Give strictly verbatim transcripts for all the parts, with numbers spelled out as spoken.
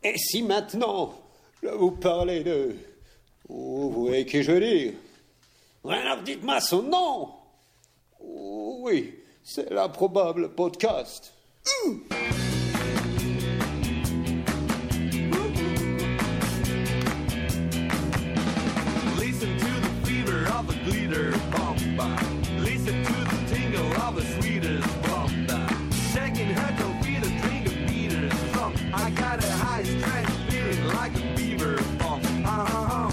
Et si maintenant, je vous parlais de... Oh, vous voyez qui je veux dire? Alors dites-moi son nom. Oh, oui, c'est l'improbable podcast. Mmh. Listen to the fever of a glitter bomba. Listen to the tingle of a sweetest bomba. Shaking her toe feet a drink of beaters from. I got a high strength feeling like a beaver bomb. Uh-huh.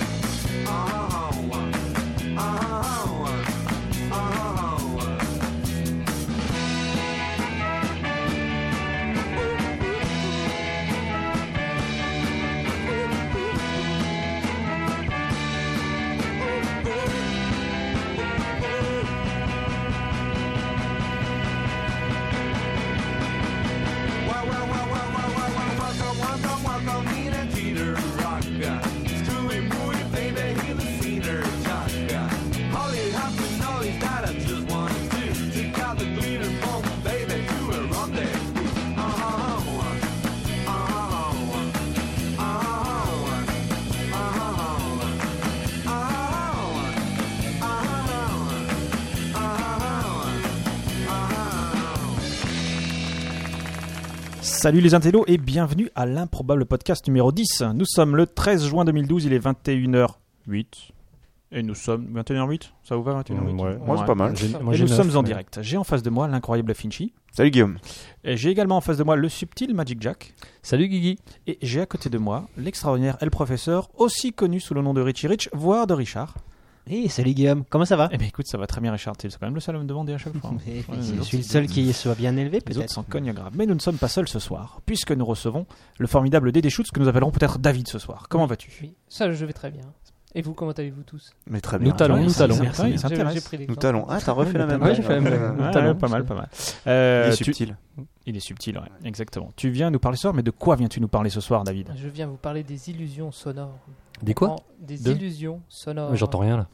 Salut les intellos et bienvenue à l'improbable podcast numéro dix. Nous sommes le treize juin deux mille douze, il est vingt et une heures huit. Et nous sommes... vingt et une heures huit, ça vous va vingt et une heures huit? mmh, ouais. Moi, c'est pas mal. J'ai, moi, et j'ai nous neuf, sommes en mais... direct. J'ai en face de moi l'incroyable Finchy. Salut Guillaume. Et j'ai également en face de moi le subtil Magic Jack. Salut Guigui. Et j'ai à côté de moi l'extraordinaire El Professeur, aussi connu sous le nom de Richie Rich, voire de Richard. Hey, salut Guillaume, comment ça va? Eh bien écoute, ça va très bien Richard, c'est quand même le seul à me demander à chaque fois. Mais, ouais, je suis le seul qui soit bien élevé peut-être. Les autres s'en cognent grave. Mais nous ne sommes pas seuls ce soir, puisque nous recevons le formidable Dédé Schutz, que nous appellerons peut-être David ce soir. Comment vas-tu? Oui, ça je vais très bien. Et vous, comment allez-vous tous? Mais très bien. Nous talons, nous talons. Merci, ça m'intéresse. Nous talons. Ah, t'as refait la même Ouais, j'ai fait la même. Ouais, ouais, pas mal, pas mal. Euh, Il est tu... subtil. Il est subtil, ouais, exactement. Tu viens nous parler ce soir, mais de quoi viens-tu nous parler ce soir, David? Je viens vous parler des illusions sonores. Des quoi? En, Des de... illusions sonores. Mais j'entends rien là.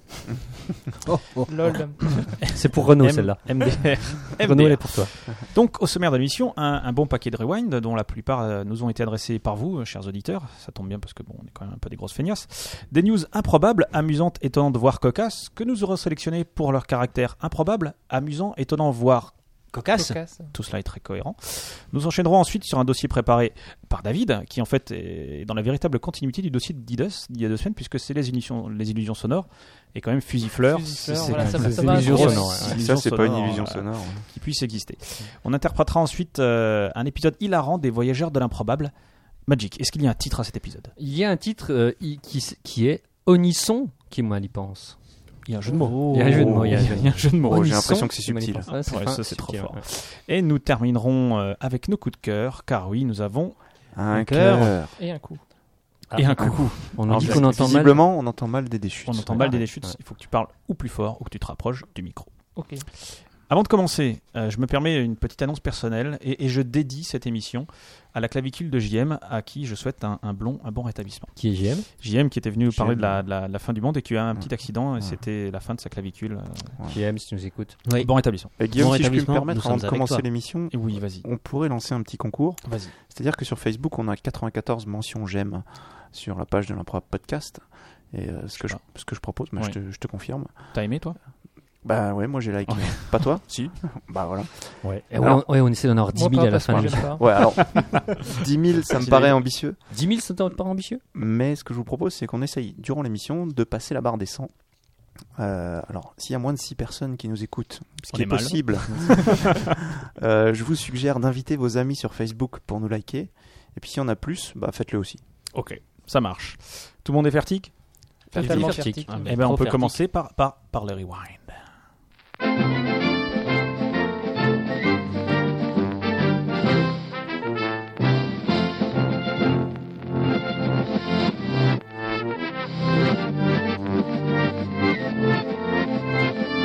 oh, oh. Lol. C'est pour Renault M- celle-là. M D R. Renault, elle est pour toi. Donc, au sommaire de l'émission, un, un bon paquet de rewind, dont la plupart euh, nous ont été adressés par vous, euh, chers auditeurs. Ça tombe bien parce que bon, on est quand même un peu des grosses feignasses. Des news improbables, amusantes, étonnantes, voire cocasses, que nous aurons sélectionnées pour leur caractère improbable, amusant, étonnant, voire cocasse. Cocasse. Tout cela est très cohérent. Nous enchaînerons ensuite sur un dossier préparé par David, qui en fait est dans la véritable continuité du dossier d'Idus d'il y a deux semaines, puisque c'est les illusions, les illusions sonores, et quand même Fusifleur, Fusifleur, c'est, voilà, c'est, ça c'est, va- c'est ça va une illusion incroyable. sonore. Ça, Illusion c'est pas une sonore, illusion euh, sonore. qui puisse exister. On interprétera ensuite euh, un épisode hilarant des Voyageurs de l'improbable. Magic, est-ce qu'il y a un titre à cet épisode? Il y a un titre euh, i- qui, qui est Onisson qui moi y pense. Il y a un jeu de mots. Il y a un jeu de mots. Il y a, il y a un jeu de mots. Oh, j'ai Onisson l'impression que c'est qui m'y subtil. pense. Ouais, c'est Ouais, fin, ça, c'est trop subtil, fort. ouais. Et nous terminerons euh, avec nos coups de cœur, car oui, nous avons Un cœur. cœur. Et un coup. et un Ah, coucou. On nous Alors, dit qu'on entend mal. visiblement, on entend mal des déchutes. On entend mal des Ouais. déchutes. Ouais. Il faut que tu parles ou plus fort ou que tu te rapproches du micro. Ok. Avant de commencer, euh, je me permets une petite annonce personnelle et, et je dédie cette émission à la clavicule de J M, à qui je souhaite un, un, blond, un bon rétablissement. Qui est J M? J M qui était venu nous parler J M. de la, de, la, de la fin du monde et qui a eu un petit accident et Ouais. c'était la fin de sa clavicule. Euh, J M si tu nous écoutes. Bon rétablissement. Et Guillaume, Bon si je puis me rétablissement, permettre, nous avant de sommes avec commencer toi. l'émission, Et oui, vas-y. on pourrait lancer un petit concours. Vas-y. C'est-à-dire que sur Facebook, on a quatre-vingt-quatorze mentions j'aime sur la page de l'improbable podcast. Et euh, ce, que je, ce que je propose, bah, Ouais. je, te, je te confirme. T'as aimé toi? Bah ouais, moi j'ai liké. Ouais. Pas toi? Si. Bah voilà. Ouais. Et Alors- on, ouais, on essaie d'en avoir dix Moi mille pas, à la parce fin que de j'aime l'émission. pas. Ouais, alors dix mille, ça me C'est paraît des- ambitieux. dix mille, c'est pas ambitieux? Mais ce que je vous propose, c'est qu'on essaye, durant l'émission, de passer la barre des cent. Euh, alors, s'il y a moins de six personnes qui nous écoutent, ce On qui est est mal. possible, euh, je vous suggère d'inviter vos amis sur Facebook pour nous liker. Et puis, si on a plus, bah, faites-le aussi. Ok, ça marche. Tout le monde est fertique? Totalement Fertique. fertique. Ah, Eh ben, on Trop peut fertique. commencer par, par, par le rewind.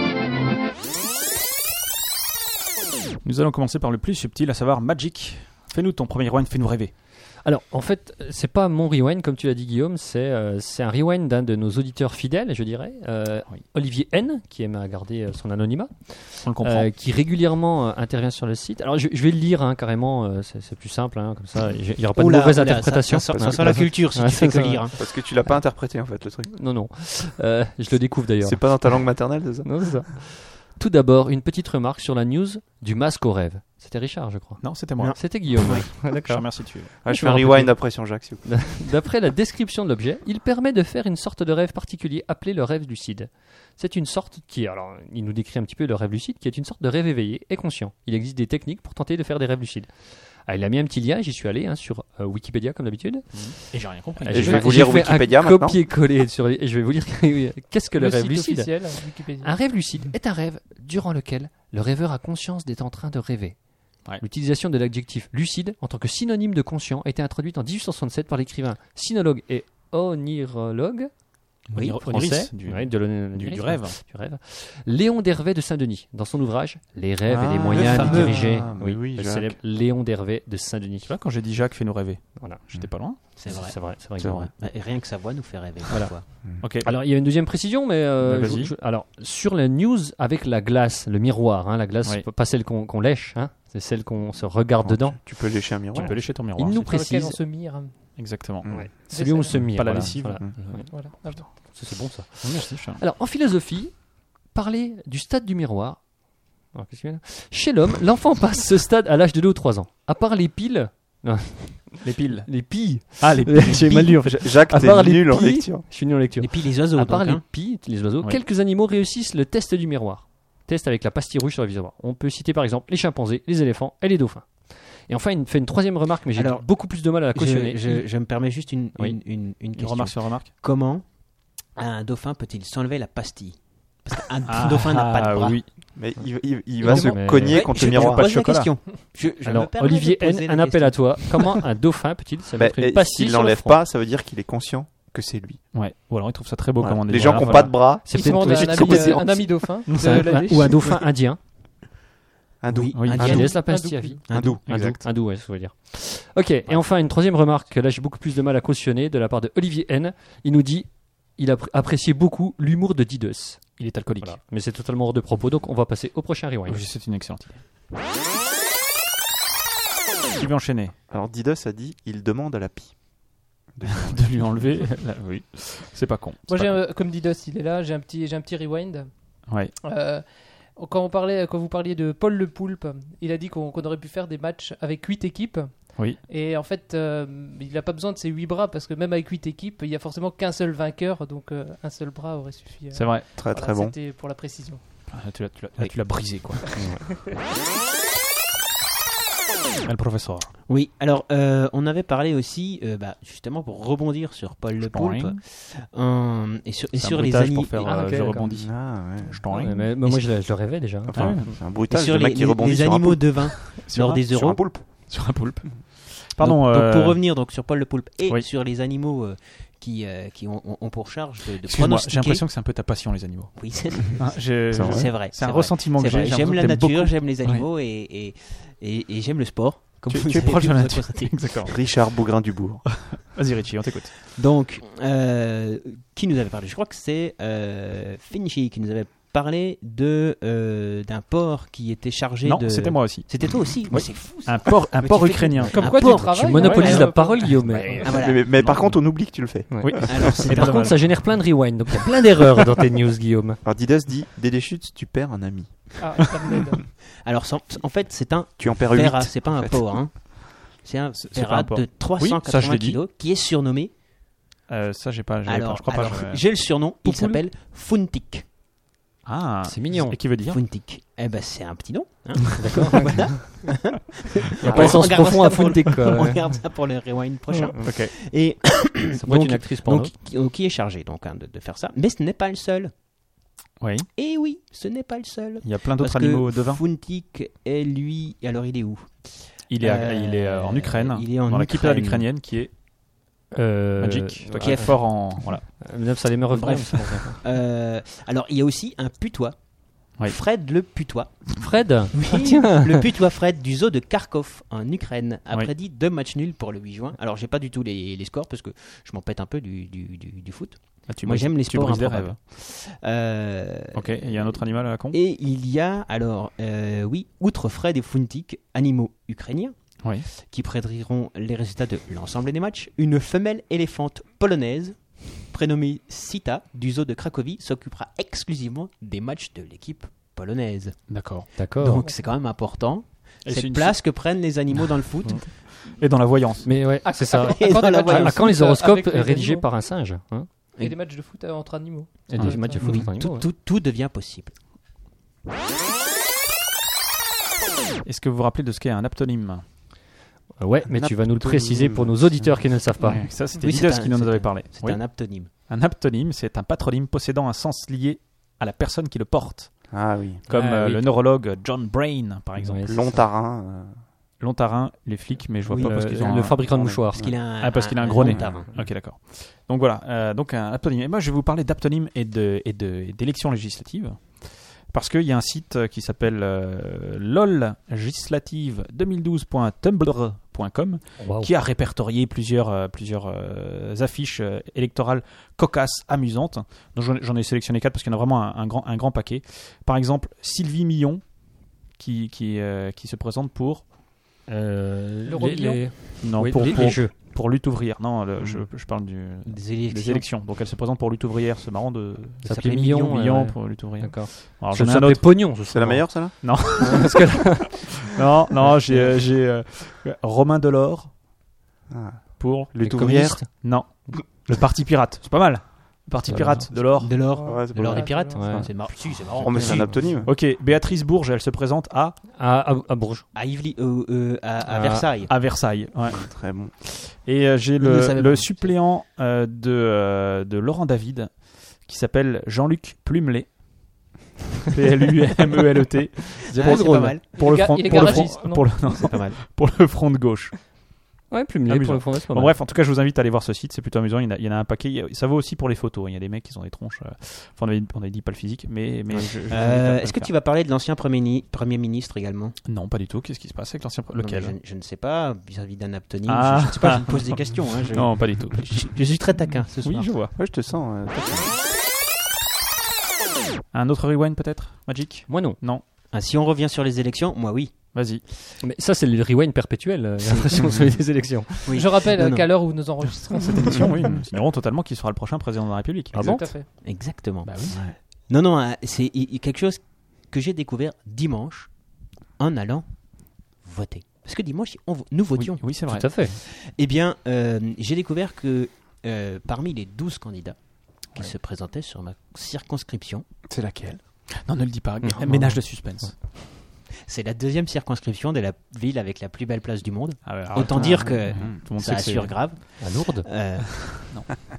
Nous allons commencer par le plus subtil, à savoir Magic. Fais-nous ton premier rewind, fais-nous rêver. Alors, en fait, c'est pas mon rewind, comme tu l'as dit, Guillaume, c'est euh, c'est un rewind d'un de nos auditeurs fidèles, je dirais, euh, Oui. Olivier N, qui aime à garder euh, son anonymat, On le comprend. euh, qui régulièrement euh, intervient sur le site. Alors, je, je vais le lire hein, carrément, euh, c'est c'est plus simple, hein, comme ça, il n'y aura pas de Oula, mauvaise oula, interprétation. Ça, ça, Hein. ça sent la culture si Ouais, tu fais ça, que ça, lire. hein. Parce que tu l'as pas interprété en fait le truc. Non, non, euh, je le découvre d'ailleurs. C'est pas dans ta langue maternelle, c'est ça? Non, c'est ça. Tout d'abord, une petite remarque sur la news du masque au rêve. C'était Richard, je crois. Non, c'était moi. C'était Guillaume. Je te D'accord. remercie, tu. Ah, je Je fais un me rappelle rewind plus. après sur Jacques. s'il vous plaît. D'après la description de l'objet, il permet de faire une sorte de rêve particulier appelé le rêve lucide. C'est une sorte qui, alors, il nous décrit un petit peu le rêve lucide, qui est une sorte de rêve éveillé et conscient. Il existe des techniques pour tenter de faire des rêves lucides. Ah, il a mis un petit lien, j'y suis allé hein, sur euh, Wikipédia comme d'habitude. Et j'ai rien compris. Ah, Et je j'ai vais fait- vous j'ai lire fait Wikipédia un maintenant. copier-coller sur les- et je vais vous lire qu'est-ce que le, Le rêve site lucide. officiel, Wikipédia. Un rêve lucide est un rêve durant lequel le rêveur a conscience d'être en train de rêver. Ouais. L'utilisation de l'adjectif lucide en tant que synonyme de conscient a été introduite en dix-huit cent soixante-sept par l'écrivain sinologue et onirologue Oui, Onir- français Oniris, du, ouais, de l'on- du, du- du rêve. du rêve. Léon d'Hervé de Saint-Denis, dans son ouvrage Les rêves et les Ah, moyens le de fameux. diriger. Ah, mais oui, oui, le Jacques. célèbre Léon d'Hervé de Saint-Denis. Tu vois, quand j'ai dit Jacques, fais-nous rêver. Voilà. J'étais pas loin. C'est vrai. C'est vrai, c'est vrai. C'est Guillaume. vrai. Et rien que sa voix nous fait rêver. Voilà. parfois. Ok. Alors, il y a une deuxième précision, mais euh, Bah, vas-y. je- je- alors sur la news avec la glace, le miroir, hein, la glace, Oui. pas celle qu'on qu'on lèche, hein, c'est celle qu'on se regarde dedans. Tu peux lécher un miroir. Tu peux lécher ton miroir. Il nous Sur lequel précise on se mire. Exactement. Mm. Ouais. celui où on se mire. Pas la voilà, lessive. voilà. Mm. Voilà. Ah bon. Ça, c'est bon ça. Merci, Charles. Alors, en philosophie, parler du stade du miroir. Alors, qu'est-ce qu'il y a là Chez l'homme, l'enfant passe ce stade à l'âge de deux ou trois ans. À part les piles, Les piles. les pilles. Ah, les piles. J'ai mal lu en fait. Ja- Jacques, À t'es part les nul en pies- lecture. Je suis nul en lecture. Et puis les oiseaux. À part donc, les hein. pies, les oiseaux, Oui. quelques animaux réussissent le test du miroir. Test avec la pastille rouge sur le viseur. On peut citer par exemple les chimpanzés, les éléphants et les dauphins. Et enfin, il fait une troisième remarque, mais j'ai Alors, beaucoup plus de mal à la cautionner. Je, je- je me permets juste une, Oui. une, une, une Une question. remarque sur remarque. Comment un dauphin peut-il s'enlever la pastille? Parce qu'un Ah, dauphin n'a pas de bras. oui. Mais il, il- il Et va se comment- cogner Ouais, contre je, le je miroir. pas de pose la chocolat. question. Je, je me Alors, permets Olivier de poser N, la un appel à question. toi. Comment un dauphin peut-il se Bah, mettre et une pastille s'il sur le l'enlève front pas, ça veut dire qu'il est conscient que c'est lui. Ouais. Ou alors il trouve ça très beau Voilà. comme on est Les dit. gens Voilà, qui n'ont voilà. pas de bras, C'est Il peut-être demande une à un petite ami, compétence. euh, un ami dauphin. C'est un- de la lèche. ou un dauphin indien. un doux. Oui, Oui, un un Qui dialogue. laisse la pastille Un à vie. Un doux, Un exact. doux, un doux, ouais, c'est ce que je veux dire. Ok, et enfin une troisième remarque que là j'ai beaucoup plus de mal à cautionner de la part de Olivier N. Il nous dit il a apprécié beaucoup l'humour de Didos. Il est alcoolique. Voilà. Mais c'est totalement hors de propos, donc on va passer au prochain rewind. Oui, c'est une excellente idée. Qui veut enchaîner? Alors Didos a dit il demande à la pie. De lui enlever. la- Oui. C'est pas con. Moi, C'est j'ai, pas un- comme Didos, il est là, j'ai un petit, j'ai un petit rewind. con. Ouais. Euh, quand, on parlait, quand vous parliez de Paul Le Poulpe, il a dit qu'on, qu'on aurait pu faire des matchs avec huit équipes. Oui. Et en fait, euh, il n'a pas besoin de ses huit bras parce que même avec huit équipes, il n'y a forcément qu'un seul vainqueur. Donc euh, un seul bras aurait suffi. euh, C'est vrai. Très voilà, très bon. C'était pour la précision. Ah, tu l'as, tu l'as- là, tu l'as brisé, quoi. Le professeur. Oui, alors euh, on avait parlé aussi, euh, bah, justement pour rebondir sur Paul Le Poulpe, Boing. euh, et sur, et C'est un sur les bruitage animaux. pour faire Ah, euh, ok, je d'accord. rebondis. Ah, ouais. Je t'en Ouais, ris. mais, mais moi je, le- je le rêvais déjà. Enfin, Ouais. c'est un Et bruitage, sur le les, mec qui les- rebondit les sur un animaux poulpe. de vin Sur lors un- des Sur euros. un poulpe. Sur un poulpe. Pardon. Donc, donc, euh, pour revenir donc sur Paul Le Poulpe et oui. sur les animaux euh, qui, euh, qui ont, ont- ont pour charge de, de Excuse-moi, pronostiquer. j'ai l'impression que c'est un peu ta passion, les animaux. Oui, c'est Hein, j'ai- C'est vrai. c'est vrai. C'est un vrai. ressentiment C'est que j'ai. vrai. j'ai J'aime la l'impression que t'aimes nature, beaucoup. j'aime les animaux et, et, et, et j'aime le sport. Comme Tu, vous tu es avez proche pu de la vous nature. constater. Exactement. Richard Bougrain-Dubourg. Vas-y, Richie, on t'écoute. Donc, euh, qui nous avait parlé? Je crois que c'est euh, Finchy qui nous avait parlé de euh, d'un porc qui était chargé Non, de. c'était moi aussi. C'était toi aussi. Mais c'est fou. Ça. Un porc, un Mais porc tu fais- ukrainien. Comme Un quoi porc, tu travailles. Tu monopolises ouais, la ouais, parole, ouais. Guillaume. Ah, voilà. Mais, mais par contre, on oublie que tu le fais. Ouais. Oui. Alors, c'est Et pas par dommage. contre, ça génère plein de rewind, donc il y a plein d'erreurs dans tes news, Guillaume. Alors Didos dit Dédé Chutes, tu perds un ami. Ah, ça me l'aide. Alors, sans- en fait, c'est un Tu en perds huit. verra, c'est pas un fait. porc. Hein. C'est un C'est- c'est verra pas un porc. de trois cent Oui, ça, je quatre-vingts l'ai dit. kilos qui est surnommé. Euh, ça, j'ai pas. j'ai Alors, pas- je crois alors, pas. je- j'ai le surnom. Il Poupoule. s'appelle Funtik. Ah, C'est mignon. Et qui veut dire? Funtik. Eh ben, c'est un petit nom. Hein. D'accord. Voilà. Il n'y a On pas de sens regarde profond ça à pour le- Funtek, quoi. On Ouais. regarde ça pour le rewind prochain. Ok. Et Ça pourrait être donc, une actrice porno. donc, qui, euh, qui est chargé donc hein, de, de faire ça. Mais ce n'est pas le seul. Oui. Et oui, ce n'est pas le seul. Il y a plein d'autres Parce que animaux de vin. Funtik est lui. Alors, il est où? Il est, à- Euh, il est euh, en Ukraine. il est en dans l'équipe Ukraine. ukrainienne qui est Euh, Magic. Toi qui qui es est- fort en. Voilà. Euh, Ça allait me revenir. Bref. Euh, alors, il y a aussi un putois. Oui. Fred le putois. Fred Oui, le putois Fred du zoo de Kharkov en Ukraine a Oui. prédit deux matchs nuls pour le huit juin. Alors j'ai pas du tout les, les scores parce que je m'en pète un peu du, du, du, du foot. Ah, tu Moi brises- j'aime les tu sports brises des improbables. rêves. Euh, Ok, il y a un autre animal à la con. Et il y a alors, euh, oui, outre Fred et Funtik, animaux ukrainiens, Oui. qui prédiront les résultats de l'ensemble des matchs, une femelle éléphante polonaise prénommée Sita du zoo de Cracovie s'occupera exclusivement des matchs de l'équipe polonaise. D'accord. D'accord. Donc c'est quand même important Et c'est cette une- place que prennent les animaux dans le foot. Et dans la voyance. Mais ouais, c'est ça. Et Quand dans les la matchs de À, à voyance. quand les foot, euh, horoscopes avec les rédigés animaux. par un singe hein Et des matchs de foot euh, entre animaux. Et des Ouais. matchs de foot Oui, entre tout, animaux, tout, tout devient possible. Est-ce que vous vous rappelez de ce qu'est un aptonyme? ouais. Ouais, mais tu vas nous le préciser pour nos auditeurs qui ne le savent pas. Ouais, Ça, c'était Oui, Didas c'est un- qui nous en c'est avait un- parlé. C'est Oui. un aptonyme. Un aptonyme, c'est un patronyme possédant un sens lié à la personne qui le porte. Ah oui. Comme Ah, euh, oui. le neurologue John Brain, par exemple. Ouais, c'est Long ça. tarin. euh, Longtarin, les flics, mais je vois Oui, pas Le, parce qu'ils ont le un- fabricant de un- mouchoirs. Parce qu'il a un, Ah, parce qu'il a un gros nez. long tarin. Ok, d'accord. Donc voilà, euh, donc un aptonyme. Et moi, je vais vous parler d'aptonyme et de et de et d'élections législatives, parce qu'il y a un site qui s'appelle euh, lollegislative deux mille douze point tumblr point com Waouh. qui a répertorié plusieurs euh, plusieurs euh, affiches euh, électorales cocasses, amusantes. Donc j'en, j'en ai sélectionné quatre parce qu'il y en a vraiment un, un grand un grand paquet. Par exemple, Sylvie Millon, qui qui euh, qui se présente pour Euh, L'euro les, million. les- non oui, pour les- pour, les jeux. pour Lutte ouvrière. Non, le- je, je parle du Des élections. des élections. Donc elle se présente pour Lutte ouvrière. C'est marrant de Ça Ça s'appelait s'appelait Million. Million, Million ouais. pour Lutte ouvrière. D'accord. Alors Ça j'en ai un s'appelait autre. Pognon. C'est la meilleure, celle-là Parce que là- Non, non, j'ai euh, j'ai euh, Romain Delors Ah. pour Lutte les ouvrière. communistes. non le Parti Pirate. C'est pas mal. Le Parti Ça Pirate de l'or. De l'or. Ouais, c'est De pas l'or mal. des pirates. Ouais. C'est marrant. Si, c'est marrant. Oh, mais c'est un aptonyme. Ok, Béatrice Bourges, elle se présente à À, à, à Bourges. À, Yvely- euh, euh, à, à Ah. Versailles. à Versailles. Ouais. Très bon. Et euh, j'ai Je ne le, savais le pas. suppléant euh, de, euh, de Laurent David qui s'appelle Jean-Luc Plumelet. P L U M E L E T. C'est pas mal. Pour Il le est ga- front, il est pour le garagiste, front, non pour le, non, C'est pas mal. pour le front de gauche. Ouais, plus mieux Amusant. pour le fond, c'est pas Bon, mal. bref, en tout cas, je vous invite à aller voir ce site, c'est plutôt amusant. Il y en a, il y en a un paquet. Il y a- Ça vaut aussi pour les photos. Il y a des mecs qui ont des tronches. euh, Enfin, on avait, on avait dit pas le physique, mais. mais je- je vous invite à- Euh, à Est-ce le que faire. tu vas parler de l'ancien premier, ni- premier ministre également? Non, pas du tout. Qu'est-ce qui se passe avec l'ancien. Non, Lequel mais je, je ne sais pas, vis-à-vis d'un aptonyme. Ah. Je, je ne sais pas, je me pose des questions. Hein, je, Non, pas du tout. je, je suis très taquin ce soir. Oui, je vois. Ouais, je te sens. euh, Un autre rewind peut-être Magic Moi non. Non. Ah, si on revient sur les élections, moi oui. Vas-y. Mais ça, c'est le rewind perpétuel. euh, J'ai l'impression sur les élections. Oui. Je rappelle Non, euh, non. qu'à l'heure où nous enregistrons cette Émission, oui. Nous ignorons totalement qui sera le prochain président de la République. Ah bon Tout à fait. Exactement. Bah oui. Non, non, hein, c'est i- i- quelque chose que j'ai découvert dimanche en allant voter. Parce que dimanche, on vo- nous Oui, votions. oui, c'est vrai. Tout à fait. Eh bien, euh, j'ai découvert que euh, parmi les douze candidats qui se présentaient sur ma circonscription, C'est laquelle Non, ne le dis pas. Non. Ménage de suspense. c'est la deuxième circonscription de la ville avec la plus belle place du monde. Ah ouais, alors, Autant attends, dire que Tout le monde ça sait que c'est- assure grave. À Lourdes. Euh, Non.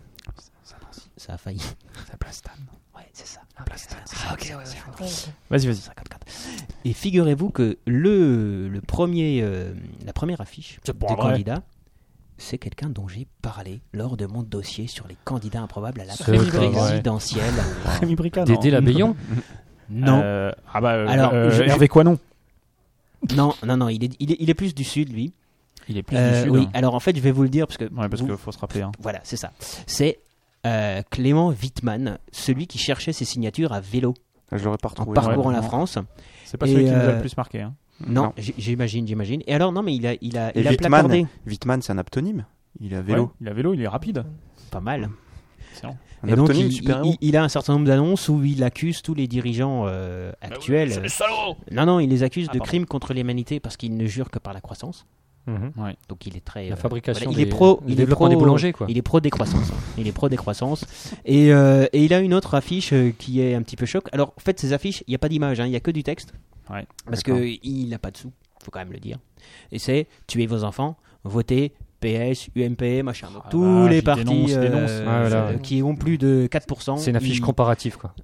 ça a failli. C'est la place Stan. Ouais, c'est ça. Ah, ok, ouais, ouais. Vas-y, vas-y. cinquante-quatre. Et figurez-vous que le, le premier, euh, la première affiche C'est de pas vrai. candidat, c'est quelqu'un dont j'ai parlé lors de mon dossier sur les candidats improbables à la C'est pas vrai. présidentielle. Rémi Bricard, non. Dédé Labéillon. Non, Euh, ah bah, euh, Alors, euh, je- je- Hervé Coinon. non, non, non, il est, il est, il est plus du sud, lui. Il est plus Euh, du sud. oui, alors en fait, je vais vous le dire parce que. Ouais, parce vous- qu'il faut se rappeler. Hein. Voilà, c'est ça. C'est euh, Clément Wittmann, celui qui cherchait ses signatures à vélo Je l'aurais pas en retrouvé. parcourant ouais. la France. C'est pas Et, celui qui nous a euh, le plus marqué. Hein. Non, Non. j- j'imagine, j'imagine. Et alors, non, mais il a, il a, Et il a Wittmann, placardé. Wittmann, c'est un aptonyme. Il est à vélo. Ouais, il a vélo, il est rapide. Pas mal. Excellent. Un Et donc, aptonyme il, super il- il a un certain nombre d'annonces où il accuse tous les dirigeants euh, actuels. Non, non, il les accuse Ah, de pardon. crimes contre l'humanité parce qu'il ne jure que par la croissance. Mhm. Donc il est très. La euh, fabrication voilà, il des- est pro. le Il est développement pro, des boulangers, quoi. Il est pro décroissance. hein. Il est pro décroissance. Et, euh, et il a une autre affiche euh, qui est un petit peu choc. Alors en fait, ces affiches, il n'y a pas d'image, hein, il n'y a que du texte. Ouais, Parce d'accord. qu'il n'a pas de sous, faut quand même le dire. Et c'est tuer vos enfants, voter P S, U M P, machin. Donc, Ah, tous vache, les il partis dénonce, il euh, dénonce. Ouais, voilà. euh, qui ont plus de quatre pour cent. C'est une affiche ils- comparative, quoi.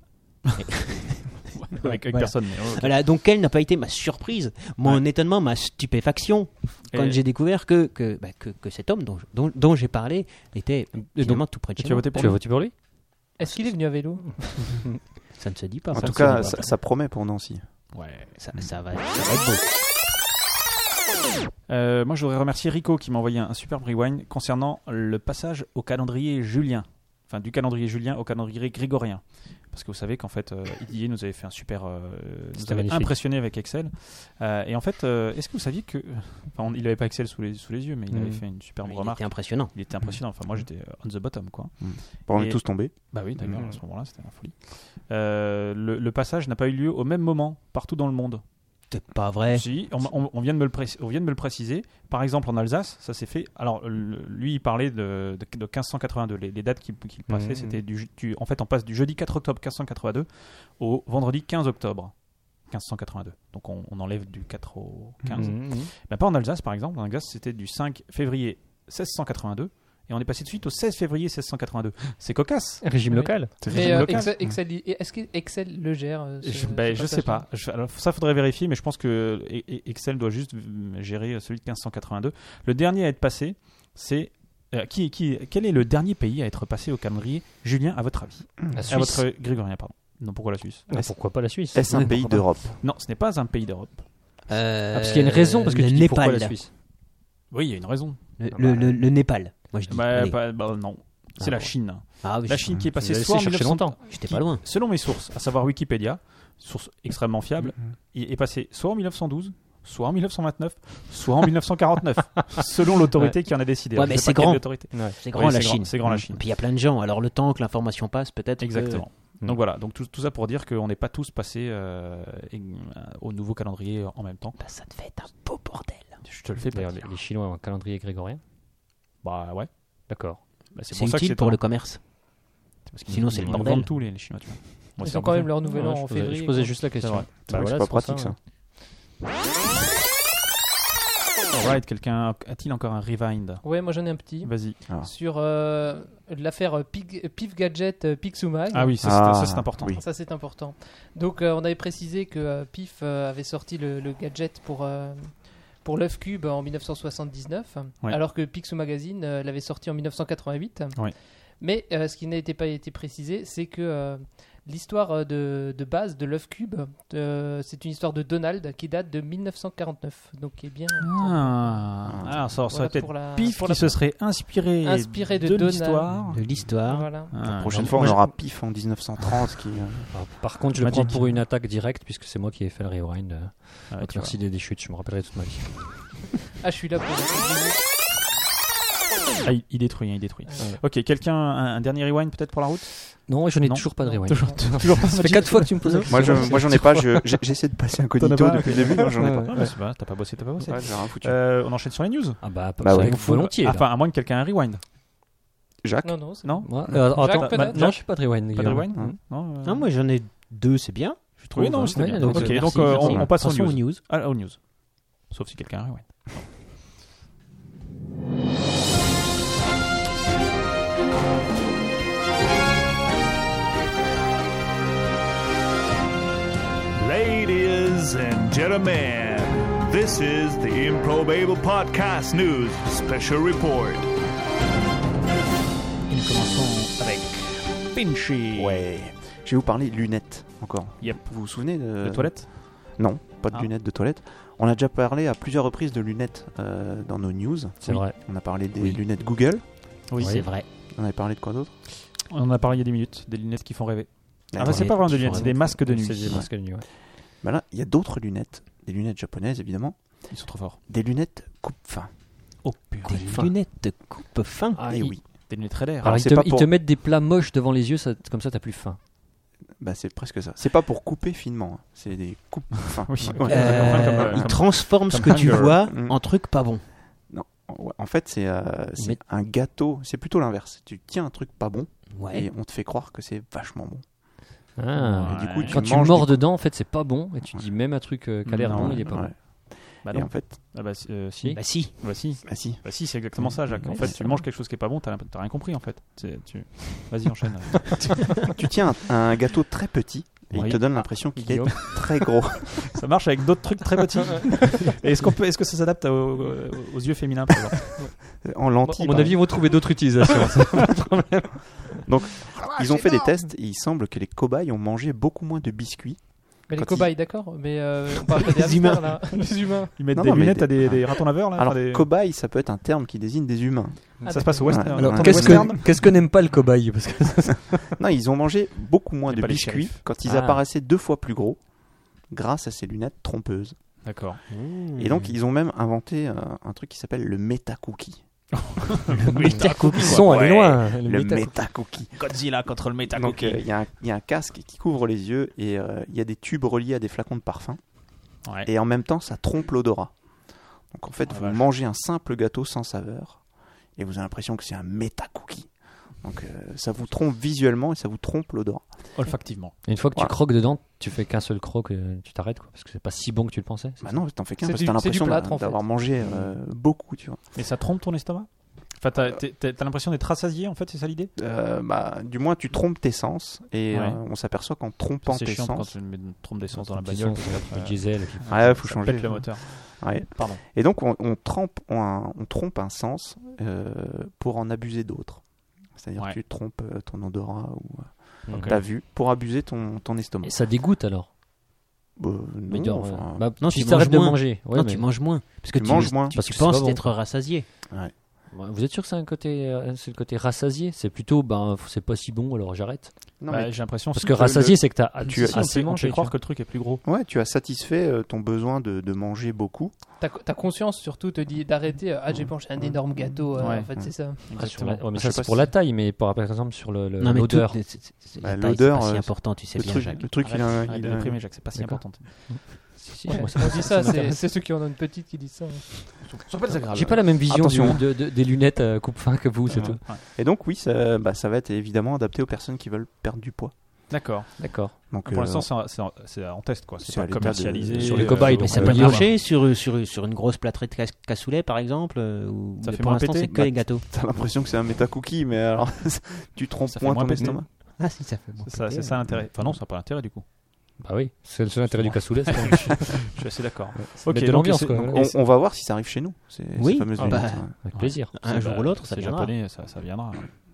avec, avec Voilà. personne. Mais, ouais, ok. Voilà, donc quelle n'a pas été ma surprise, mon étonnement, ma stupéfaction quand Et- j'ai découvert que, que, bah, que, que cet homme dont, je- dont, dont j'ai parlé était Et finalement tout près de Et chez tu as moi. voté pour Tu as lui voté pour lui Est-ce qu'il est venu à vélo Ça ne se dit pas. En ça tout ne se cas, dit ça, pas. ça promet pour Nancy. Ouais. ça, ça, va, ça va être beau. Euh, moi, je voudrais remercier Rico qui m'a envoyé un, un superbe rewind concernant le passage au calendrier julien. Enfin, du calendrier julien au calendrier grégorien. Parce que vous savez qu'en fait, euh, Didier nous avait fait un super. Euh, nous C'était avait magnifique. impressionné avec Excel. Euh, et en fait, euh, est-ce que vous saviez que. Enfin, on- il n'avait pas Excel sous les, sous les yeux, mais il Mm. avait fait une superbe Il remarque. était impressionnant. Il était impressionnant. Enfin, moi, j'étais euh, on the bottom, quoi. Bon, on Et- est tous tombés. Bah oui, d'ailleurs, Mhm. à ce moment-là, c'était la folie. Euh, le, le passage n'a pas eu lieu au même moment partout dans le monde. C'est pas vrai. Si, on, on- on vient de me le pré- on vient de me le préciser. Par exemple, en Alsace, ça s'est fait. Alors, le- lui, il parlait de, de, de quinze cent quatre-vingt-deux. Les, les dates qu'il qu'il passait, Mhm. c'était du, du- en fait, on passe du jeudi quatre octobre quinze cent quatre-vingt-deux au vendredi quinze octobre quinze cent quatre-vingt-deux. Donc, on, on enlève du quatre au quinze. Mhm, mhm. Ben, pas en Alsace, par exemple. En Alsace, c'était du cinq février seize cent quatre-vingt-deux. Et on est passé de suite au seize février seize cent quatre-vingt-deux. C'est cocasse. Régime Oui. local. Mais euh, local. Excel, Excel, est-ce que Excel le gère euh, ce- Je, ben, ce je sais passage-là pas. Je- alors, ça, faudrait vérifier, mais je pense que E- E- Excel doit juste euh, gérer celui de quinze cent quatre-vingt-deux. Le dernier à être passé, c'est. euh, qui, qui, quel est le dernier pays à être passé au calendrier julien, à votre avis La À Suisse. votre grégorien, pardon. Non, pourquoi la Suisse Ah, pourquoi pas la Suisse Est-ce un Oui, pays pourquoi pas. d'Europe? Non, ce n'est pas un pays d'Europe. Euh, Ah, parce qu'il y a une raison, parce que le tu dis pourquoi Népal. la Suisse. Oui, il y a une raison. Le, le, le- le Népal. Moi je dis. Bah, Allez. pas- bah, non. C'est Ah, la bon. Chine. Ah, oui, La je- Chine qui est passée Vous avez soit en laissé chercher mille neuf cents longtemps. J'étais qui, pas loin. selon mes sources, à savoir Wikipédia, source extrêmement fiable, il est passé soit en mille neuf cent douze, soit en mille neuf cent vingt-neuf, soit en mille neuf cent quarante-neuf, selon l'autorité qui en a décidé. Ouais, Alors, mais je sais c'est pas quelle grand. autorité. C'est grand Oui, la c'est Chine. C'est grand la Chine. Puis il y a plein de gens. Alors le temps que l'information passe, peut-être. que- Exactement. Mm. Donc voilà, donc tout, tout ça pour dire qu'on n'est pas tous passés euh, et- euh, au nouveau calendrier en même temps. Bah, ça devait être un beau bordel. Je te le fais pas D'ailleurs, dire. les Chinois ont un calendrier grégorien. Bah ouais. D'accord. Bah, C'est pour ça que utile c'est pour le étonnant. commerce. Parce qu'ils sinon, nous- c'est le ils nous bordel. vendent tout les, les Chinois, tu vois. Moi, Ils c'est ont un quand bon même leur fait. nouvel Ouais, an je en posais- février. Je posais quoi. juste la C'est question. vrai. C'est vrai que c'est voilà, pas c'est pour pratique ça. Alright, quelqu'un a-t-il encore un rewind? Ouais, moi j'en ai un petit. Vas-y. Ah. Sur euh, l'affaire euh, Pig- Pif Gadget euh, Pixumag. Ah oui, ça, Ah, c'est- ça, c'est important. oui. Ça c'est important. Donc euh, on avait précisé que euh, Pif euh, avait sorti le, le gadget pour, euh, pour l'œuf cube en mille neuf cent soixante-dix-neuf, Ouais. alors que Picsou Magazine euh, l'avait sorti en mille neuf cent quatre-vingt-huit. Ouais. Mais euh, ce qui n'a été pas été précisé, c'est que euh, l'histoire euh, de, de base de l'œuf cube, euh, c'est une histoire de Donald qui date de mille neuf cent quarante-neuf. Donc qui est bien. Ah, alors ça, ça Voilà aurait peut-être pour la- Pif pour qui la- se serait inspiré, Inspiré de de Donald. l'histoire. De l'histoire. Voilà. Ah, La prochaine alors, fois, on moi, aura Pif en dix-neuf cent trente qui. euh, Alors, par contre, je le Magic. prends pour une attaque directe puisque c'est moi qui ai fait le rewind. euh, Ah, Donc tu vois. merci des, des chutes, je me rappellerai toute ma vie. Ah, je suis là pour. Ah, il, il détruit, hein, il détruit. Ouais. Ok, quelqu'un, un, un dernier rewind peut-être pour la route? Non, je n'ai Non. toujours pas de rewind. Toujours, toujours pas. Ça fait quatre fois que tu me poses la question. Moi, je, moi, j'en ai pas. je- j'ai- J'essaie de passer incognito T'en as pas, depuis ok. le début. Non, j'en ai Ouais, pas. Ah, bah, c'est pas, t'as pas bossé, t'as pas bossé. Ouais, j'ai rien foutu. Euh, on enchaîne sur les news. Ah bah, Bah ouais. c'est volontiers. là. Enfin, à moins que quelqu'un ait un rewind. Jacques. Non, non, c'est Non? Moi, euh, attends, Jacques, ma- peut-être non, je suis pas de rewind. Pas de Guillaume. rewind? Hum. Non, euh, Ah, moi j'en ai deux, c'est bien. Je trouve. Oui, non, hein. c'était Ouais, bien. donc, Ok, merci, donc euh, on, merci. on passe aux Passons news. aux news. Ah, aux news. Sauf si quelqu'un a un rewind. Ladies and gentlemen, this is the Improbable Podcast News Special Report. Et nous commençons avec Pinchy. Ouais. Je vais vous parler lunettes encore. Yep. Vous vous souvenez de. De toilette? Non, pas de Ah. lunettes de toilette. On a déjà parlé à plusieurs reprises de lunettes euh, dans nos news. C'est Oui. vrai. On a parlé des Oui. lunettes Google. Oui, C'est vrai. On avait parlé de quoi d'autre? On en a parlé il y a des minutes, des lunettes qui font rêver. Ah, Attends, bah, c'est pas vraiment des qui lunettes, font c'est des rêver. masques de nuit. C'est des masques de nuit, ouais. Bah là, il y a d'autres lunettes. Des lunettes japonaises, évidemment. Ils sont trop forts. Des lunettes coupe-fin. Oh putain. Des lunettes de coupe fin. Ah, Eh il- oui. Des lunettes très l'air. Alors, ils, c'est te, pas ils pour- te mettent des plats moches devant les yeux, ça- comme ça t'as plus faim. Bah, c'est presque ça. C'est pas pour couper finement. hein. C'est des coupes fins. Oui, Ouais. ok. Euh, Enfin, comme, euh, il comme- transforme ce comme que tu Hunger. vois Mm. en truc pas bon. Ouais, en fait, c'est euh, c'est Mais- un gâteau. C'est plutôt l'inverse. Tu tiens un truc pas bon Ouais. et on te fait croire que c'est vachement bon. Ah. Et du coup, Ouais. tu Quand tu manges mords du coup- dedans, en fait, c'est pas bon. Et tu dis même un truc euh, qui a l'air Non, bon, il est pas Ouais. bon. Bah Et non. en fait, Ah bah euh, si. Bah si. Bah si. bah si. Bah si, c'est exactement ça, Jacques. En Ouais, fait, c'est tu ça. manges quelque chose qui est pas bon, t'as t'as rien compris en fait. C'est- Tu... Vas-y, enchaîne. Tu tiens un, un gâteau très petit et Oui. il te donne l'impression qu'il est Guillaume. très gros. Ça marche avec d'autres trucs très petits. Et est-ce qu'on peut, est-ce que ça s'adapte aux, aux yeux féminins par exemple? En lentille. À mon par avis, ils vont trouver d'autres utilisations. exemple. Donc, ils ont fait des tests et il semble que les cobayes ont mangé beaucoup moins de biscuits. Mais les Quand cobayes, d'accord, mais euh, on parle pas des Les humains. hamsters, là. Les humains. Ils mettent Non, des non, mais lunettes des- à des, des ratons laveurs là. Alors, enfin, des- cobaye, ça peut être un terme qui désigne des humains. Ça se passe au western. Ouais. Alors, Ouais. qu'est-ce western. que, qu'est-ce que n'aime pas le cobaye Parce que Non, ils ont mangé beaucoup moins Et de pas les biscuits shérifs. quand ils Ah. apparaissaient deux fois plus gros grâce à ces lunettes trompeuses. D'accord. Et donc, ils ont même inventé euh, un truc qui s'appelle le méta-cookie. Ils sont allés loin. Le Le méta- méta-cookie. Godzilla contre le méta Donc, euh, il y, a un- il y a un casque qui couvre les yeux et euh, il y a des tubes reliés à des flacons de parfum. Ouais. Et en même temps, ça trompe l'odorat. Donc, en fait, Oh, vous vache. mangez un simple gâteau sans saveur et vous avez l'impression que c'est un méta-cookie. Donc, euh, ça vous trompe visuellement et ça vous trompe l'odorat. Olfactivement. Une fois que Voilà. tu croques dedans, tu fais qu'un seul croc, euh, tu t'arrêtes quoi, parce que c'est pas si bon que tu le pensais. c'est Bah ça non, t'en fais qu'un C'est parce du- que t'as c'est du l'impression plâtre, d'a- en fait. d'avoir mangé euh, beaucoup, tu vois. Mais ça trompe ton estomac. Enfin, t'as, t'es- t'as- t'as l'impression d'être rassasié en fait, c'est ça l'idée. Euh, bah, du moins, tu trompes tes sens et Ouais. euh, on s'aperçoit qu'en trompant C'est tes chiant quand sens. tu mets une trompe d'essence dans la Ton bagnole. diesel, ça, le diesel, et puis- Ouais, faut ça changer. pète le moteur. Ouais. Pardon. Et donc, on, on, trempe, on, on trompe un sens euh, pour en abuser d'autres. C'est-à-dire Ouais. que tu trompes euh, ton odorat ou euh, Ok. ta vue pour abuser ton, ton estomac. Et ça dégoûte alors. Euh, Mais non, genre, enfin, euh, bah, non, tu tu t'arrêtes manges de moins. manger. Ouais, non, mais- tu manges moins. Parce que Tu tu, manges moins. tu Parce que c'est penses pas bon, d'être quoi. rassasié. Ouais, Vous êtes sûr que c'est un côté, euh, c'est le côté rassasié? C'est plutôt, ben, c'est pas si bon, alors j'arrête. non, Bah, mais j'ai l'impression Parce aussi que rassasié, c'est que t'as tu tu as- Si, on assez fait, on mangé. fait croire tu que le truc est plus gros. ouais, tu as satisfait euh, ton besoin de, de manger beaucoup. Ta, ta conscience surtout te dit d'arrêter. euh, Ah, j'ai mangé un énorme gâteau. euh, Ouais. en fait, c'est ça. vois. Ah, sur la- ouais, mais Je ça, sais c'est pas pour si- la taille, mais par par exemple sur le- le- Non, mais tout, l'odeur. c'est- c'est- c'est- Bah, la taille, l'odeur, c'est pas si euh, important, tu sais Le bien, truc, Jacques. le truc il a, Arrête il de a- déprimer, Jacques, c'est pas si D'accord. important. Si, si, Ouais, moi, ça- on dit ça, ça c'est m'intéresse. c'est ceux qui en ont une petite qui disent ça. hein. C'est pas désagréable. J'ai pas la même vision Attention. du- de- de- des lunettes euh, coupe-fin que vous, c'est Ouais. tout. Ouais. Et donc, oui, ça, bah, ça va être évidemment adapté aux personnes qui veulent perdre du poids. D'accord. D'accord. Donc, Pour euh, l'instant, c'est en- c'est en, c'est en test quoi. C'est c'est à pas l'état de- commercialisé. sur les euh, cobayes, donc, donc Mais ça on euh, peut va dire, marcher sur, sur, sur une grosse plâtrée de cas- cassoulet, par exemple, euh, ou Ça mais fait pour moins l'instant, péter c'est que Bah, les gâteaux. t'as l'impression que c'est un méta-cookie, mais alors tu trompes Ça fait moins moins ton péter. estomac. Ah si, ça fait moins C'est ça, péter, c'est ça ouais. l'intérêt. Enfin non, ça n'a pas l'intérêt du coup. Bah oui, c'est le seul intérêt du cassoulet. c'est Je suis assez d'accord. Ok, de donc, l'ambiance c'est- quoi. donc, voilà. On, on va voir si ça arrive chez nous. Ces, Oui. ces fameuses Ah, lunettes, bah. ouais. Avec plaisir. Un C'est- jour bah, ou l'autre, ça c'est viendra. japonais, ça, ça viendra.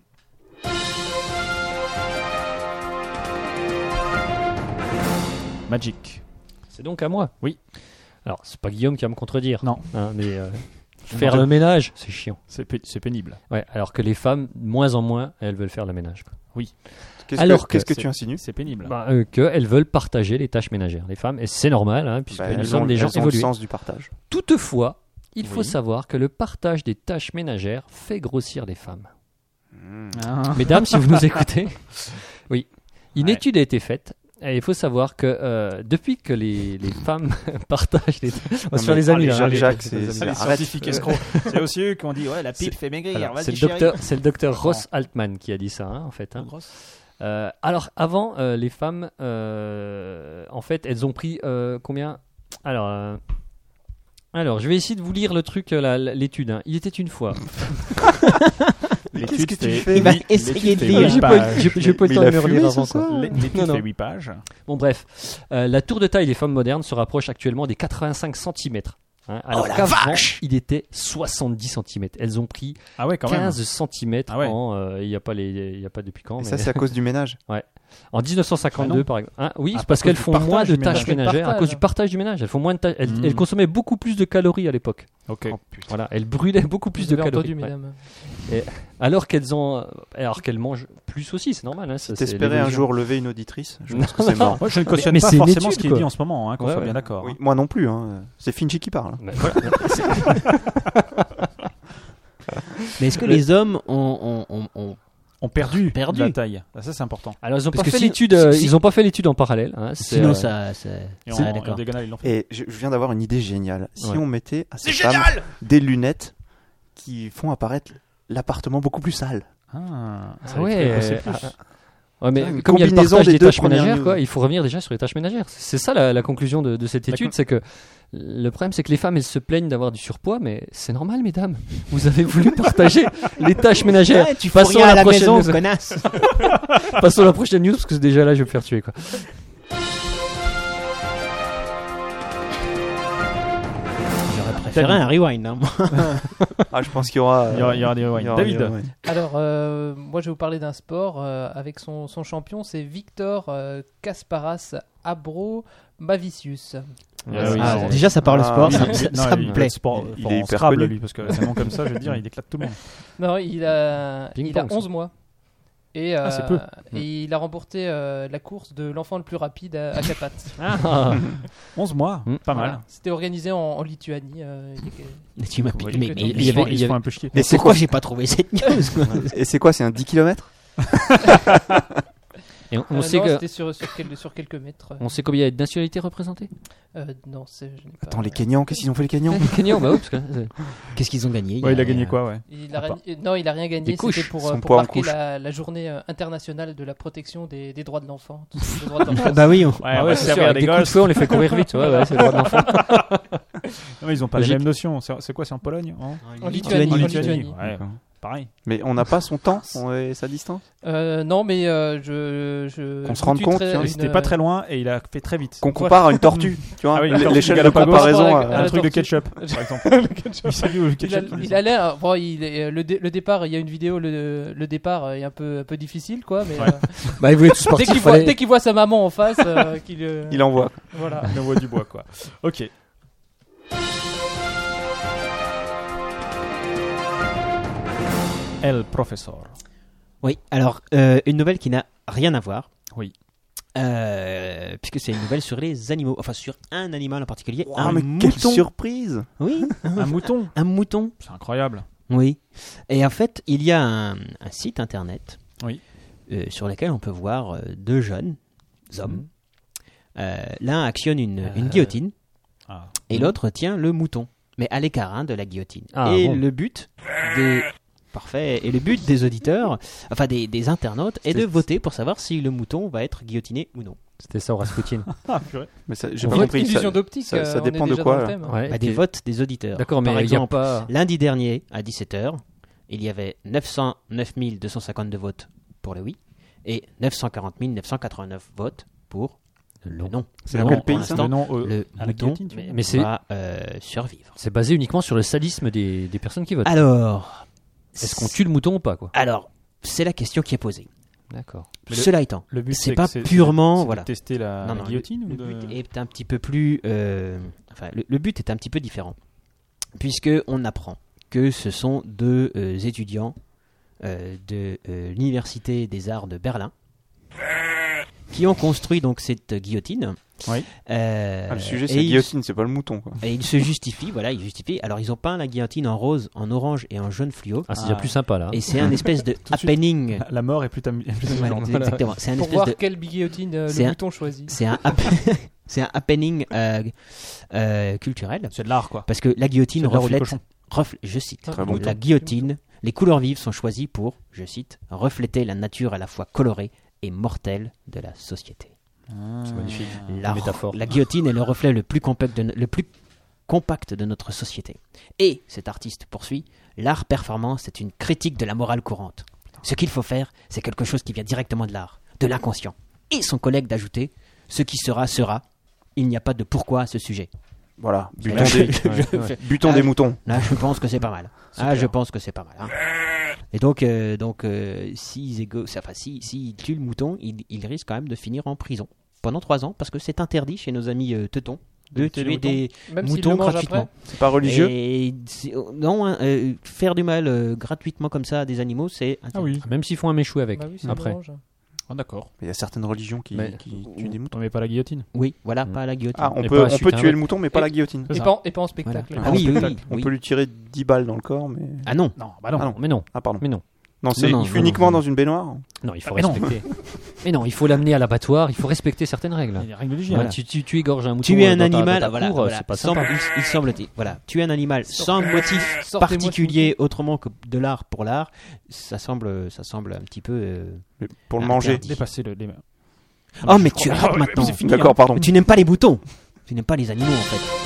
Magic. C'est donc à moi. Oui. Alors, c'est pas Guillaume qui va me contredire. Non. Hein, mais euh, faire le ménage, c'est chiant. C'est pé- c'est pénible. Ouais, alors que les femmes, de moins en moins, elles veulent faire le ménage. quoi. Qu'est-ce Alors que, que qu'est-ce que c'est- tu insinues C'est pénible. Bah, euh, qu'elles veulent partager les tâches ménagères, les femmes, et c'est normal, hein, puisque Bah, nous elles sommes ont, des gens elles ont le évolués. sens du partage. Toutefois, il faut Oui. savoir que le partage des tâches ménagères fait grossir les femmes. Ah. Mesdames, si vous nous écoutez, oui, une Ouais. étude a été faite. Et il faut savoir que euh, depuis que les, les femmes partagent les... On va se faire les amis. les là, Jacques, hein, les- Jacques, les- c'est- les- c'est- Les arrête. scientifiques escrocs. C'est aussi eux qui ont dit ouais la pipe C'est- fait maigrir. Alors, Vas-y c'est le chérie. docteur, c'est le docteur Oh. Ross Altman qui a dit ça, hein, en fait. hein. Grosse. Euh, alors avant, euh, les femmes, euh, en fait, elles ont pris euh, combien Alors, euh, alors, je vais essayer de vous lire le truc, euh, la- la- l'étude. hein. Il était une fois. Mais qu'est-ce que tu fait- fais Il va l'étude essayer de fait lire. huit J'ai pas, pages. j'ai- j'ai pas eu Mais le temps il de a me fumé relire ce avant. soir quoi. L'étude Non, non. fait huit pages. Bon, bref, Euh, la tour de taille des femmes modernes se rapproche actuellement des quatre-vingt-cinq centimètres. Hein, alors la qu'avant, vache il était soixante-dix centimètres. Elles ont pris Ah ouais quand même. quinze centimètres Ah ouais. en. euh, Il n'y a pas les, il y a pas depuis quand. Et mais- ça, c'est à cause du ménage. En dix-neuf cent Ah cinquante-deux, non. par exemple. Hein, oui, Ah, c'est parce à cause qu'elles du font partage moins de du tâches ménage. ménagères à Partage. cause du partage du ménage. Elles font moins de tâches. Elles, Mm. elles consommaient beaucoup plus de calories à l'époque. Ok. Oh, Voilà, elles brûlaient beaucoup plus Vous de avez calories. entendu, ouais. mesdames. Alors qu'elles ont, alors qu'elles mangent plus aussi, c'est normal. Hein, ça, c'est T'espérais un l'évolution. jour lever une auditrice Je Non, pense que c'est mort. Moi je ne cautionne mais pas c'est une forcément étude, ce qu'il quoi. dit en ce moment, hein, qu'on Ouais, soit ouais. bien d'accord. Oui, moi non plus. Hein. C'est Finchi qui parle. Mais voilà. C'est- Mais est-ce que les hommes ont, ont, ont, ont- On perdu, Perdu. la taille. Ah, ça c'est important. Alors ils ont Parce pas que fait si- l'étude. euh, si- Ils ont pas fait l'étude en parallèle. Hein, c'est, sinon euh, ça, ça... Et ça, en, d'accord. en diagonale, ils l'ont fait. Et je, je viens d'avoir une idée géniale. Si Ouais. on mettait à ces femmes des lunettes qui font apparaître l'appartement beaucoup plus sale. Ah, ça Ah va ouais, être bosser euh, plus. ah, Ouais, mais Ouais, une comme il y a le combinaison partage des des deux tâches premières ménagères, news. quoi, il faut revenir déjà sur les tâches ménagères. C'est ça la, la conclusion de, de cette La étude, con- c'est que le problème, c'est que les femmes, elles se plaignent d'avoir du surpoids, mais c'est normal, mesdames. Vous avez voulu partager les tâches ménagères. Ouais, tu fais Passons rien à à la la prochaine maison, news. connasse. Passons à la prochaine news, parce que déjà là, je vais me faire tuer, quoi. J'aurais préférais un rewind. Hein. Ah, je pense qu'il y aura. Il y aura, il y aura des rewinds. il y aura- David. il y aura- Alors, euh, moi, je vais vous parler d'un sport euh, avec son, son champion, c'est Victor euh, Kasparas Abro Mavicius. Ah oui, Ah, c'est- déjà, ça parle Ah, sport, ça, il- ça- non, ça il- me plaît. Sport, Il fort est en hyper Scrabble, connu. lui, parce que un nom comme ça, je veux dire, il éclate tout le monde. Non, il a, Ping il a pong, ça. onze mois. Et, euh, Ah, c'est peu. et il a remporté euh, la course de l'enfant le plus rapide à, à quatre pattes. Ah. onze mois, Mm. pas mal. Voilà. C'était organisé en, en Lituanie. euh, il y a- Mais tu m'as Oui, piqué. Mais, que mais tu- il Ils y se font- avait. ils se font un peu chier. Et c'est Pourquoi quoi j'ai pas trouvé cette news quoi Et c'est quoi? C'est un dix kilomètres? Et on, on Euh, sait non, que, c'était sur, sur, quel- sur quelques mètres. on sait combien il y a de nationalités représentées. Euh, non, c'est, je n'ai pas- Attends, les Kenyans, qu'est-ce qu'ils ont fait les Kenyans? Kenyans, bah oui, parce que euh, Qu'est-ce qu'ils ont gagné Ouais, il a y gagné quoi, ouais. Il a Ah, rien- Non, il a rien gagné. Des couches. C'était pour, euh, Son pour poids en marquer couches. la, la journée euh, internationale de la protection des, des droits de l'enfant. Tout ça, des droits de l'enfant. Bah oui, on- Ouais, ah on ouais, va c'est servir sûr, à avec des des coups de gosses. feu, on les fait courir vite. Ouais, ouais, c'est le droit de l'enfant. Non, mais ils ont pas les Logique. mêmes notions. C'est c'est quoi, c'est en Pologne hein En Lituanie. En En Lituanie. Lituanie. Ouais, D'accord. pareil. Mais on n'a pas son temps on est sa distance? Euh, non, mais euh, je, je. Qu'on se je rende tweeterai compte, tiens, une- C'était pas très loin et il a fait très vite. Qu'on compare à une tortue, tu vois, Ah oui, l- une tortue l'échelle de Galapagos. comparaison. Par à- rapport à Un la truc de tortue. ketchup, par exemple. Il s'est vu au Il, a, ketchup. il a l'air. Bon, il est- le, dé- le départ, il y a une vidéo. Le, le départ euh, est un peu, un peu difficile, quoi. Mais Ouais. euh, bah, il voulait tout dès sportif. qu'il voit, fallait- dès qu'il voit sa maman en face, euh, qu'il. euh, Il envoie. Voilà. Il envoie du bois, quoi. Ok. El Professor. Oui, alors, euh, une nouvelle qui n'a rien à voir. Oui. Euh, puisque c'est une nouvelle sur les animaux, enfin sur un animal en particulier. Ah, un mais quelle mouton. surprise! Oui, Un mouton. un mouton. C'est incroyable. Oui. Et en fait, il y a un, un site internet Oui. euh, sur lequel on peut voir euh, deux jeunes hommes. Euh, L'un actionne une, une guillotine Ah. et l'autre tient le mouton, mais à l'écart hein, de la guillotine. Ah, et bon. le but des parfait. Et le but des auditeurs, enfin des, des internautes, est de voter pour savoir si le mouton va être guillotiné ou non. C'était ça au Rasputin. Ah, purée. Mais ça, j'ai On pas voit compris. illusion Ça, d'optique. ça- ça euh, on est dépend de déjà quoi, dans le là thème. Ouais, Bah, des ok. votes des auditeurs. D'accord, mais Par il n'y a exemple, pas. lundi dernier, à dix-sept heures, il y avait neuf cent neuf mille deux cent cinquante-deux votes pour le oui et neuf cent quarante mille neuf cent quatre-vingt-neuf votes pour le non. C'est Le dans non, quel pays, pour ça Le l'instant, nom au- le à la mouton guillotine, tu veux Mais, dire mais c'est va euh, survivre. c'est basé uniquement sur le sadisme des, des personnes qui votent. Alors, Est-ce qu'on tue le mouton ou pas, quoi? alors, c'est la question qui est posée. D'accord. Mais le- Cela étant, Le but, c'est que pas c'est- purement, c'est de voilà. tester la, Non, la non, guillotine le, ou le de... but est un petit peu plus, euh, enfin, le, le but est un petit peu différent, puisque on apprend que ce sont deux euh, étudiants euh, de euh, l'université des arts de Berlin qui ont construit donc cette guillotine. Oui. Euh, Ah, le sujet, et c'est la ils- guillotine, c'est pas le mouton. Quoi. Et ils se justifient, voilà, ils justifient. Alors ils ont peint la guillotine en rose, en orange et en jaune fluo. Ah, c'est Ah. déjà plus sympa, là. Et c'est un espèce de de suite. happening. La mort est plus, tam- plus Ouais, amusante. exactement. C'est un Pour espèce voir de quelle guillotine euh, C'est le un- mouton choisit. c'est un, hap- c'est un happening euh, euh, culturel. C'est de l'art, quoi. Parce que la guillotine C'est de l'art ou du reflète, cochon. refl- je cite, Très bon. la guillotine, les couleurs vives sont choisies pour, je cite, refléter la nature à la fois colorée et mortelle de la société. C'est magnifique. La, métaphore. la guillotine est le reflet le plus compact de, no- le plus compact de notre société. Et, cet artiste poursuit, l'art performance est une critique de la morale courante. Ce qu'il faut faire, c'est quelque chose qui vient directement de l'art, de l'inconscient. Et son collègue d'ajouter, ce qui sera, sera. Il n'y a pas de pourquoi à ce sujet. Voilà, Et butons, là, je- des, je- ouais. butons Ah, des je- moutons. Là, je pense que c'est pas mal. Ah, je pense que c'est pas mal. hein. Et donc, euh, donc euh, s'ils égo- enfin, si, s'ils tuent le mouton, il, il risque quand même de finir en prison pendant trois ans parce que c'est interdit chez nos amis euh, teutons de, De tuer les tuer des Même s'il moutons le mange gratuitement. après. C'est pas religieux. Et c'est- non, hein, euh, faire du mal euh, gratuitement comme ça à des animaux, c'est Ah interdit. oui. Même s'ils font un méchou avec. Bah oui, ça après. le mange. Ah, d'accord. Il y a certaines religions qui, Mais- qui tuent des moutons. On met pas la guillotine. Oui, voilà, Mm. pas à la guillotine. Ah, on Et peut, pas à on suite, peut hein, tuer ouais. le mouton, mais pas Et- la guillotine. C'est Et ça. pas, en- et pas en Voilà. spectacle. Ah oui, oui, oui, On oui. peut lui tirer dix balles dans le corps, mais. Ah non, Non, bah non. Ah non. Mais non, Ah, pardon. mais non. Non, c'est non, il faut non, uniquement non. dans une baignoire. Non, il faut Ah, mais non. respecter. Mais non, il faut l'amener à l'abattoir, il faut respecter certaines règles. Il y a des règles d'hygiène. Voilà, tu, tu, tu égorges un mouton. tuer euh, un dans ta- animal, dans ta voilà, cour, voilà, c'est pas semble, sympa. il, il semble, voilà, tuer un animal sans Sortez-moi- motif sortez-moi ce particulier autrement que de l'art pour l'art, ça semble, ça semble un petit peu. euh, Mais pour le Interdit. manger. Dépasser le, les... Oh, mais tu Oh, arrêtes mais maintenant. c'est fini, D'accord, pardon. Mais tu n'aimes pas les boutons. Tu n'aimes pas les animaux en fait.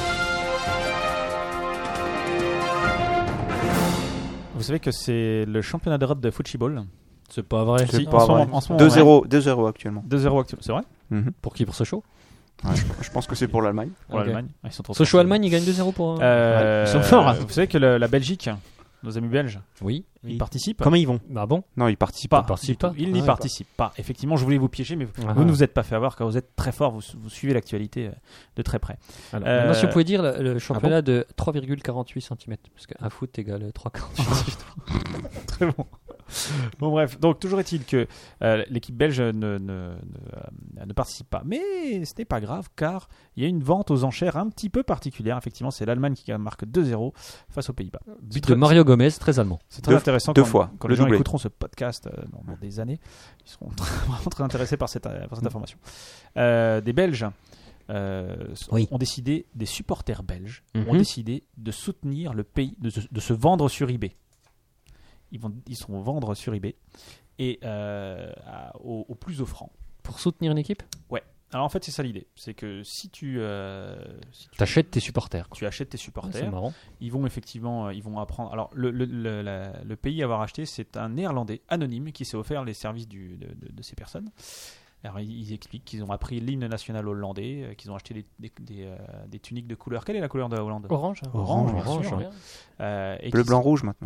Vous savez que c'est le championnat d'Europe de football. C'est pas vrai. C'est Si, pas en ce vrai. moment- en ce moment, deux ouais. zéro deux zéro actuellement. deux zéro actuellement. C'est vrai Mhm. Pour qui? Pour ce show? Ouais, je, je pense que c'est pour l'Allemagne. Pour Ok. l'Allemagne. Ils sont trop Sochaux forts. Allemagne, ils gagnent deux zéro pour. Euh, Ils sont forts, hein. Vous savez que le- la Belgique, nos amis belges, Oui. ils participent. Comment ils vont? Bah bon. Non, ils participent Pas, pas. participent du tout. pas. Ils Ah, n'y d'accord. participent pas. Effectivement, je voulais vous piéger, mais Ah. vous ne vous êtes pas fait avoir car vous êtes très fort, vous, vous suivez l'actualité euh, de très près. Alors, Euh, maintenant, si vous pouvez dire le, le championnat de trois virgule quarante-huit centimètres, parce qu'un foot égale trois virgule quarante-huit. Très bon. Bon bref, donc toujours est-il que euh, l'équipe belge ne, ne, ne, euh, ne participe pas. Mais ce n'est pas grave car il y a une vente aux enchères un petit peu particulière. Effectivement, c'est l'Allemagne qui marque deux zéro face aux Pays-Bas. But de Mario Gomez, très allemand. C'est très Deux- intéressant deux quand, fois, quand le les gens doublé. écouteront ce podcast euh, dans, dans des années. Ils seront très- vraiment très intéressés par cette, par cette information. Euh, des Belges euh, Oui. ont décidé, des supporters belges Mhm. ont décidé de soutenir le pays, de, se- de se vendre sur eBay. Ils vont, ils seront vendre sur eBay et euh, à- au, au plus offrant. Pour soutenir une équipe, Alors en fait, c'est ça l'idée, c'est que si tu, euh, si tu, t'achètes tes supporters. quoi. tu achètes tes Ouais, supporters, c'est marrant. ils vont effectivement, euh, ils vont apprendre. Alors le, le, le, la- le pays à avoir acheté, c'est un Néerlandais anonyme qui s'est offert les services du, de, de- de ces personnes. Alors ils, ils expliquent qu'ils ont appris l'hymne national hollandais, euh, qu'ils ont acheté des, des, des, euh, des tuniques de couleur. Quelle est la couleur de la Hollande? Orange. Orange, bien orange, sûr. ouais. Euh, et Bleu, qui- blanc, rouge maintenant.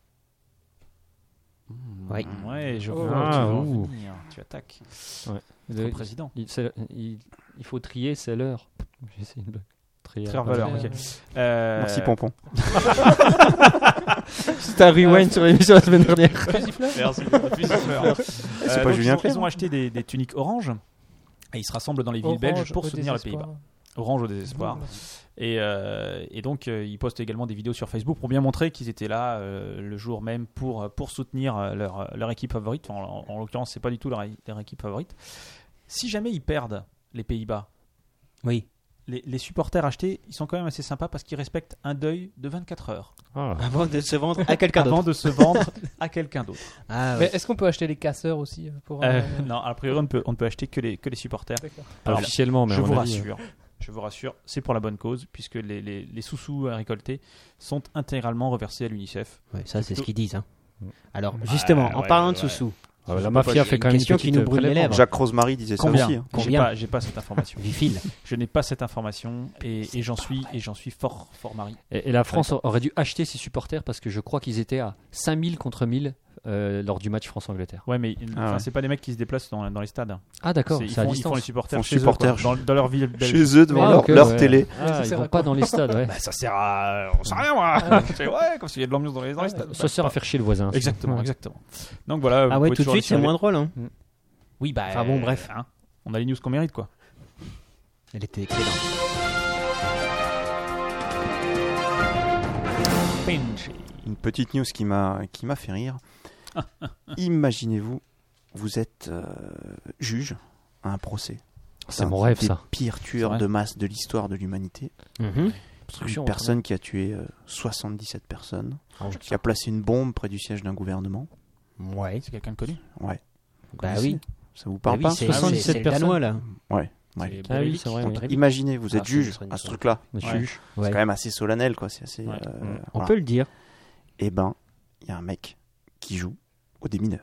Oui. Ouais, je Oh, vois. ah, tu vas en ouh. venir, tu attaques. Ouais. Le Le- président. il, c'est- il- il faut trier, c'est l'heure. J'ai essayé une blague. Trier. Très ah, valeur, Ouais, ok. ouais. Euh, Merci Pompon. C'était un rewind sur l'émission la semaine dernière. Merci. Euh, pas donc, Julien ils ont, Clerc, ils ont acheté des, des tuniques orange et ils se rassemblent dans les villes Orange belges pour au soutenir les désespoir. Pays-Bas. Orange au désespoir. Et, euh, et donc, euh, ils postent également des vidéos sur Facebook pour bien montrer qu'ils étaient là euh, le jour même pour, pour soutenir euh, leur, leur équipe favorite. Enfin, en, en l'occurrence, c'est pas du tout leur, leur équipe favorite. Si jamais ils perdent les Pays-Bas, Oui. les, les supporters achetés, ils sont quand même assez sympas parce qu'ils respectent un deuil de vingt-quatre heures Ah. Avant de se vendre à quelqu'un avant d'autre. de se vendre à quelqu'un d'autre. Ah, Mais ouais. est-ce qu'on peut acheter les casseurs aussi euh, pour, Euh, euh, non, a priori, on ne peut, on ne peut acheter que les, que les supporters. D'accord. Pas Alors, officiellement, mais je à vous mon avis, rassure, je vous rassure, c'est pour la bonne cause puisque les, les, les sous-sous euh, récoltés sont intégralement reversés à l'UNICEF. Ouais, ça, c'est ce qu'ils disent. Hein. Mm. Alors, justement, en ouais, parlant de ouais. sous-sous, Ah, la mafia fait une quand même une question qui petite nous brûle les prélèvement. lèvres. Jacques Rosemary disait Combien ça aussi. hein. J'ai Combien pas, j'ai pas cette information. du fil. Je n'ai pas cette information et, et j'en suis et j'en suis fort fort Marie. Et, et la France aurait dû acheter ses supporters parce que je crois qu'ils étaient à cinq mille contre mille euh, lors du match France-Angleterre. Ouais, mais Ah enfin, ouais. c'est pas des mecs qui se déplacent dans, dans les stades. Ah d'accord, C'est- ils, c'est à font, ils font distance. les supporters Font chez eux, supporters quoi, dans, dans leur ville belge. Chez eux, devant Ah, leur, ok, leur ouais. télé. Ah, Ça ils sert vont à pas quoi dans les stades, ouais. Bah, ça sert à, on sait rien moi. C'est- ouais, comme s'il y a de l'ambiance dans les, dans les stades. Ça sert à faire chier le voisin. Exactement, Ouais. exactement. Donc voilà. vous Ah ouais, pouvez tout de toujours suite, c'est aller sur moins drôle. Hein. les- Oui, bah. Enfin bon, bref. hein, on a les news qu'on mérite quoi. Elle était excellente. Pinchy. Une petite news qui m'a qui m'a fait rire. Imaginez-vous, vous êtes euh, juge à un procès. C'est d'un mon rêve des ça. pires C'est tueurs vrai. de masse de l'histoire de l'humanité. Mhm. Obstruction, Une personne qui a tué euh, soixante-dix-sept personnes, Ah, qui a placé une bombe près du siège d'un gouvernement. Ouais. C'est quelqu'un de connu. Ouais. Bah Connaissez oui. Ça vous Bah parle oui, pas c'est soixante-dix-sept c'est- c'est le personnes. Danois là. Ouais. C'est ouais. Ah oui, Breivik. c'est vrai. Donc, oui. Imaginez, vous êtes Ah, c'est- juge c'est une à ce histoire. truc-là. Le Ouais. juge. C'est Ouais. quand même assez solennel, quoi. C'est assez. Ouais. euh, On voilà. peut le dire. Eh ben, il y a un mec qui joue au démineur.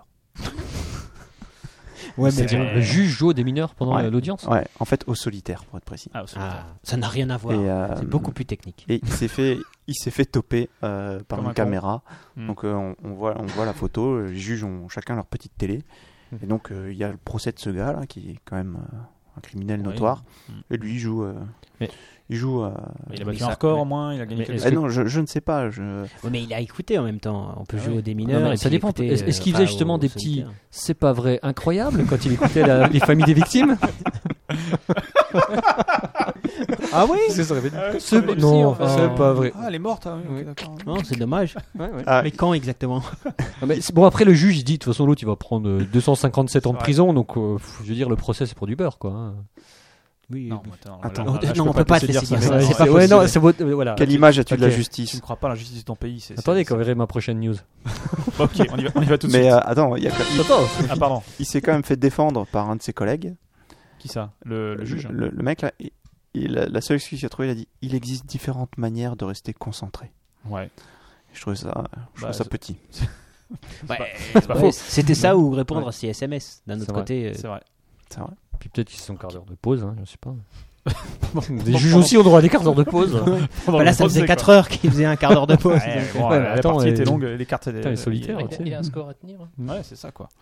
Ouais, mais- C'est-à-dire, le juge joue des mineurs pendant Ouais. l'audience. Ouais, en fait, au solitaire, pour être précis. Ah, au solitaire. Ah, ça n'a rien à voir. Et, euh, C'est beaucoup plus technique. Et il s'est fait, il s'est fait toper euh, par Comme une un con. caméra. Hmm. Donc euh, on, on voit, on voit la photo. Les juges ont chacun leur petite télé. Hmm. Et donc euh, il y a le procès de ce gars là, qui est quand même euh, un criminel Oui. notoire. Hmm. Et lui, il joue. euh, Mais- il joue. euh, Il a Mais battu ça- un record mais- au moins. Il a gagné. mais quelques- est-ce eh que- non, je, je ne sais pas. Je... Ouais, mais il a écouté en même temps. On peut Ah jouer oui. au démineur. Non, mais et ça puis dépend. écouter, Est-ce est-ce qu'il euh, faisait enfin, justement au des petits solitaire. c'est pas vrai incroyable quand il écoutait la- les familles des victimes Ah oui. C'est comme les psys, non, en fait. c'est pas vrai. Ah, elle est morte. ah, oui, Oui. ok, d'accord. Non, c'est dommage. Ah, Mais quand exactement? Ah, mais c'est- bon après le juge il dit de toute façon l'autre il va prendre euh, deux cent cinquante-sept ans de C'est vrai. prison donc euh, pff, je veux dire le procès c'est pour du beurre quoi. hein. Oui. Non, attends, Attends. là, là, là, je Non, peux on peut pas te te laisser laisser dire dire ça. ça. C'est C'est pas pas ouais, possible. non, c'est votre- euh, voilà. Quelle image as-tu de la Ok. Tu justice ne crois pas à la justice de ton pays. c'est- Attendez c'est- quand vous verrez ma prochaine news. c'est- Ok, on y va, on y va tout de Mais suite. euh, attends, il, y a- il- Attends. Ah, pardon. il s'est quand même fait défendre par un de ses collègues. Qui ça? Le, le juge? Le, le mec là, il- il- la, la seule excuse qu'il a trouvée, il a dit il existe différentes manières de rester concentré. Ouais. Je trouvais ça, je Bah, trouvais ça c'est- petit. Ouais, C'est pas ouais, faux. C'était ça ou répondre à ses S M S. D'un C'est autre vrai. côté. euh, C'est vrai. C'est vrai. Puis peut-être qu'ils se sont quart d'heure de pause hein, je sais pas. Les juges aussi ont droit à des quarts d'heure de pause. Bah là, ça faisait quatre heures qu'il faisait un quart d'heure de pause. Ouais, bon, Ouais, la attends, partie euh, était longue, les cartes étaient putain, les solitaires, Il tu a- sais. il a un score à tenir. hein. Ouais, c'est ça quoi.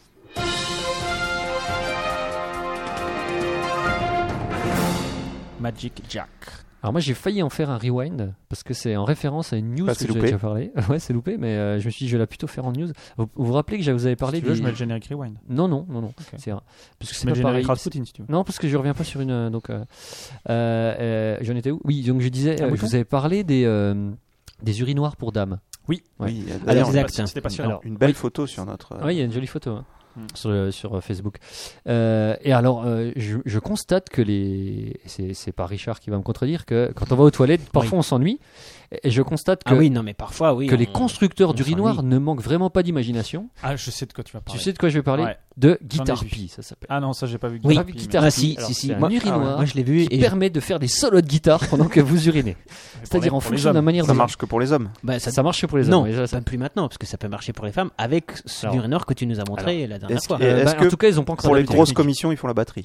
Magic Jack. Alors moi j'ai failli en faire un rewind parce que c'est en référence à une news Bah, que c'est j'ai loupé. déjà parlé. Ouais, c'est loupé, mais euh, je me suis dit je vais la plutôt faire en new. Vous vous, vous rappelez que je vous avais parlé Si tu veux, des... je mets le générique rewind. Non, non, non, non. Ok. C'est un- parce que Je c'est mets pas le pareil. générique Rasputin si tu veux. Non, parce que je reviens pas sur une. euh, Donc, euh, euh, euh, j'en étais où? Oui, donc je disais, Un euh, je bouton vous avais parlé des euh, des urinoirs pour dames. Oui. Ouais. Oui, Alors, d'ailleurs, exact. C'était passionnant. Alors, une belle oui. photo sur notre. Oui, il y a une jolie photo hein, Mm. sur, le- sur euh, Facebook. Euh, et alors, euh, je, je constate que les. C'est c'est pas Richard qui va me contredire, que quand on va aux toilettes, parfois on s'ennuie. Et je constate que, Ah oui, non, mais parfois, oui. que les on- constructeurs on d'urinoirs s'ennuie. ne manquent vraiment pas d'imagination. Ah, je sais de quoi tu vas parler. Tu sais de quoi je vais parler? Ouais. De J'en ai Guitar vu. Pee, ça s'appelle. Ah non, ça j'ai pas vu. Oui. Pas vu Guitar Ah Pee. si, Alors, si, si. c'est un Moi, urinoir moi, je l'ai vu qui et permet de faire des solos de guitare pendant que vous urinez. C'est-à-dire en pour les fonction de la hommes. manière Ça de marche que pour les hommes. bah, Ça, ça, ça marche que pour les hommes. non, oui, ça, ça- pas plus maintenant, parce que ça peut marcher pour les femmes avec ce Alors- urinoir que tu nous as montré la dernière est-ce fois. que- Euh, est-ce bah, en tout cas, ils ont pas encore Pour les adapté. grosses commissions, ils font la batterie.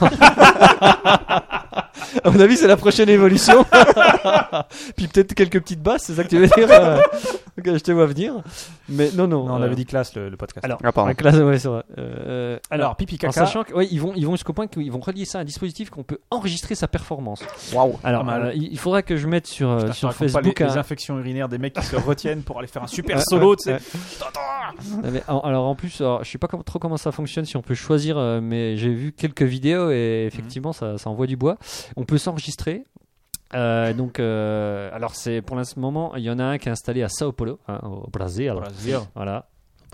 À mon avis, c'est la prochaine évolution. Puis peut-être quelques petites basses, c'est ça que tu veux dire euh, ok, je te vois venir. Mais non, non. Non, on euh, avait dit classe le, le podcast. Alors, Ah, pardon. la classe, ouais, c'est vrai. Euh, Alors, pipi en caca. sachant qu'ils vont, ils vont jusqu'au point qu'ils vont relier ça à un dispositif qu'on peut enregistrer sa performance. Waouh. Alors, Pas mal. euh, il il faudra que je mette sur, euh, Putain, je te sur raconte Facebook pas les, un- les infections urinaires des mecs qui se retiennent pour aller faire un super Ouais, solo, ouais, tu sais. ouais. Ah, mais en- alors en plus, alors, je sais pas com- trop comment ça fonctionne, si on peut choisir, euh, mais j'ai vu quelques vidéos et effectivement Mhm. ça, ça envoie du bois. On peut s'enregistrer. Euh, donc, euh, alors c'est pour l'instant moment, il y en a un qui est installé à Sao Paulo, hein, au Brésil. Brésil. Voilà.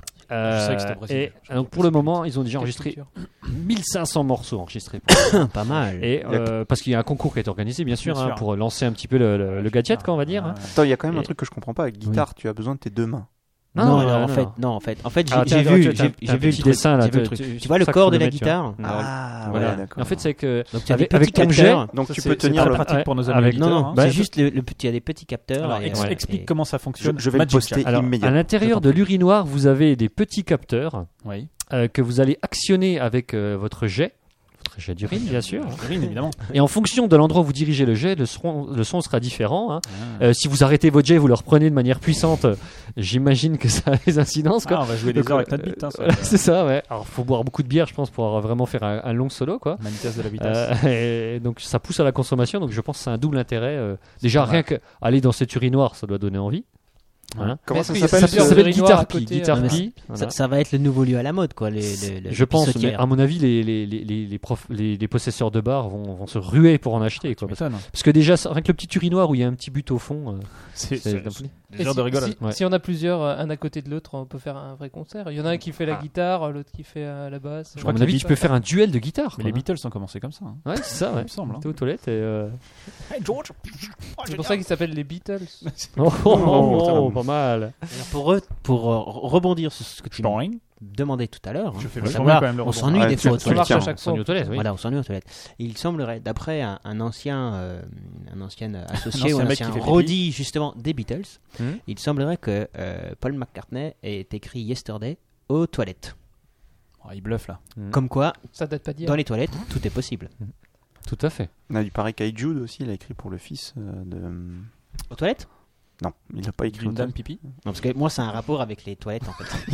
Je savais que c'était Euh, Brésil. et Je donc sais pour pas le si moment, ils ont déjà Quelle enregistré culture. mille cinq cents morceaux enregistrés. Pas mal. Et euh, parce qu'il y a un concours qui est organisé, bien sûr, Bien hein, sûr. pour lancer un petit peu le, le- le gadget, quoi, on va dire. hein. Attends, il y a quand même Et- un truc que je comprends pas. Avec guitare, tu as besoin de tes deux mains. Non, Non, non, non, en non, fait, non. non, en fait, en fait, j'ai Ah, tiens, j'ai tiens, vu, tiens, j'ai t'as- j'ai t'as un vu le petit truc, dessin là. j'ai vu le tu- truc. tu- Tu vois le ça, corps faut de le la mettre, tu guitare vois. Ah, Voilà. ouais, d'accord. En fait, c'est que Donc tu as avec, des avec petits ton jet, capteurs. Donc Ça, tu c'est- peux c'est tenir très le. pratique pour nos amis avec- Non, auditeurs, non, hein. Bah, c'est juste le, le petit, il y a des petits capteurs. Alors, et- ex- ouais, explique et- comment ça fonctionne. Je- je vais le Magic poster. Jack. alors, à immédiatement. l'intérieur de l'urinoir, vous avez des petits capteurs Oui. euh, que vous allez actionner avec euh, votre jet, votre jet d'urine, bien sûr. Urine, évidemment. Et en fonction de l'endroit où vous dirigez le jet, le son, le son sera différent. hein. Ah. Euh, si vous arrêtez votre jet, vous le reprenez de manière puissante, euh, j'imagine que ça a des incidences. Quoi. Ah, on va jouer des Donc, heures avec euh, notre bite. Hein, ça. Voilà, c'est ça, ouais. Alors, faut boire beaucoup de bière, je pense, pour vraiment faire un, un long solo, quoi. La vitesse de la vitesse. Euh, et donc ça pousse à la consommation, donc je pense que c'est un double intérêt. euh, déjà, pas rien que aller dans cette urinoir, ça doit donner envie. Voilà. Comment Est-ce ça qu'il y a s'appelle Ça plusieurs s'appelle urinoirs Guitar à Pee. côté, Guitar euh, mais Pee, voilà. Ça, ça va être le nouveau lieu à la mode, quoi. Les, les, les Je pense, mais pissotières. à mon avis, les, les, les, les, les, profs- les, les possesseurs de bars vont, vont se ruer pour en acheter. Tu Quoi, parce, m'étonnes. parce que déjà, ça- rien que le petit urinoir où il y a un petit but au fond, euh, C'est c'est c'est- rempli. des Et heures si, de rigolade. si- Ouais. si on a plusieurs, euh, un à côté de l'autre, on peut faire un vrai concert. Il y en a un qui fait la guitare, l'autre qui fait euh, la basse. À mon avis, tu peux faire un duel de guitare. Mais quoi, les Beatles ont commencé comme ça. hein. hein. Ouais, c'est ça, Il ouais. me semble. hein. T'es aux toilettes et. euh, Hey George. C'est pour ça qu'ils s'appellent les Beatles. Oh, oh, oh, ça va. oh, pas mal. Alors, Pour, re- pour euh, rebondir sur ce que tu Boing. demandais tout à l'heure, Je hein, fais faut le savoir, premier quand même, le on rebond. s'ennuie Ouais, des tu- fois aux tu Ça le marche toilettes. à tiens. chaque On fois. s'ennuie aux toilettes, oui. Voilà, on s'ennuie aux toilettes. Il semblerait, d'après un, un ancien, euh, un ancien associé Un ou un ancien mec ancien qui fait pipi. Roddy justement des Beatles, Hmm. il semblerait que euh, Paul McCartney ait écrit Yesterday aux toilettes. Oh, il bluffe là. Mm. Comme quoi, Ça date pas d'hier. dans les toilettes, tout est possible. Tout à fait. Ah, il paraît qu'I Jude aussi, il a écrit pour le fils euh, de. Aux toilettes? Non, il n'a pas écrit. Une au dame toilette. pipi. Non, parce que moi, c'est un rapport avec les toilettes en fait.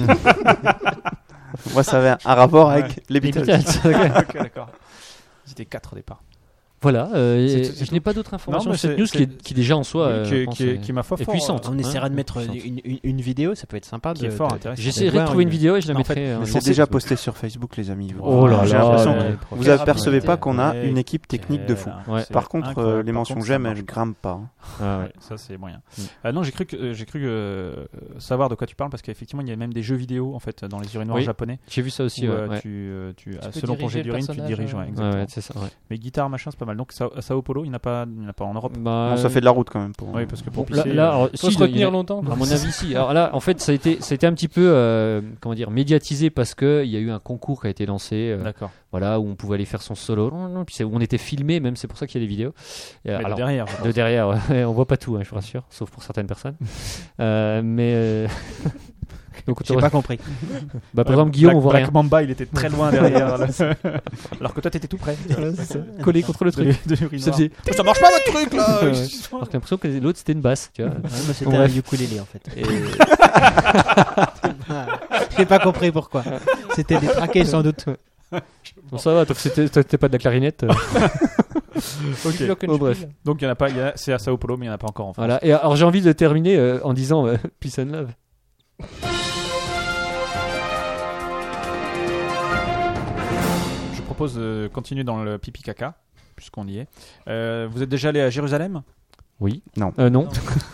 Moi, ça avait un rapport avec Ouais. les Les Beatles. Beatles. Ok, d'accord. Ils étaient quatre au départ. Voilà, euh, C'est- et c'est je n'ai pas d'autres informations Non, mais sur cette c'est- news qui est, c'est- qui est déjà en soi. Oui, euh, qui est- je pense, qui est- est- qui est, ma foi, est fort, puissante. On essaiera hein. de mettre Puissante. une, une- une vidéo, ça peut être sympa. Qui est de- fort de- intéressant. J'essaierai de voir trouver une une- vidéo et je la Mais en fait, mettrai. euh, mais C'est sur déjà Facebook. posté sur Facebook, les amis. Oh là J'ai là, l'impression. ouais. Vous apercevez pas qu'on a Ouais. une équipe technique de fou. Ouais. C'est Par contre, euh, incroyable. les Par mentions contre, j'aime, ça elles marche pas. grimpent pas. hein. Ah ouais. Ouais, ça c'est moyen. Mm. Euh, non, j'ai cru que euh, j'ai cru euh, savoir de quoi tu parles parce qu'effectivement il y a même des jeux vidéo en fait dans les urinoirs Oui. japonais J'ai vu ça aussi. où ouais, euh, ouais. tu, euh, tu, ah, peux selon ton diriger jet le d'urine tu personnage, diriges. Ouais, euh, exactement. Ouais, ouais, c'est ça. Ouais. Mais guitare machin c'est pas mal. Donc Sao, Sao Paulo il n'y en a pas, il y en a pas en Europe. Bah, Bon, ça fait de la route quand même. Pour... Oui parce que pour Bon, là, pisser. là, euh, alors, Faut si, se il y a- retenir longtemps. À mon avis, si. Alors là, en fait, ça a été, ça a été un petit peu, euh, comment dire, médiatisé parce que il y a eu un concours qui a été lancé, euh, D'accord. voilà, où on pouvait aller faire son solo, puis c'est- où on était filmé, même c'est pour ça qu'il y a des vidéos. Et, Mais de alors, derrière. je de pense. derrière, ouais, on voit pas tout, hein, je vous rassure, sauf pour certaines personnes. Euh, mais euh, Donc, J'ai pas compris. bah, par exemple, Guillaume, Black, on voit Black rien. Mamba, il était très loin derrière. là. Alors que toi, t'étais tout près. Collé contre le truc. De, de l'urinoir. Ça faisait- Ça marche pas votre truc là. Ouais. Alors que j'ai l'impression que l'autre c'était une basse, tu vois. Ouais, moi, c'était Bon, un bref. ukulélé en fait. J'ai pas compris pourquoi. C'était des traqués sans doute. Bon, ça va, toi c'était toi, t'étais pas de la clarinette. euh. Ok. Oh, bref. Donc il y en a pas. il y a- C'est à Sao Paulo, mais il y en a pas encore en France. Voilà. Et alors j'ai envie de terminer euh, en disant euh, peace and love. Je propose de continuer dans le pipi caca, puisqu'on y est. Euh, vous êtes déjà allé à Jérusalem? Oui. Non. Euh, non.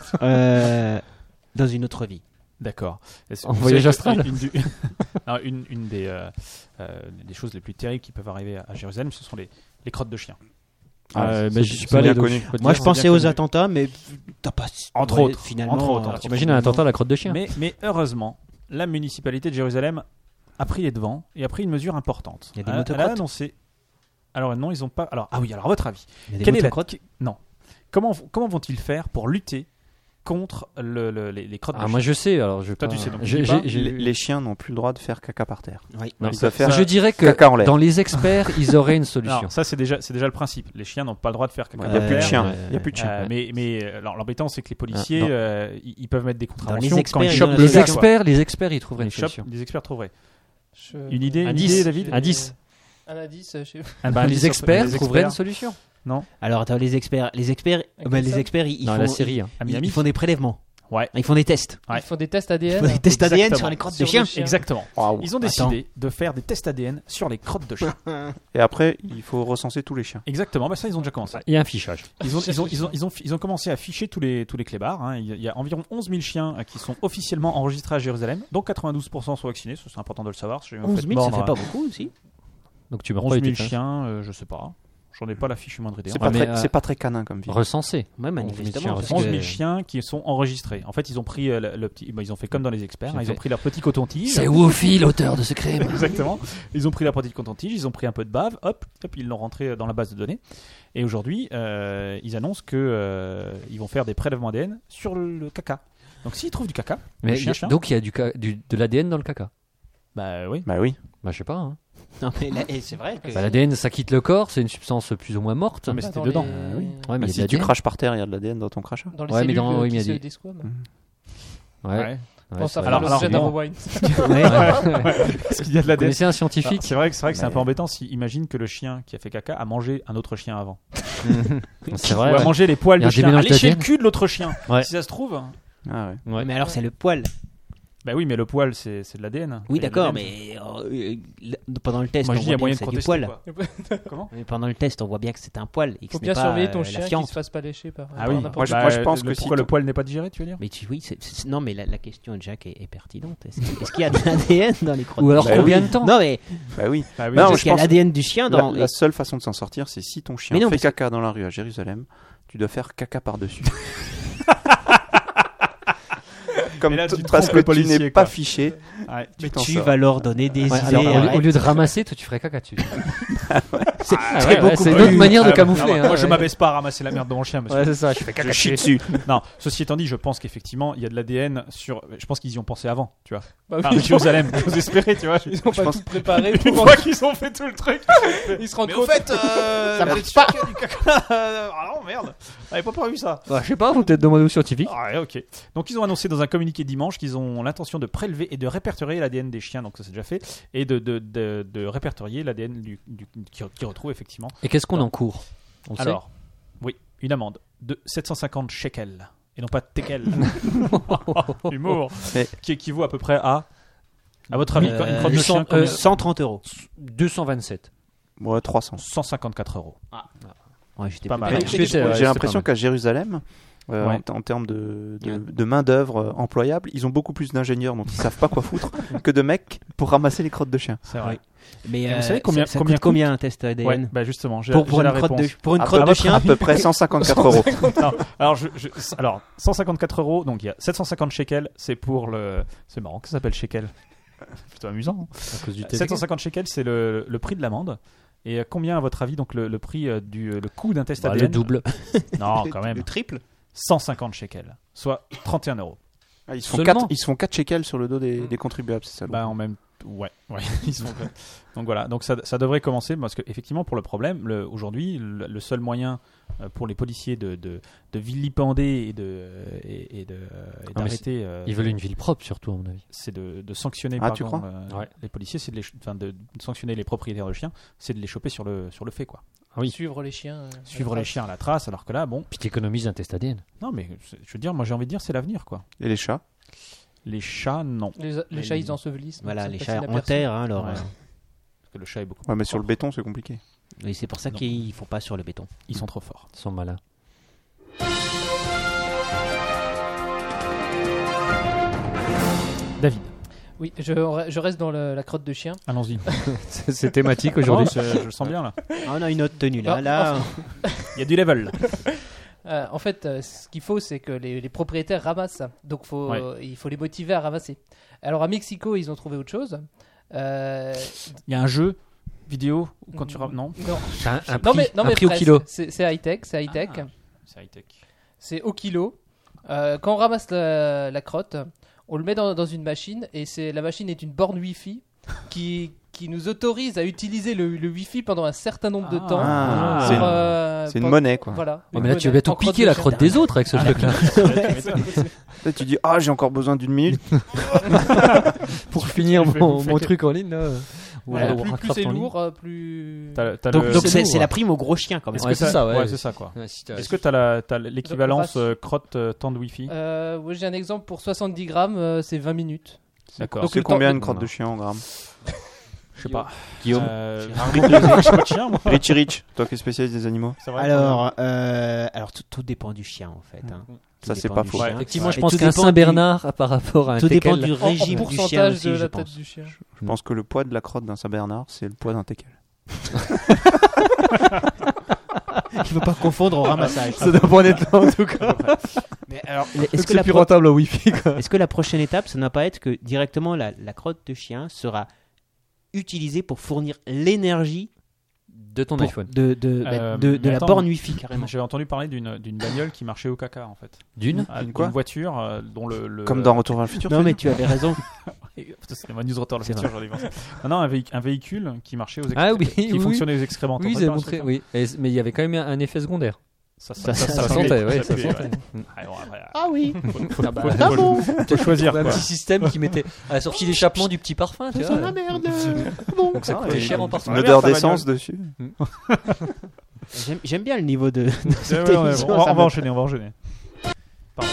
Euh, dans une autre vie. D'accord. Est-ce- En vous voyage savez que astral. Une, du- Alors, une, une des, euh, euh, des choses les plus terribles qui peuvent arriver à, à Jérusalem, ce sont les, les crottes de chiens. Ah, Euh, c'est- bah, j'y c'est suis pas bien allé. donc connu. je peux te Moi, dire. je pensais bien aux connu. attentats, mais t'as pas. Entre ouais, autres, Finalement, entre autres. euh, Alors, T'imagines un attentat à la crotte de chien. Mais, mais heureusement, la municipalité de Jérusalem a pris les devants et a pris une mesure importante. Il y a des Elle- Elle a motocrottes annoncé. Alors non, ils ont pas. Alors ah oui. Alors à votre avis, Il y a des quelle est la motocrottes. Non. Comment comment vont-ils faire pour lutter contre le, le- les, les crottes Ah, de moi chiens? je sais, alors je Toi, pas- tu sais, donc tu j'ai- dis pas. j'ai- j'ai- Les, les chiens n'ont plus le droit de faire caca par terre. Oui. Non, Ils ça- doivent faire je dirais que caca en l'air. dans les experts, ils auraient une solution. Non, ça c'est déjà c'est déjà le principe. Les chiens n'ont pas le droit de faire caca. Il n'y a par plus de terre. chiens. ouais, Il y a plus de chiens. Euh, mais mais euh, alors, l'embêtant c'est que les policiers Ah, non. euh, ils, ils peuvent mettre des Dans contraventions les quand ils experts, chopent il y en a le les des gars, experts, les experts, ils trouveraient quoi. une Les, chopent- solution. les experts trouveraient. Je- Une idée, Un une dix. idée, David. j'ai- Un dix. Un indice, je sais. Ah, bah, un Les dix, experts les trouveraient une experts. solution. Alors, attends, les experts, les experts, Avec bah, qui les ça experts, ils, ils Dans font, la série. hein. À ils, Miami. ils font des prélèvements. Ouais. Ils font des tests. Ouais. Ils font des tests A D Ils N. font des tests A D N Exactement. sur les crottes Sur de chiens. les chiens. Exactement. Waouh. Ils ont décidé de faire des tests A D N sur les crottes de chiens. Et après, il faut recenser tous les chiens. Exactement. Bah ça ils ont déjà commencé. Il y a un fichage. Ils ont, ils ont, ils ont, ils ont, ils ont commencé à ficher tous les, tous les clébards. hein. Il y a- il y a environ onze mille chiens euh, qui sont officiellement enregistrés à Jérusalem, dont quatre-vingt-douze pour cent sont vaccinés. Ça, c'est important de le savoir. J'ai même onze fait mille, ça mordre, fait pas euh, beaucoup aussi. Donc tu meurs onze pas mille été chiens, euh, je sais pas. J'en ai pas la fiche moindre idée. C'est hein. pas, mais, très- euh, c'est pas très canin comme vie. recensé. Ouais, chiens manifestement. parce recensés. onze que- mille chiens qui sont enregistrés. En fait, ils ont pris euh, le, le petit. bah, ils ont fait comme dans les experts. J'ai hein, ils fait- ont pris leur petit coton-tige. C'est Woofy, l'auteur de ce crime. Exactement. Ils ont pris leur petit coton-tige, ils ont pris un peu de bave, hop, hop, ils l'ont rentré dans la base de données. Et aujourd'hui, euh, ils annoncent que euh, ils vont faire des prélèvements A D N sur le, le caca. Donc s'ils trouvent du caca, Mais le il y chien, a- chien, donc il y a du, ca- du- de l'A D N dans le caca. bah oui. Bah oui. Bah je sais pas. Hein. Non, mais là, et c'est vrai que. Bah, L'A D N ça quitte le corps, c'est une substance plus ou moins morte. Non, mais Bah, c'était dans dedans. les- Ouais, mais Bah, il y a si de tu l'A D N. craches par terre, il y a de l'A D N dans ton crachat. Dans les Ouais, mais cellules dans- euh, oui, qui mais il y a se des- desquament. Ouais. Ouais. Ouais, Bon, c'est ça vrai. fait Alors- alors, l'oxygène bon. d'Arrowine. Ouais, ouais. Parce qu'il y a de Vous l'A D N. connaissez un Alors, scientifique C'est vrai que c'est vrai que c'est un Mais- peu embêtant s'il imagine que le chien qui a fait caca a mangé un autre chien avant. C'est Ou vrai. a ouais. mangé les poils Il y a de des chien, a mélanges léché d'A D N. le cul de l'autre chien. Ouais. Si ça se trouve. Ah ouais. Ouais. Mais alors, c'est le poil. Bah oui, mais le poil c'est c'est de l'A D N. Oui, Il y a de d'accord, l'A D N. mais euh, euh, pendant le test, Moi on je dis il y a voit moyen bien de que c'est du contester. poil. quoi. Comment Mais pendant le test, on voit bien que c'est un poil et que Faut ce bien n'est pas surveiller euh, ton la chien qu'il fiente. se fasse pas lécher par Ah par oui. n'importe Moi, je- Bah, moi, je pense le- que si pourquoi le ton- poil n'est pas digéré, tu veux dire? Mais tu, oui, c'est- c'est- non, mais la, la question de Jack est, est pertinente. Est-ce qu'il est-ce qu'il y a de l'A D N dans les crottes? Ou alors Bah combien oui. de temps Non, mais Bah oui. Bah oui. Non, est-ce je qu'il y a pense- l'A D N du chien La, dans. la seule façon de s'en sortir, c'est si ton chien Mais non, fait mais c'est- caca dans la rue à Jérusalem, tu dois faire caca par-dessus. Comme Et là, t- tu parce trompes que le tu policier, n'es quoi. pas fiché, Ouais. tu Mais t'en tu sors. vas leur donner des Ouais, idées. alors, au, lieu- arrête. au lieu de ramasser, toi tu ferais caca dessus. C'est Ah c'est ouais, ouais, beaucoup c'est une plus- autre manière de Ah, camoufler. moi, hein, moi, je ouais. m'abaisse pas à ramasser la merde de mon chien, monsieur. Ouais, c'est ça, je fais caca Je chie dessus. dessus. Non, ceci étant dit, je pense qu'effectivement, il y a de l'A D N sur. Je pense qu'ils y ont pensé avant, tu vois. Bah Ah, oui, Jérusalem, j'ose espérer, tu vois. ils ont pas pense- tout préparé Une pour fois qu'ils ont fait tout le truc, ils se rendent mais au compte. fait, euh, Ça vous marche êtes sûr qu'il y a du caca. Ah non, merde, j'avais pas prévu ça. Bah, je sais pas, faut peut-être demander aux scientifiques. Ah, ouais, ok. Donc ils ont annoncé dans un communiqué dimanche qu'ils ont l'intention de prélever et de répertorier l'A D N des chiens, donc ça c'est déjà fait, et de, de, de, de répertorier l'A D N du, du, qui, qui retrouve effectivement. Et qu'est-ce qu'on Non. encourt On le sait. Alors, oui, une amende de sept cent cinquante shekels, et non pas tekel. Humour. Mais- Qui équivaut à peu près à. À votre avis, Euh, une crotte de huit cents, chien, combien euh, cent trente euros. deux cent vingt-sept. Ouais, trois cents. cent cinquante-quatre euros. Ouais, j'étais Pas plus mal. près. Ouais, je sais, ouais, J'ai c'est l'impression pas qu'à Jérusalem, euh, Ouais. en, en termes de, de, Ouais. de main-d'œuvre euh, employable, ils ont beaucoup plus d'ingénieurs dont ils savent pas quoi foutre que de mecs pour ramasser les crottes de chiens. C'est vrai. Mais Et vous euh, savez combien- ça, ça combien coûte combien un test A D N Ouais, bah justement, j'ai pour, j'ai pour, la une crotte de, réponse. pour une À crotte peu- de chien à peu près cent cinquante-quatre euros. Non, alors, je, je- alors, cent cinquante-quatre euros, donc il y a sept cent cinquante shekels, c'est pour le. C'est marrant que ça s'appelle shekel. C'est plutôt amusant. hein. À cause du sept cent cinquante shekels, c'est le, le prix de l'amende. Et euh, combien, à votre avis, donc le, le prix euh, du le coût d'un test Bah, A D N? le double. Non, quand même. Le triple cent cinquante shekels, soit trente et un euros. Ah, ils se font Seulement. quatre, ils se font quatre shekels sur le dos des, des contribuables, c'est ça. Bah en même ouais, ouais. Ils sont... donc voilà, donc ça, ça devrait commencer parce que effectivement pour le problème, le, aujourd'hui le, le seul moyen euh, pour les policiers de, de, de vilipender et de et, et de et mais d'arrêter, euh, Ils veulent une ville propre, surtout, à mon avis. c'est de, de sanctionner Ah, par tu exemple, crois euh, Ouais. les policiers, c'est de, les, ch- enfin, de, de sanctionner les propriétaires de chiens, c'est de les choper sur le sur le fait quoi. Ah oui. Suivre les chiens. euh, Suivre à la les chiens à la trace, alors que là bon, Puis t'économises un test A D N. non mais c'est- je veux dire, moi j'ai envie de dire c'est l'avenir quoi. Et les chats. Les chats non, trace. Les, les Mais chats, les- ils ensevelissent. Voilà, donc les ça chats passe en inaperçu. terre, hein, alors. Ouais. euh, parce que le chat est beaucoup. Ouais, mais plus sur le fort. béton, c'est compliqué. et c'est pour ça Non. qu'ils font pas sur le béton. Ils sont trop forts. Ils sont malins. David, Oui, je, je reste dans le- la crotte de chien. allons-y. C'est c'est thématique Oh, aujourd'hui. c'est- je le sens bien là. Ah, on a une autre tenue là. Ah, là Il y a du level. Là. Euh, en fait, euh, ce qu'il faut, c'est que les, les propriétaires ramassent. Donc, faut, Ouais. euh, il faut les motiver à ramasser. Alors, à Mexico, ils ont trouvé autre chose. Euh, Il y a un jeu vidéo où quand tu ram... non, non. Un, un non, prix, mais, non, un mais prix au presque. kilo. C'est c'est high-tech, c'est high-tech. Ah. c'est high tech. C'est au kilo. Euh, quand on ramasse la, la crotte, on le met dans, dans une machine et c'est la machine est une borne Wi-Fi qui, qui nous autorise à utiliser le, le Wi-Fi pendant un certain nombre de Ah. temps. Ah, pour, c'est une- euh, C'est une pour- monnaie, quoi. Voilà. Oh, Une mais là, tu vas monnaie bientôt en crotte piquer de la chien. crotte des autres avec ce truc-là. Là, tu dis, ah, j'ai encore besoin d'une minute. Pour finir mon, mon truc en ligne, là. Ou Voilà, ou plus, plus Warcraft c'est en ligne. lourd, euh, plus. T'as- t'as Donc le- donc c'est c'est lourd, c'est ouais. la prime au gros chien quand même. Est-ce Ouais, que c'est t'as- ça, ouais. ouais, c'est ça quoi. Ouais, si t'as- Est-ce que t'as la- t'as l'équivalence Donc, euh, crotte euh, temps de Wi-Fi Euh, ouais, j'ai un exemple pour soixante-dix grammes, euh, c'est vingt minutes. D'accord. Donc, C'est le temps- combien le- une crotte de chien en grammes? Je sais pas. Guillaume. Euh, rarement posé, j'ai pas de chien moi. Richie Rich, toi qui es spécialiste des animaux. C'est vrai. Alors, euh, alors tout, tout dépend du chien en fait. hein. Tout Ça, c'est dépend pas du faux. chien. Ouais, Effectivement, je Et pense tout qu'un dépend Saint-Bernard par rapport à un du, tout dépend teckel. du En, en régime du chien pourcentage aussi, de je la tête pense. du chien. Je pense que le poids de la crotte d'un Saint-Bernard, c'est le poids d'un teckel. Il faut pas confondre au ramassage. Ça doit pas être là en tout cas. Mais alors, est-ce Donc que, c'est la plus pro- rentable au Wi-Fi quoi. est-ce que la prochaine étape, ça ne va pas être que directement la, la crotte de chien sera utilisée pour fournir l'énergie De ton pour- iPhone. de, de, bah, Euh, de, de mais la attends. borne Wi-Fi carrément. J'avais entendu parler d'une d'une bagnole qui marchait au caca en fait. D'une Ah, Une quoi Une voiture euh, dont le, le- Comme dans Retour vers le futur. Non mais tu avais raison. Putain, c'était ma news Retour vers C'est le futur, j'en ai pensé. Non, non, un, véhic- un véhicule qui marchait aux excréments. Ah oui, qui oui, fonctionnait aux excréments. Oui, T'en ils rappelles avaient pas, ce montré, truc-là oui. Et- mais il y avait quand même un effet secondaire. Ça, Ça- ça, ça Ça sentait, ouais, ça pue, sentait. Ah, bon, après, Ah oui. faut, Ah bah, faut- faut- faut choisir Un quoi. petit système qui mettait à la sortie d'échappement du petit parfum, tu vois. merde. Donc ça Ah, coûtait et cher en une partant. odeur ta d'essence dessus. J'aime, j'aime bien le niveau de. de Ouais, cette ouais, ouais, émission, on, va, ça on va me- enchaîner, on va enchaîner. Pardon.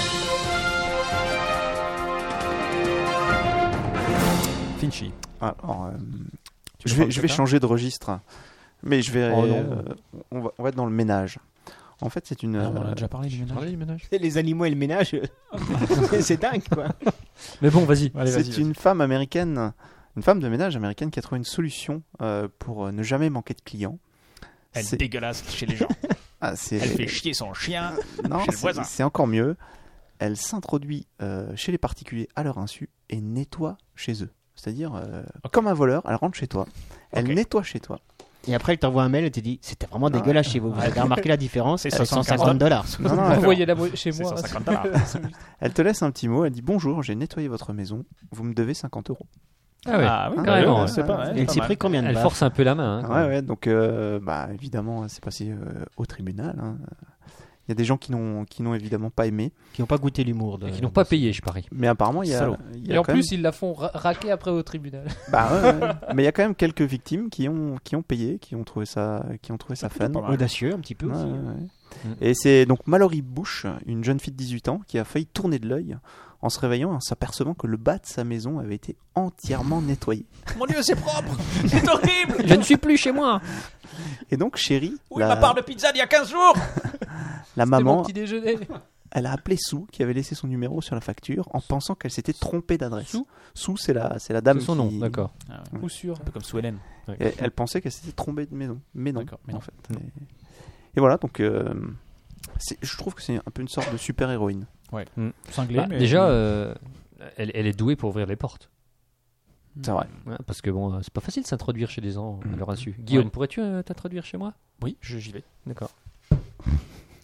Finchy. Alors, euh, Tu je veux vais, parler je de vais ça changer de registre. Mais je vais. Oh non. euh, on, va, on va être dans le ménage. En fait, c'est une. Ah, on en euh, a déjà parlé du ménage. Les animaux et le ménage, c'est- c'est dingue quoi. Mais bon, vas-y. Allez, vas-y, C'est vas-y. une femme américaine, une femme de ménage américaine qui a trouvé une solution euh, pour euh, ne jamais manquer de clients. Elle C'est- dégueulasse chez les gens. Ah, c'est- Elle fait chier son chien. Non, chez le c'est- voisin. c'est encore mieux. Elle s'introduit euh, chez les particuliers à leur insu et nettoie chez eux. C'est-à-dire, euh, comme un voleur, elle rentre chez toi, elle Ok. nettoie chez toi. Et après, elle t'envoie un mail et te dit c'était vraiment Ah. dégueulasse chez vous. Vous avez remarqué la différence? C'est C'est cent cinquante dollars. Non, non, elle, Envoyez-la mo- chez C'est moi. cent cinquante dollars. elle te laisse un petit mot, elle dit bonjour, j'ai nettoyé votre maison, vous me devez cinquante euros. Ah ouais. Ah oui, Ah, carrément, ouais, ouais. c'est pas, ouais, Et c'est elle pas s'est mal. pris combien de Elle baffes? force un peu la main. hein, Ouais, ouais, donc euh, bah, évidemment, c'est passé euh, au tribunal. hein. Il y a des gens qui n'ont qui n'ont évidemment pas aimé, Qui n'ont pas goûté l'humour. De... Et qui n'ont pas payé, je parie. mais apparemment il y a, Salaud. il y a Et en quand plus, ils la font ra- raquer après au tribunal. même, bah, ouais, ouais. mais il y a quand même quelques victimes qui ont qui ont payé, qui ont trouvé ça qui ont trouvé ça fun. pas mal. Audacieux un petit peu Ouais, aussi. ouais, hein. ouais. Mm. Et c'est donc Mallory Bush, une jeune fille de dix-huit ans, qui a failli tourner de l'œil en se réveillant et en s'apercevant que le bas de sa maison avait été entièrement nettoyé. Mon Dieu, c'est propre. C'est horrible. Je ne suis plus chez moi. Et donc chérie, Oui, la, ma part de pizza d'il y a quinze jours. la C'était mon maman, petit déjeuner. elle a appelé Sue qui avait laissé son numéro sur la facture en pensant qu'elle s'était trompée d'adresse. Sue Sue, c'est la, c'est la dame C'est son nom, qui- d'accord. Coup sûr. Un peu comme Sue Ellen. Et elle pensait qu'elle s'était trompée de maison, mais non, D'accord, mais en non. fait. Et, et voilà, donc euh, c'est- je trouve que c'est un peu une sorte de super héroïne. Cinglé, Bah, mais déjà, euh, elle, elle est douée pour ouvrir les portes. C'est vrai. Ouais, parce que bon, euh, c'est pas facile de s'introduire chez des gens à leur insu. Guillaume, Ouais. pourrais-tu euh, t'introduire chez moi? oui, je- j'y vais. D'accord.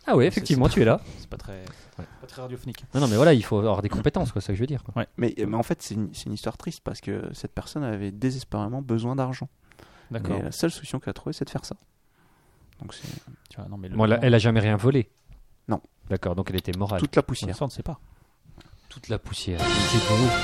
Ah oui, effectivement, tu es là. C'est pas très, Ouais. pas très radiophonique. Non, non, mais voilà, il faut avoir des compétences, quoi, c'est ça que je veux dire. Quoi. Mais, mais en fait, c'est une, c'est une histoire triste parce que cette personne avait désespérément besoin d'argent. D'accord. Et la seule solution qu'elle a trouvée, c'est de faire ça. Donc c'est Tu vois, non, mais le- Bon, elle, a, elle a jamais rien volé. Non. D'accord, donc elle était morale. toute la Pour poussière. l'instant, on ne sait pas. Toute la poussière. C'est pour vous.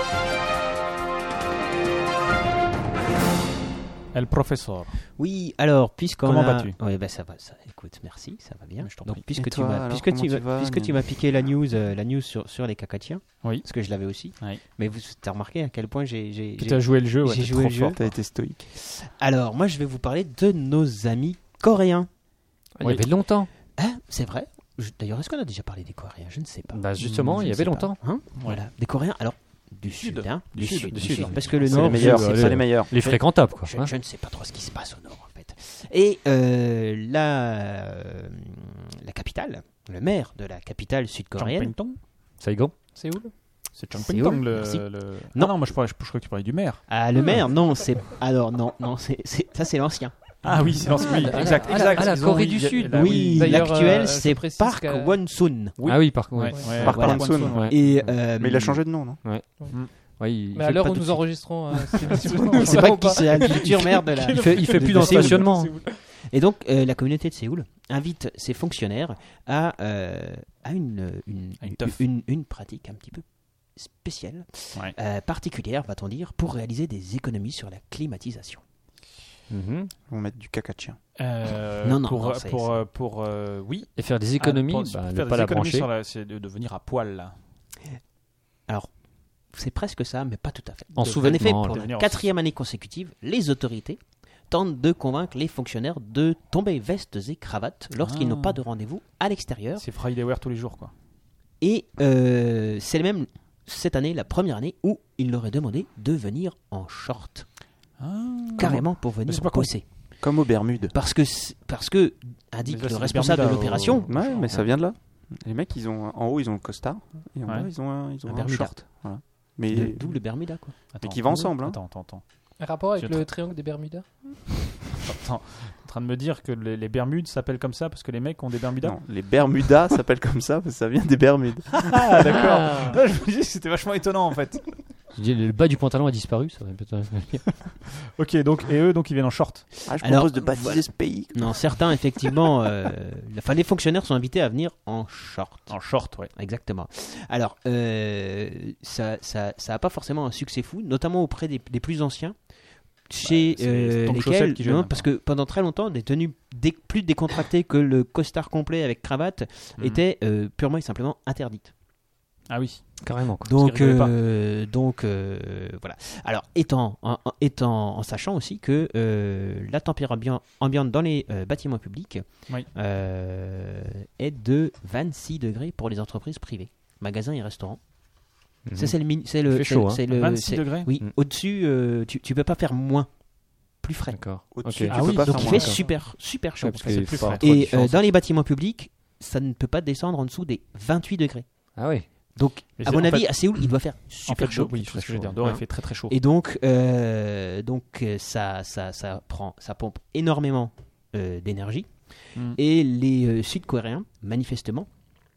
El professeur. Oui, alors, puisqu'on Comment a... vas-tu ? Oui, ben ça va, ça, écoute, merci, ça va bien. Mais je t'en Donc, prie. puisque Et tu toi, m'as alors, puisque comment tu, tu m'as- vas, puisque tu mais- m'as piqué la news, euh, la news sur, sur les cacatiens, Oui. parce que je l'avais aussi, Oui. mais vous as remarqué à quel point j'ai... j'ai- Que j'ai- tu as joué le jeu, ouais, j'ai t'es joué trop le jeu. fort. T'as été stoïque. Alors, moi, je vais vous parler de nos amis coréens. Il y Oui. avait longtemps. Hein, c'est vrai. Je- D'ailleurs, est-ce qu'on a déjà parlé des Coréens ? Je ne sais pas. Bah, justement, Je il y ne avait sais pas. longtemps. Hein Voilà, des Coréens. Alors, du Sud. sud, hein, Du du sud, sud, du du sud. sud, parce que le C'est nord, les meilleurs, je- c'est allez, pas les meilleurs. Les fréquentables, quoi. je, hein. je ne sais pas trop ce qui se passe au nord, en fait. Et euh, la, euh, la capitale, le maire de la capitale sud-coréenne, Changpyeong. Saigon. Séoul. C'est Séoul, Changpyeong le, merci. le... Non. Ah non, moi je, parlais- je, je crois que tu parlais du maire. ah, le maire, non, c'est alors non, non, c'est c'est- ça c'est l'ancien. Ah oui, c'est l'ancien. Oui, Ah, exact, ah, la- exact. ah, la Ils ont- Corée oui, du il y a- Sud. là, oui, D'ailleurs, l'actuel euh, je c'est précise Park qu'à- Won-sun. Oui. Ah oui, par contre. Ouais, ouais. ouais, Park voilà. Hwan-Soon, ouais. Et euh, Mais il a changé de nom, non Ouais, il, Mais à fait l'heure pas où tout nous de enregistrons, euh, cette émission, on nous ne sait pas savons qui c'est le futur maire de la. il fait, il fait de- plus de dans le Séoul. stationnement. Et donc, euh, la communauté de Séoul invite ses fonctionnaires à, euh, à une, une, À une une, teuf. une- une pratique un petit peu spéciale, Ouais. euh, particulière, va-t-on dire, pour réaliser des économies sur la climatisation. Mhm. Ils vont mettre du caca de chien. Euh, Non, non, pour, non, c'est- pour, c'est- euh, pour, euh, oui. Et faire des économies, Ah, pour- bah, faire ne des pas la économies brancher. sur la- c'est de, de venir à poil là. Alors, c'est presque ça, mais pas tout à fait. En De- sous-vêtements, effet, là. pour la Devenir en quatrième année consécutive, les autorités tentent de convaincre les fonctionnaires de tomber vestes et cravates lorsqu'ils Ah. n'ont pas de rendez-vous à l'extérieur. C'est Friday Wear tous les jours quoi. Et euh, c'est même cette année, la première année, où il leur est demandé de venir en short. Carrément pour venir c'est pas con. bosser. Comme aux Bermudes. Parce que, c'est- parce que indique Mais ça, le c'est les responsable de Bermudas, l'opération, au- Ouais, mais ça vient de là. Les mecs, ils ont en haut, ils ont le costard. Et en Ouais. bas, ils ont un, ils ont Un un Bermuda. short. Voilà. Mais de- d'où le Bermuda, quoi. Attends, qui va ensemble, hein. Attends, attends, attends. Un rapport avec Je le tra- triangle des Bermudas. Attends, t'es en train de me dire que les, les Bermudes s'appellent comme ça parce que les mecs ont des Bermudas. non, les Bermudas s'appellent comme ça parce que ça vient des Bermudes. Ah d'accord. Ouais, je me dis que c'était vachement étonnant en fait. Je dis, le bas du pantalon a disparu. Ça va peut-être. Ok, donc et eux donc ils viennent en short. Ah, je Alors, propose de baptiser voilà. ce pays. Non, certains, effectivement, euh, enfin, les fonctionnaires sont invités à venir en short. En short, ouais. Exactement. Alors, euh, ça ça ça a pas forcément un succès fou, notamment auprès des, des plus anciens, chez Bah, c'est euh, Tom lesquels, Chaussette qui gêne, non, maintenant. parce que pendant très longtemps, des tenues dé- plus décontractées que le costard complet avec cravate Mhm. étaient euh, purement et simplement interdites. Ah oui. Carrément. Quoi. Donc, qu'ils rigolaient pas. euh, donc euh, voilà. Alors, étant en, en- étant en sachant aussi que euh, la température ambian- ambiante dans les euh, bâtiments publics Oui. euh, est de vingt-six degrés pour les entreprises privées, magasins et restaurants. Mhm. Ça, c'est le, mini- c'est Il le, fait c'est- chaud, hein. c'est le- vingt-six c'est- degrés. Oui, Mhm. au-dessus, euh, tu, tu peux pas faire moins, plus frais. D'accord. Au-dessus, Ok. tu Ah peux oui, pas Donc faire il moins. fait super, super chaud. Ouais, parce que c'est il plus faut frais. avoir trop de Et euh, différence. dans les bâtiments publics, ça ne peut pas descendre en dessous des vingt-huit degrés. Ah oui. Donc, Mais à c'est- mon en avis, fait- à Séoul, il doit faire En super fait, chaud. oui, c'est ce que je veux dire. chaud, Dehors, hein. il fait très très chaud. Et donc, euh, donc euh, ça, ça, ça, prend, ça pompe énormément euh, d'énergie. Mm. Et les euh, Sud-Coréens, manifestement,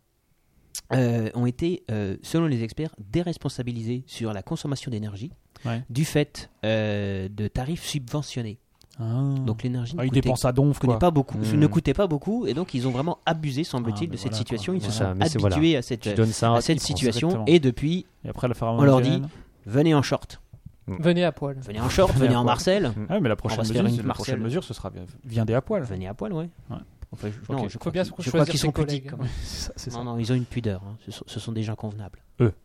euh, ont été, euh, selon les experts, déresponsabilisés sur la consommation d'énergie Ouais. du fait euh, de tarifs subventionnés. Ah. Donc l'énergie ne Ah, ils coûtait, dépensent à donf coûtait quoi. pas beaucoup, Mm. ne coûtait pas beaucoup, et donc ils ont vraiment abusé, semble-t-il, Ah, de mais cette voilà, situation. quoi. Ils se Voilà, sont mais c'est- habitués à cette, Tu donnes ça à cette ils prennent- situation, exactement. et depuis, Et après la on leur dit pharmacogène. venez en short. Venez à poil. Venez en short, Venez venez à en poil. Marcel. Ah, mais la On prochaine va se faire mesure, une la prochaine Marcel. mesure, ce sera viendez à poil. Venez à poil, ouais. Ouais. Enfin, je, non, Ok. je Faut crois bien qu'ils- choisir je crois qu'ils ses sont collègues, pudiques. quand quand même. même. C'est ça, c'est ça. Non, non, ils ont une pudeur. hein. Ce, sont, ce sont des gens convenables.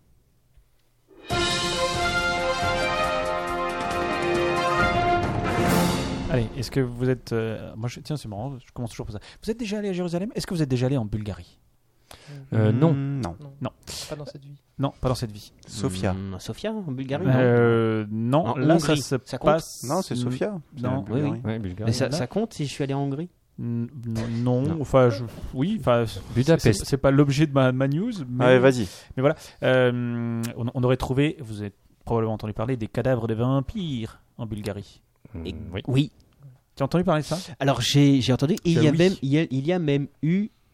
Allez, est-ce que vous êtes euh, moi je... tiens, c'est marrant, je commence toujours par ça. Vous êtes déjà allé à Jérusalem? Est-ce que vous êtes déjà allé en Bulgarie? Euh, non. Mm, non. Non. Pas dans cette vie. Non, pas dans cette vie. Sofia. Hmm, Sofia, en Bulgarie. Euh, non, En là Hongrie, ça se ça compte passe. Non, c'est Sofia. C'est Non. la Bulgarie. Oui, Ouais, Bulgarie. Mais ça, là. ça compte si je suis allé en Hongrie? N- Non, non, enfin, je... oui, enfin, Budapest. c'est- c'est pas l'objet de ma, ma news, mais, Allez, vas-y. mais voilà. Euh, on, on aurait trouvé, vous avez probablement entendu parler des cadavres de vampires en Bulgarie. Et- Mm, oui. Oui. Tu as entendu parler de ça? Alors j'ai j'ai entendu. Il Tu as y, a oui. même, il, y a, il y a même eu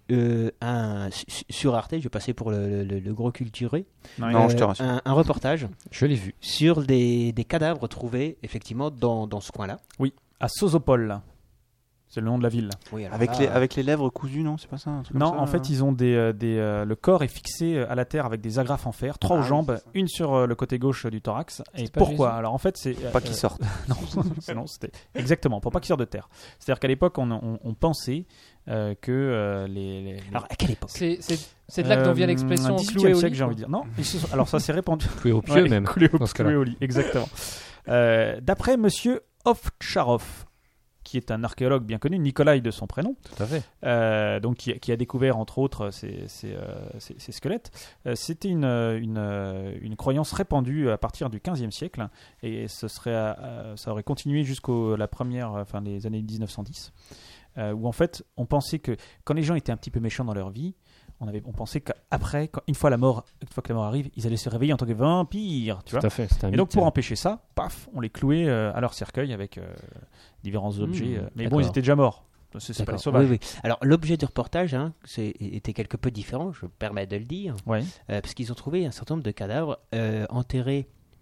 euh, un, su- sur Arte, je vais passer pour le, le- le gros culturé, Non, euh, je te rassure. un, un reportage Je l'ai vu. sur des, des cadavres trouvés effectivement dans, dans ce coin-là. À Sozopol. C'est le nom de la ville. Oui, alors Avec là, les, avec les lèvres cousues, non? C'est pas ça, un truc Non, comme ça, en fait, euh ils ont des, euh, des euh, le corps est fixé euh, à la terre avec des agrafes en fer, trois Ah aux oui, jambes, c'est ça. une sur euh, le côté gauche du thorax. Et C'est pas pourquoi Jésus Alors en fait, c'est Pas euh, qu'ils sortent. non, non, c'était exactement pour pas qu'ils sortent de terre. C'est-à-dire qu'à l'époque, on, on- on pensait euh, que euh, les, les- les- alors à quelle époque C'est c'est- c'est de là que dont vient Euh, l'expression dix-huitième cloué au siècle, lit. j'ai envie de dire. Non, ils se sont- alors ça s'est répandu. Cloué au pieu Ouais, même. cloué au, dans ce cas-là. cloué au lit, exactement. Euh, D'après Monsieur Ovtcharov, qui est un archéologue bien connu, Nikolai de son prénom, Tout à fait. euh, donc qui, qui a découvert entre autres ces, ces, euh, ces- ces squelettes. Euh, C'était une, euh, une, euh, une croyance répandue à partir du quinzième siècle et ce serait, euh, ça aurait continué jusqu'aux la première, enfin les années dix-neuf cent dix, euh, où en fait on pensait que quand les gens étaient un petit peu méchants dans leur vie, on, avait, on pensait qu'après, quand- une fois la mort, une fois que la mort arrive, ils allaient se réveiller en tant que vampires, tu vois. Tout à fait. C'est un Et donc mythe. pour empêcher ça, paf, on les clouait euh, à leur cercueil avec euh, différents objets. euh, mais bon, d'accord. ils étaient déjà morts. C'est c'est pas les D'accord. sauvages. Oui, oui. Alors l'objet du reportage hein, c'est- était quelque peu différent, je me permets de le dire, Ouais. euh, parce qu'ils ont trouvé un certain nombre de cadavres euh, enterrés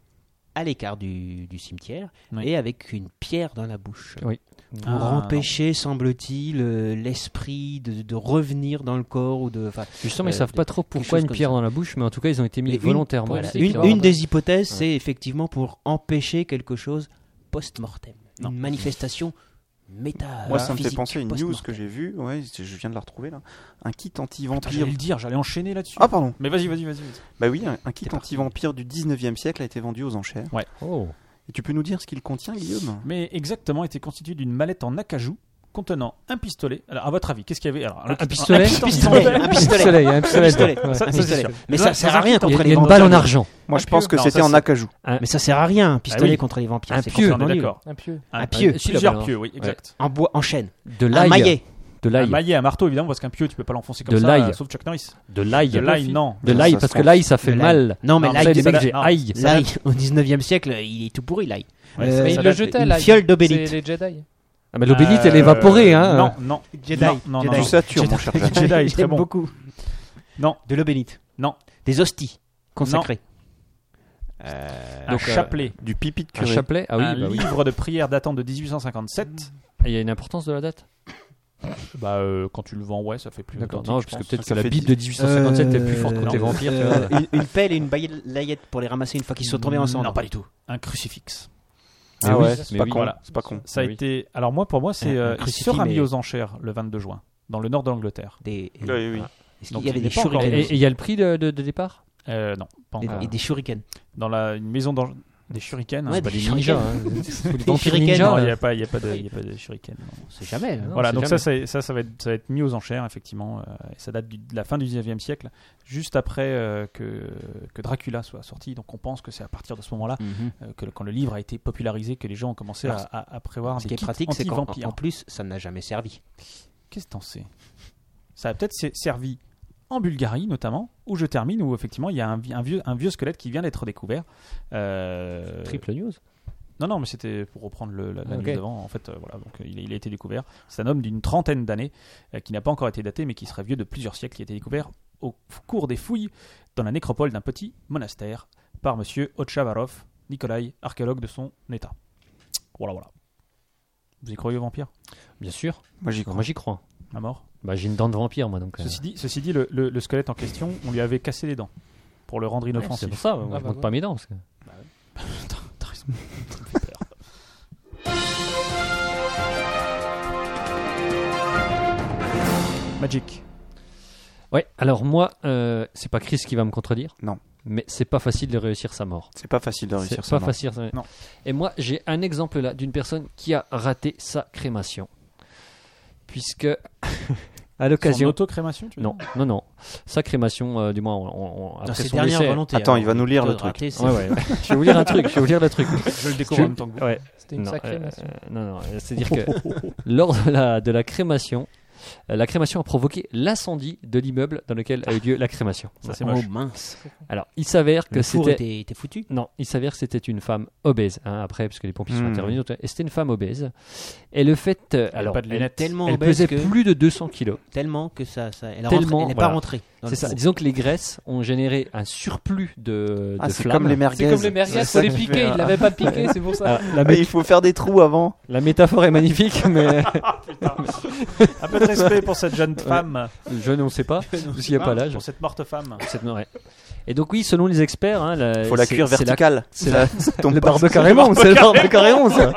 à l'écart du, du cimetière Oui. et avec une pierre dans la bouche. Oui. Pour Ah, empêcher, semble-t-il, euh, l'esprit de, de revenir dans le corps ou de. enfin, Justement, ils euh, savent de- pas trop quelque pourquoi chose une comme pierre ça. dans la bouche, mais en tout cas, ils ont été mis Mais une- volontairement. voilà, c'est une, clair. une des hypothèses, Ouais. c'est effectivement pour empêcher quelque chose post-mortem. Non. Une manifestation méta. Moi, ça me fait physique penser à une news post-mortem. que j'ai vue. Ouais, c'est- je viens de la retrouver là. Un kit Putain, anti-vampire. J'allais le dire, j'allais enchaîner là-dessus. Ah, pardon. Mais vas-y, vas-y, vas-y. vas-y. Bah oui, un, un kit C'est parti. anti-vampire du dix-neuvième siècle a été vendu aux enchères. Oh. Et tu peux nous dire ce qu'il contient, Guillaume? Mais exactement, était constitué d'une mallette en acajou contenant un pistolet. Alors, à votre avis, qu'est-ce qu'il y avait Alors, Un, le- un pistolet. un pistolet. pistolet. Un pistolet. Il y a un pistolet. pistolet. dedans. Ouais. Ça, Un ça, c'est pistolet. sûr. Mais Là, ça sert à dans un rien kit contre Il y a- les il y a une vampires. balle en argent. Moi, Un je pense pieu. que Non, c'était ça, en c'est- acajou. Mais ça sert à rien, un pistolet Ah oui. contre les vampires. Un c'est pieu. On complètement est nul. d'accord. Un pieu. Un, Un pieu. euh, Plusieurs Si, la pieux, oui, exact. En bois, en chaîne. De Un l'ail. maillet. De Un l'ail. maillet, un marteau, évidemment, parce qu'un pieu, tu peux pas l'enfoncer comme De ça, l'ail. euh, sauf Chuck Norris. De l'ail. De l'ail, non. De Ça, l'ail, ça parce se que l'ail, ça fait De l'ail. mal. Non, mais Non, l'ail, ça, les ça, mecs, j'ai non. aïe. l'ail, au dix-neuvième siècle, il est tout pourri, l'ail. Ouais, Euh, ça- Mais ça il le date- jetait une là. fiole d'obélite. C'est les Jedi. Ah, mais l'obélite, elle Euh, évaporée, hein. Non, non. Jedi. Non, non, Jedi. non. Du sature, mon cher Jacques. Jedi, très J'aime bon. beaucoup. Non, De l'obélite. non. Des hosties consacrées. Un Donc, euh, chapelet. Du pipi de Un curé. chapelet. Ah oui, un bah oui. livre de prière datant de dix-huit cent cinquante-sept. Il y a une importance de la date. Bah, euh, quand tu le vends, ouais, ça fait plus D'accord. authentique, Non, je parce que pense. peut-être Ça que la fait Bible dix- de dix-huit cent cinquante-sept est plus forte Euh, contre les non. vampires. tu Euh, vois. une, une pelle et une balayette pour les ramasser une fois qu'ils sont tombés ensemble. Non, pas du tout. Un crucifix. Mais Ah oui, ouais, mais c'est pas oui. con. Voilà. C'est pas con. Ça a Oui. été. Alors, moi, pour moi, c'est. Un- un euh, il crucifix, sera mis mais- aux enchères le vingt-deux juin, dans le nord de l'Angleterre. Des, Oui, oui, oui. Est-ce Donc, qu'il y avait il des n'est pas encore shurikens Et réussi. et il y a le prix de de- de départ. Euh, non, pas Des- encore. Et des shurikens. Dans la, une maison d'ang- des shurikens. Ouais, hein. des Les shurikens. ninjas. hein. Les Des vampires shurikens. ninjas, Non, il là. n'y a pas, il y a pas de, il y a pas de shurikens. non. On sait jamais. hein. Non, Voilà, c'est donc ça, jamais. ça, ça, ça va être, ça va être mis aux enchères, effectivement. euh, et ça date du- de la fin du dix-neuvième siècle, juste après euh, que, que Dracula soit sorti. Donc on pense que c'est à partir de ce moment-là, Mhm. euh, que quand le livre a été popularisé, que les gens ont commencé à, Alors, à, à prévoir Ce des qui est kits pratique, c'est qu'en anti-vampires. en plus, ça n'a jamais servi. Qu'est-ce que t'en sais Ça a peut-être se- servi en Bulgarie, notamment, où je termine, où effectivement il y a un, vi- un vieux, un vieux squelette qui vient d'être découvert. Euh, Triple news. Non, non, mais c'était pour reprendre le, la, la Ok. news d'avant. En fait, euh, voilà, donc euh, il, a- il a été découvert. C'est un homme d'une trentaine d'années euh, qui n'a pas encore été daté, mais qui serait vieux de plusieurs siècles, qui a été découvert au f- cours des fouilles dans la nécropole d'un petit monastère par Monsieur Otchavarov, Nikolai, archéologue de son état. Voilà, voilà. Vous y croyez aux vampires Bien sûr. Moi, j'y crois. Moi, j'y crois. à mort Bah, j'ai une dent de vampire, moi, donc. euh, Ceci dit, ceci dit le, le- le squelette en question, on lui avait cassé les dents pour le rendre ouais, c'est inoffensif. pour ça. Moi, Ah, je bah, monte ouais. pas mes dents. Parce que... T'as- t'as raison. Ça me fait peur. Magic. Ouais. Alors moi, euh, c'est pas Chris qui va me contredire. Non. Mais c'est pas facile de réussir sa mort. C'est pas facile de C'est réussir pas ça. non. facile. ça. Non. Et moi, j'ai un exemple là d'une personne qui a raté sa crémation, puisque à Son l'occasion. auto-crémation, tu veux Non, dire non, non. Sa crémation, euh, du moins, on, on- Dans après ses son dernières décès. volontés. Attends, alors, il va nous lire de le truc. rater, c'est- Ouais, ouais, ouais. Je vais vous lire un truc. Je vais vous lire le truc. Je le découvre en même temps que vous. Ouais. C'était une Non, sacrée euh, nation. euh, non, non. C'est-à-dire que lors de la, de la crémation, Euh, La crémation a provoqué l'incendie de l'immeuble dans lequel a eu lieu la crémation. Ça, c'est Oh moche. mince. Alors, il s'avère que Le four c'était était, était foutu. non, il s'avère que c'était une femme obèse. Hein, après, parce que les pompiers sont Hmm. intervenus, et c'était une femme obèse. Et le fait, euh, Elle a alors, pas de elle, lunettes. Tellement elle obèse pesait que, plus de deux cents kilos. tellement que ça, ça elle, Tellement, rentre- elle n'est voilà. pas rentrée. dans C'est le ça. four. Disons que les graisses ont généré un surplus de, Ah, de c'est flammes. comme les merguez. C'est comme les merguez, C'est faut ça les qui piquer, fait, il euh, l'avait pas piqué, c'est pour ça. Alors, la, Ah, mé- il faut faire des trous avant. la métaphore est magnifique, mais Un peu de respect pour cette jeune femme. jeune, on ne sait pas, parce qu'il n'y a pas Hein, l'âge. Pour cette morte femme. Cette- ouais. Et donc oui, selon les experts, hein, la- Il faut la c'est- cuire c'est la- verticale. c'est Ça- ça tombe le pas. barbecue à Raymond, c'est le barbecue à Raymond, ça.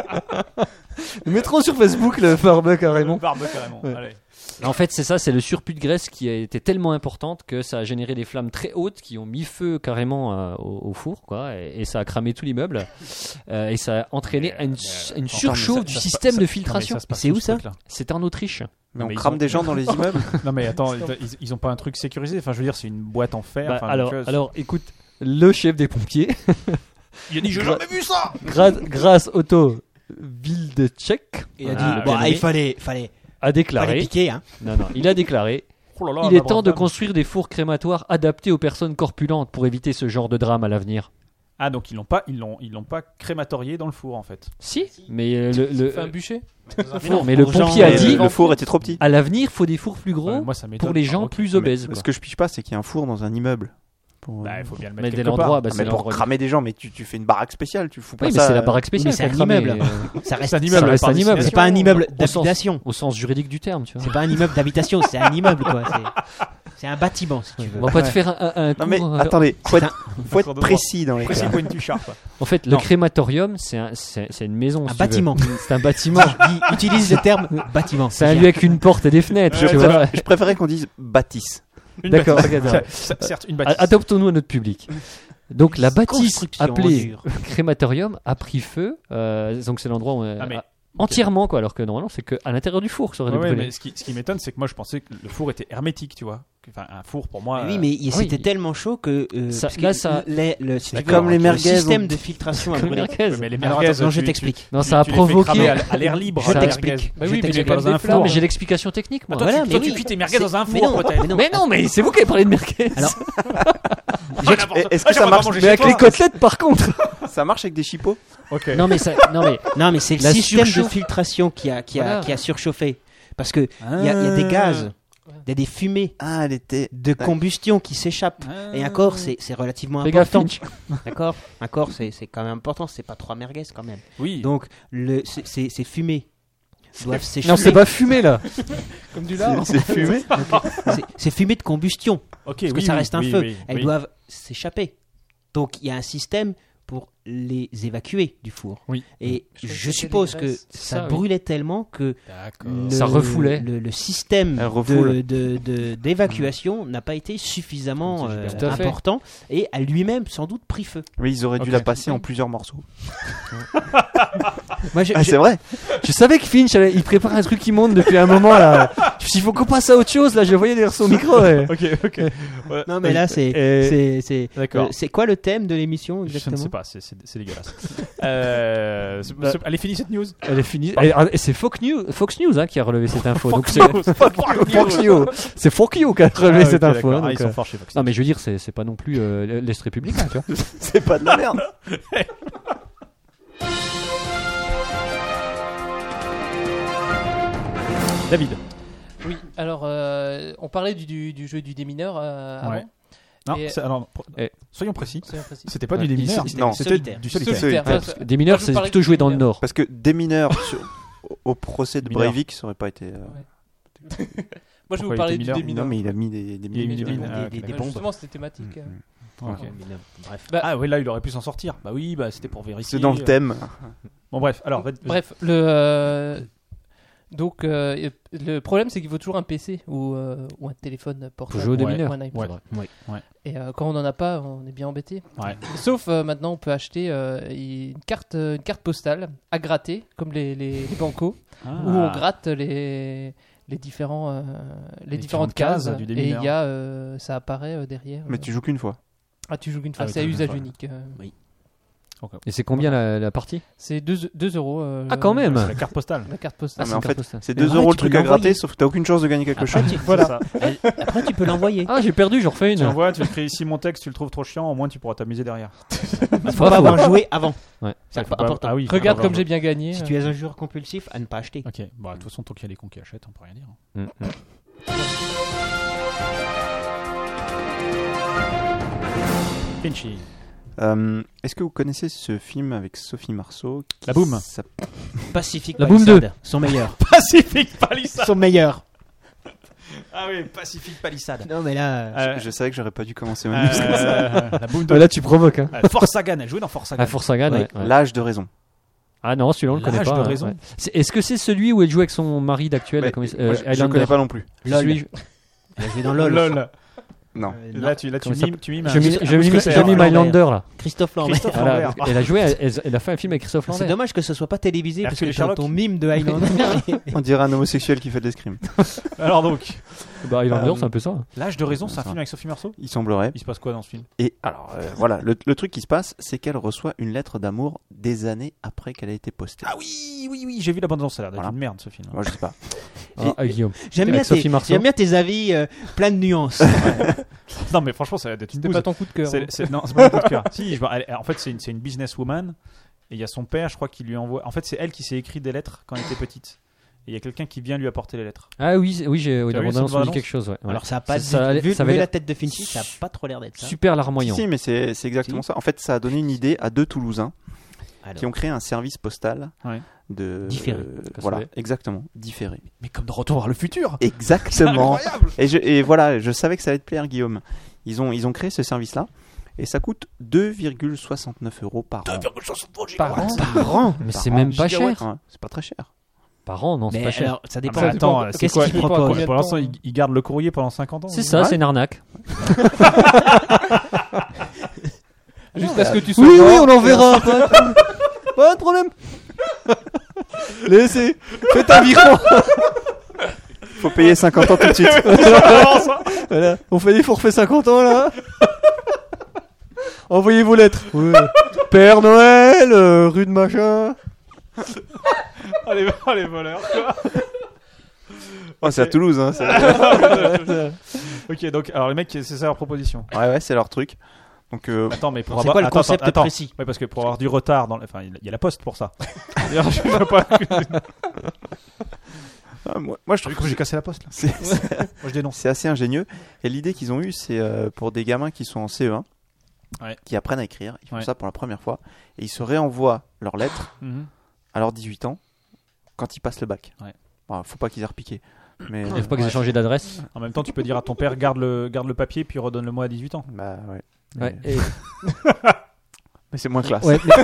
Nous mettrons sur Facebook le barbecue à Raymond. Barbe carrément. Ouais. Allez. En fait, c'est ça, c'est le surplus de graisse qui a été tellement importante que ça a généré des flammes très hautes qui ont mis feu carrément euh, au, au four, quoi, et, et ça a cramé tout l'immeuble. Euh, et ça a entraîné Mais, une, mais, une enfin, surchauffe mais ça- du ça se système passe- de ça- filtration. non, mais ça se passe C'est où ce ça truc-là. C'était en Autriche. Mais Non, on mais ils crame ont- des gens dans les immeubles. Non mais attends, ils, ils ont pas un truc sécurisé. Enfin, je veux dire, c'est une boîte en fer. Bah, enfin, alors, tu vois, alors, écoute, le chef des pompiers, il a dit, j'ai jamais vu ça. grâce, grâce Otto Wildczek, Il a Ah, dit bien bon, aimé. il fallait, fallait, a fallait déclaré. piquer. Hein. Non, non, il a déclaré. Oh là là, Il ma est temps brave de dame. construire des fours crématoires adaptés aux personnes corpulentes pour éviter ce genre de drame à l'avenir. Ah donc ils l'ont pas, ils l'ont, ils l'ont pas crématorié dans le four en fait. Si, mais euh, le, le- Fait un bûcher. non, mais le pour gens, pompier a euh, dit Le four était trop petit. à l'avenir, faut des fours plus gros Ouais, moi, ça m'étonne. pour les gens Ok. plus obèses. Ce quoi. que je piche pas, c'est qu'il y a un four dans un immeuble. Pour, Bah, il faut bien le Mais mettre dès quelque l'endroit, part. bah, Ah, c'est mais pour l'endroit du- cramer des gens, mais tu, tu fais une baraque spéciale, tu fous pas Oui, mais ça. c'est la euh, baraque spéciale. mais c'est un qui a cramé, immeuble. euh, Ça reste C'est un immeuble, ça reste par un immeuble. destination. C'est pas un immeuble Au sens- d'habitation. au sens juridique du terme, tu vois. C'est pas un immeuble d'habitation, c'est un immeuble quoi. C'est, c'est un bâtiment si tu veux. On va pas te faire un, un, un Non mais cours, euh, attendez, faut C'est être, faut être Cours de précis dans les Précis cas. pointu sharp. En fait, le Non. crématorium, c'est un- c'est c'est une maison. Un si tu veux. bâtiment. C'est un bâtiment. Il utilise le terme bâtiment. C'est un lieu avec une porte et des fenêtres. Je, tu vois. préfère- je préférais qu'on dise bâtisse. Une D'accord, bâtisse. d'accord. C- Certes, une A- bâtisse. Adaptons-nous à notre public. Donc la bâtisse Construction en appelée dur. crématorium a pris feu. euh, donc c'est l'endroit où on- Ah, mais- entièrement quoi, alors que normalement c'est qu'à l'intérieur du four que ça aurait Ouais, dû ouais, brûler. mais ce qui, ce qui m'étonne, c'est que moi je pensais que le four était hermétique, tu vois. Enfin, un four pour moi. Oui, euh, mais il- oui. c'était tellement chaud que, euh, Ça- parce que là, ça- les- le, si tu veux, comme les le merguez, système on- de filtration a Comme brûlé. merguez. mais les Alors, merguez, attends, non, je tu- t'explique. Non, tu- ça a tu les fais provoqué. cramer à, à l'air libre. Je à la t'explique. merguez. Bah Je oui, mais t'explique. il y a Dans quand même un des four, Non, flammes. mais j'ai l'explication technique moi. Toi, Voilà, tu, mais toi, tu oui. cuis tes merguez C'est- dans un mais four, non, peut-être. mais non. Mais non, mais c'est vous qui avez parlé de merguez. Alors, Est-ce Ah, que ça j'aimerais marche manger mais chez avec toi. les côtelettes par contre. Ça marche avec des chipots? Ok. non mais ça, non mais non mais c'est le La système de surchauffe. filtration qui a qui a Voilà. qui a surchauffé parce que il y, a- il y a des gaz, il y a des fumées Ah, elle était. de combustion qui s'échappent. Et un corps, c'est c'est relativement Fais gaffe, important. Finch. D'accord. Un corps, c'est c'est quand même important. C'est pas trois merguez quand même. Oui. Donc le c'est- c'est ces fumées doivent Non, s'échapper. c'est pas fumé là. Comme du lard. C'est fumé. C'est- c'est fumées de combustion. Ok. Parce que oui, ça oui, reste un oui, feu. oui, Elles oui. doivent s'échapper. Donc il y a un système pour les évacuer du four. Oui. Et Je je, crois que c'était suppose les que graisses. ça, Ça, oui. brûlait tellement que D'accord. le, Ça refoulait. le, le système Elle refoule. de- de- de- d'évacuation n'a pas été suffisamment euh, Tout à fait. important et a lui-même sans doute pris feu. Oui, ils auraient dû Ok. la passer en plusieurs morceaux. Moi, je- Ah, je- c'est vrai. Je savais que Finch, allait- il prépare un truc qui monte depuis un moment là. Je me suis dit, il faut qu'on passe à autre chose là. Je voyais derrière son micro. et- Ok, ok. Ouais. non mais là c'est Et- c'est c'est D'accord. euh, c'est quoi le thème de l'émission Je ne exactement? sais pas, c'est c'est- c'est dégueulasse. euh, c'est- Bah. c'est- elle est finie cette news. Elle est finie. Et, et c'est Fox News, Fox News hein, qui a relevé cette info. Donc Fox c'est News, Fox News. Fox News. C'est Fox News qui a relevé Ah, cette ok, info. d'accord. hein, Ah, donc, ils sont euh, forts chez Fox Non News. mais je veux dire, c'est c'est pas non plus euh, l'Est républicain, tu vois. C'est pas de la merde. David. Oui, alors euh, on parlait du, du, du jeu du démineur euh, avant. Ouais. Non, Et- c'est- alors, pr- Eh. soyons précis. Soyons précis. C'était pas Ouais. du démineur. C'était Non. C'était solitaire. du solitaire. Solitaire. Ouais, Ça, ça- Des mineurs, Moi, je c'est parlais plutôt du joué dans le mineur. Nord. Parce que des mineurs sur- au procès de Mineurs. Breivik, ça aurait pas été. euh, Moi je vais Pourquoi vous il parler était du mineur démineur. Non, mais il a mis des, des Il a mis des mines. mines. Des- Ah, des- ok. des Bah, bombes. justement, c'était thématique. Mm. Ok. Oh, mais non, bref. Bah, Ah oui, là, il aurait pu s'en sortir. Bah oui, bah c'était pour vérifier. C'est dans le thème. Bon, bref, alors. va- Bref, le euh, donc euh, le problème c'est qu'il faut toujours un P C ou, euh, ou un téléphone portable Pour jouer aux ou démineurs. un iPad. Ouais. Oui. Et euh, quand on en a pas, on est bien embêté. Ouais. Sauf euh, maintenant, on peut acheter euh, une carte, une carte postale à gratter, comme les, les, les bancos, Ah. où on gratte les les différents euh, les, Les différentes différentes cases, cases du et démineur. il y a euh, ça apparaît euh, derrière. Mais euh. tu joues qu'une fois. Ah, tu joues qu'une fois, Ah oui, c'est à tu joues usage qu'une fois. unique. euh. Et c'est combien la, la partie? C'est deux euros. Euh, Ah, quand même. C'est la carte postale. La carte Ah, postale. mais c'est en une fait, carte postale. c'est Mais deux ouais, euros le tu peux truc à l'envoyer. gratter, sauf que t'as aucune chance de gagner quelque chose. Après, tu... Voilà. Elle- Après, tu peux l'envoyer. Ah, j'ai perdu, j'en refais Tu une. envoies, tu écris ici mon texte, tu le trouves trop chiant, au moins tu pourras t'amuser derrière. Il faut pas avoir joué avant. Ouais. C'est Faut pas- important. Ah oui, faut Regarde pas comme avoir- j'ai bien gagné. Si tu es un joueur compulsif, à ne pas acheter. Ok, bon, de toute façon, tant qu'il y a des cons qui achètent, on peut rien dire. Mm, mm. Pinchy. Euh, Est-ce que vous connaissez ce film avec Sophie Marceau qui La Boom. s'appelle- Pacific La Boom Palisade, deux. son meilleur. Pacific Palisade. Son meilleur. Ah oui, Pacific Palisade. Non, mais là. Euh, Je savais que j'aurais pas dû commencer ma euh, news comme ça. euh, la Boom Ah, de là, tu provoques. Hein. Force Sagan, elle jouait dans Force Sagan. À Force Sagan, ouais. ouais. L'âge de raison. Ah non, celui-là, on le connaît L'âge pas. de ouais. raison. Ouais. C'est- Est-ce que c'est celui où elle joue avec son mari d'actuel Mais, comment il s- moi, euh, je, je Highlander. connais pas non plus. LOL. Celui- Il a joué dans LOL. LOL. Non. Euh, Là, tu, là, tu Comment ça mimes, tu mimes Je un- mime- un je mime- mousquetaire. je mime Lambert. Highlander là. Christophe Lambert. Christophe Voilà, Lambert. elle a joué, elle, elle- elle a fait un film avec Christophe C'est Lambert. dommage que ce soit pas télévisé parce Hercule que et c'est Sherlock. ton mime de Highlander. On dirait un homosexuel qui fait de l'escrime. Alors donc, Bah, Highlander, Euh, c'est un peu ça. l'âge de raison, c'est un Ça. film avec Sophie Marceau. Il semblerait. Il se passe quoi dans ce film? Et alors, euh, voilà, le, le truc qui se passe, c'est qu'elle reçoit une lettre d'amour des années après qu'elle a été postée. Ah oui, oui, oui, j'ai vu la bande annonce, ça a l'air d'être Voilà. une merde ce film. Moi, je sais pas. Ah, ah, Guillaume. J'aime Avec bien, Sophie tes, Marceau. j'aime bien tes avis euh, plein de nuances. Non, mais franchement, ça a l'air d'être une C'était bouse. pas ton coup de cœur. C'est- hein. c'est- non, c'est pas un coup de cœur. Si, je vois, elle- en fait, c'est une, c'est une businesswoman. Et il y a son père, je crois, qui lui envoie. En fait, c'est elle qui s'est écrit des lettres quand elle était petite. Et il y a quelqu'un qui vient lui apporter les lettres. Ah oui, c'est- oui, j'ai oui, Tu as la vu bande cette annonce me dit bande-annonce quelque chose. Ouais. Ouais. Alors ça a pas Ça- ça vu, a- vu, ça avait vu l'air la tête de Finchy, ça a pas trop l'air d'être ça. Super Si, larmoyant. si, mais c'est c'est exactement Si. ça. En fait, ça a donné une idée à deux Toulousains Alors, qui ont créé un service postal Ouais. de Différé. euh, Cassoulet. voilà, exactement, différé. Mais comme de Retour vers le futur. Exactement. Incroyable. Et, je, et voilà, je savais que ça allait te plaire, Guillaume. Ils ont, ils ont créé ce service-là et ça coûte deux virgule soixante-neuf euros par an. Par an. par an. Mais Par c'est an. même pas Gigawatt, cher. hein. C'est pas très cher. Par an, non, c'est Mais pas cher. alors, ça Ah, dépend. mais attends, dépend- c'est qu'est-ce quoi qu'il il- propose Pour Combien de l'instant, temps il, il garde le courrier pendant cinquante ans. C'est ou- ça, Ouais. c'est une arnaque. Jusqu'à ce que tu sois. Oui, oui, mort. on l'enverra. Pas de problème. Laissez. Faites un virement. Faut payer cinquante ans tout de suite. Voilà. On fait des forfaits cinquante ans là. Envoyez vos lettres. Ouais. Père Noël, euh, rue de machin. Oh, les, oh, les voleurs. Oh, c'est à Toulouse, hein. c'est- Ok, donc, alors les mecs, c'est ça leur proposition. Ouais, ouais, c'est leur truc. Donc, euh, Attends, mais pour C'est avoir. quoi le attends, concept attends, précis? Ouais, parce que pour avoir du retard dans. le- Enfin, il y a la poste pour ça. D'ailleurs, je veux pas. ah, moi, moi, je T'as vu trouve comment j'ai cassé la poste là? c'est c'est- Moi, je dénonce. c'est assez ingénieux. Et l'idée qu'ils ont eue, c'est euh, pour des gamins qui sont en C E un, Ouais. qui apprennent à écrire. Ils font Ouais. ça pour la première fois. Et ils se réenvoient leurs lettres Mhm. à leurs dix-huit ans quand ils passent le bac. Ouais. Bon, faut pas qu'ils aient repiqué. Mais, Il faut pas qu'ils aient changé d'adresse. En même temps, tu peux dire à ton père, garde le, garde le papier, puis redonne-le-moi à dix-huit ans. bah ouais. Ouais. Mais, Et- mais c'est moins classe. ouais, mais-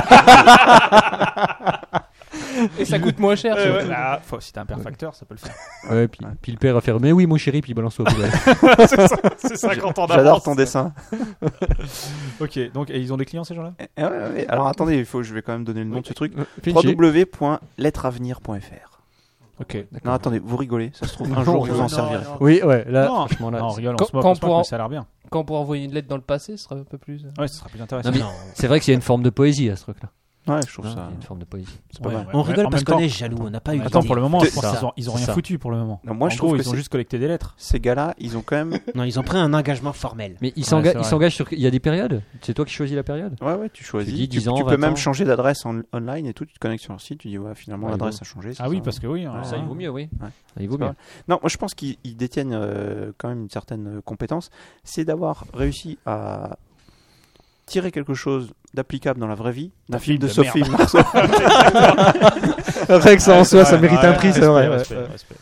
Et ça coûte moins cher. Ouais, surtout. ouais, bah, faut- si t'as un père facteur, ça peut le faire. ouais, puis, puis le père a fait mais oui mon chéri puis il balance toi. c'est ça, c'est cinquante ans d'avance. J'adore ton dessin. Ok, donc, et ils ont des clients ces gens-là? Eh ouais, ouais, ouais. Alors attendez, il faut, je vais quand même donner le nom de ce truc. Finchy. w w w point lettravenir point f r. Ok. Non, attendez, vous rigolez, ça se trouve un Non, jour vous non, en non, servirez. non. Oui, ouais, là, Non, franchement, là. non, on rigole, on Quand- se moque, quand on se moque, pour- mais ça a l'air bien. Quand pour envoyer une lettre dans le passé, ce serait un peu plus. Ouais, ce sera plus intéressant. Non, mais c'est vrai qu'il y a une forme de poésie à ce truc-là. Ouais, je trouve Hein, ça. il y a une forme de poésie. C'est pas Ouais, mal. ouais, On ouais. rigole En parce même qu'on est temps- jaloux, on n'a pas eu Attends, d'idée. pour le moment, C'est je pense ça. qu'ils ont, ils ont C'est rien ça. foutu pour le moment. Non, moi, En je gros, trouve que ils ont c'est- juste collecté des lettres. Ces gars-là, ils ont quand même. Non, ils ont pris un engagement formel. Mais il Ouais, s'enga- c'est il vrai. s'engage sur. Il y a des périodes. C'est toi qui choisis la période. Ouais, ouais, tu choisis. Tu dis Tu, dix ans, tu peux vingt même ans. changer d'adresse en, online et tout. Tu te connectes sur leur site. Tu dis, ouais, finalement, Ouais, l'adresse bon. a changé. c'est Ah oui, ça. parce que oui. hein, Ça, il vaut mieux, oui. Ouais. Ça, il vaut C'est mieux. vrai. Non, moi, je pense qu'ils ils détiennent euh, quand même une certaine euh, compétence. C'est d'avoir réussi à tirer quelque chose d'applicable dans la vraie vie d'un Un film de, film de Sophie merde. Marceau. Rien que ça en Ouais, soi, c'est ça vrai, mérite ouais, un prix, c'est respect, vrai. respect, ouais. respect.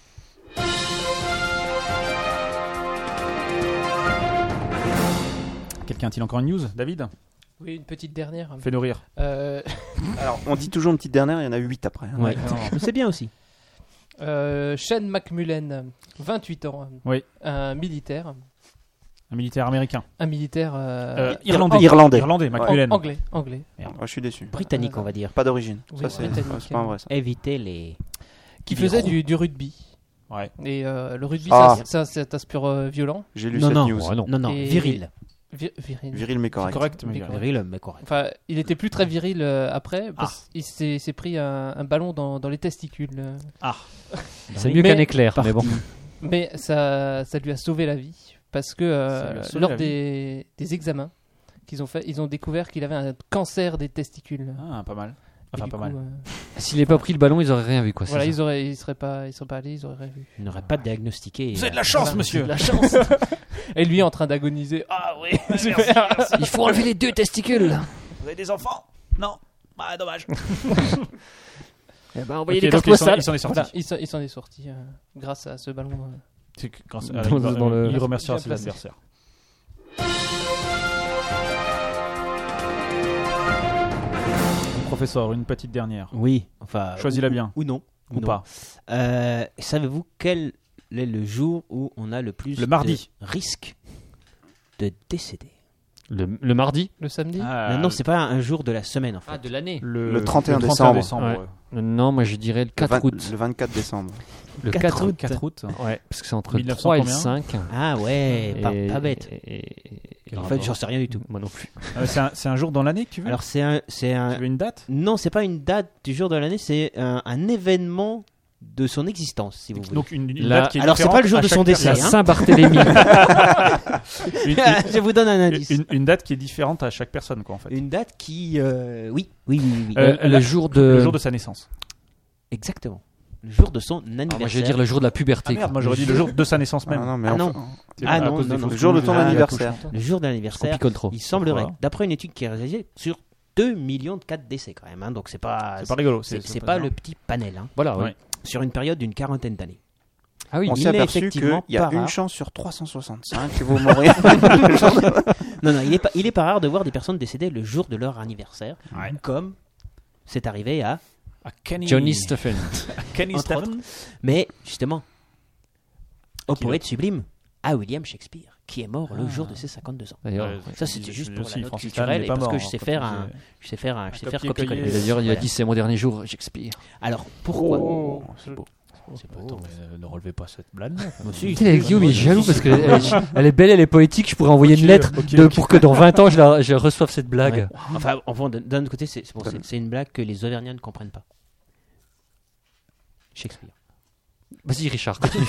Quelqu'un a-t-il encore une news, David? Oui, une petite dernière. Fais-nous rire. Euh, Alors, on dit toujours une petite dernière, il y en a huit après. hein. Ouais. Non. Mais c'est bien aussi. euh, Shane McMullen, vingt-huit ans. Oui. Un militaire. Un militaire américain. Un militaire. euh, Euh, irlandais. Irlandais. Irlandais, McMullen. an- anglais. Anglais. Oh, je suis déçu. Britannique, on va dire. Pas d'origine. Oui, ça, c'est britannique. c'est pas un vrai ça. Éviter les. Qui Les faisait ronds. du, du rugby. Ouais. Et euh, le rugby, Ah. ça, ça, ça t'aspire euh, violent. J'ai lu Non, cette non. news. Ouais, non. Non, non, Et- viril. Vi- viril. Viril mais correct. Correct, mais Mais viril. Viril, mais correct. Enfin, il était plus très viril euh, après parce qu'il s'est, s'est pris un, un ballon dans, dans les testicules. euh. Ah, C'est mieux Mais- qu'un éclair, mais bon. Mais ça, ça lui a sauvé la vie parce que euh, Ça lui a sauvé lors la vie. des, des examens qu'ils ont fait, ils ont découvert qu'il avait un cancer des testicules. ah, pas mal. Et Enfin, du pas coup, mal. euh, S'il n'avait pas pris le ballon, ils auraient rien vu, quoi. c'est voilà, ça. ils auraient, ils seraient pas, ils seraient pas allés, ils auraient rien vu. Il n'aurait pas diagnostiqué. Vous avez de la chance, Voilà, monsieur. de la chance. Et lui en train d'agoniser. Ah oui, super. Il faut enlever les deux testicules. Vous avez des enfants? Non. Bah, dommage. Eh ben, envoyez Ok, les donc cartes il s'en- postales. il s'en est sorti. Voilà, il s'en, il s'en est sorti euh, grâce à ce ballon. euh. C'est que grâce Dans- à- dans- dans le- Il remerciera Bien ses placé. adversaires. Professeur, une petite dernière. Oui, enfin. Choisis-la ou- bien. Ou non. Ou non. pas. Euh, savez-vous quel est le jour où on a le plus Le mardi. de risque de décéder? Le, le mardi Le samedi. Ah, Non, non, c'est pas un jour de la semaine en fait. Ah, de l'année. le, Le trente et un le décembre. Ouais. Non, moi je dirais le Le quatre vingt- août. Le vingt-quatre décembre. Le quatre quatre août. août. quatre août. Ouais, parce que c'est entre mille le neuf cents trois et le combien cinq. Ah ouais, pas, Et- pas bête. et- et- et- En fait, j'en sais rien du tout. Moi non plus. Euh, c'est un, c'est un jour dans l'année que tu veux Alors c'est un, c'est Tu un. veux une date Non, c'est pas une date du jour de l'année, c'est un, un événement de son existence, si vous voulez. Donc une, une Là- date qui est alors, c'est différente pas le jour à de chaque son décès, La personne. hein. Saint-Barthélemy. Une, Je vous donne un une- indice. une- une date qui est différente à chaque personne, quoi, en fait. Une date qui, euh, oui, oui, oui, oui, oui. Euh, le la- jour de. Le jour de sa naissance. Exactement. Le jour de son anniversaire. Ah, moi je vais dire le jour de la puberté. Ah merde, quoi. moi j'aurais dit le jour de sa naissance Ah même. non, mais Ah enfin- non. C'est Ah à non, cause des non, non. fausses Le jour de couches, ton ah, anniversaire. Le jour de On l'anniversaire, picole trop. il semblerait, Voilà. d'après une étude qui est réalisée sur deux millions de cas de décès quand même, hein, donc c'est pas, C'est pas rigolo. c'est, c'est pas le petit panel, hein, Voilà, oui. Ouais. sur une période d'une quarantaine d'années. Ah oui, On il s'est n'est aperçu effectivement qu'il y a pas une rare. chance sur trois cent soixante-cinq que vous mourrez. Non, non, il est pas, il est pas rare de voir des personnes décédées le jour de leur anniversaire, Ouais. comme c'est arrivé à. À Kenny. Johnny Stephen. Kenny Entre Stephen. Mais justement, au Qui poète sublime, à William Shakespeare, qui est mort le Ah. jour de ses cinquante-deux ans. D'ailleurs, Ouais, Ça, c'était je- juste je- pour aussi, la note Francis culturelle Allen et est pas parce que mort, je sais hein, faire quand un, il je sais faire un, je sais faire copier-coller. copier-coller. et d'ailleurs, il a Voilà. dit c'est mon dernier jour, Shakespeare. Alors pourquoi Oh. C'est beau. C'est beau. Attends, mais euh, ne relevez pas cette blague. Moi aussi. Putain, Guillaume il est jaloux parce qu'elle est, elle est belle, elle est poétique. Je pourrais envoyer Ok, une lettre ok, de- ok. pour que dans vingt ans je, la, je reçoive cette blague. Ouais. Enfin, enfin, d'un d'un autre côté, c'est c'est bon, c'est- c'est une blague que les Auvergnats ne comprennent pas. Shakespeare. Vas-y, Richard, continue.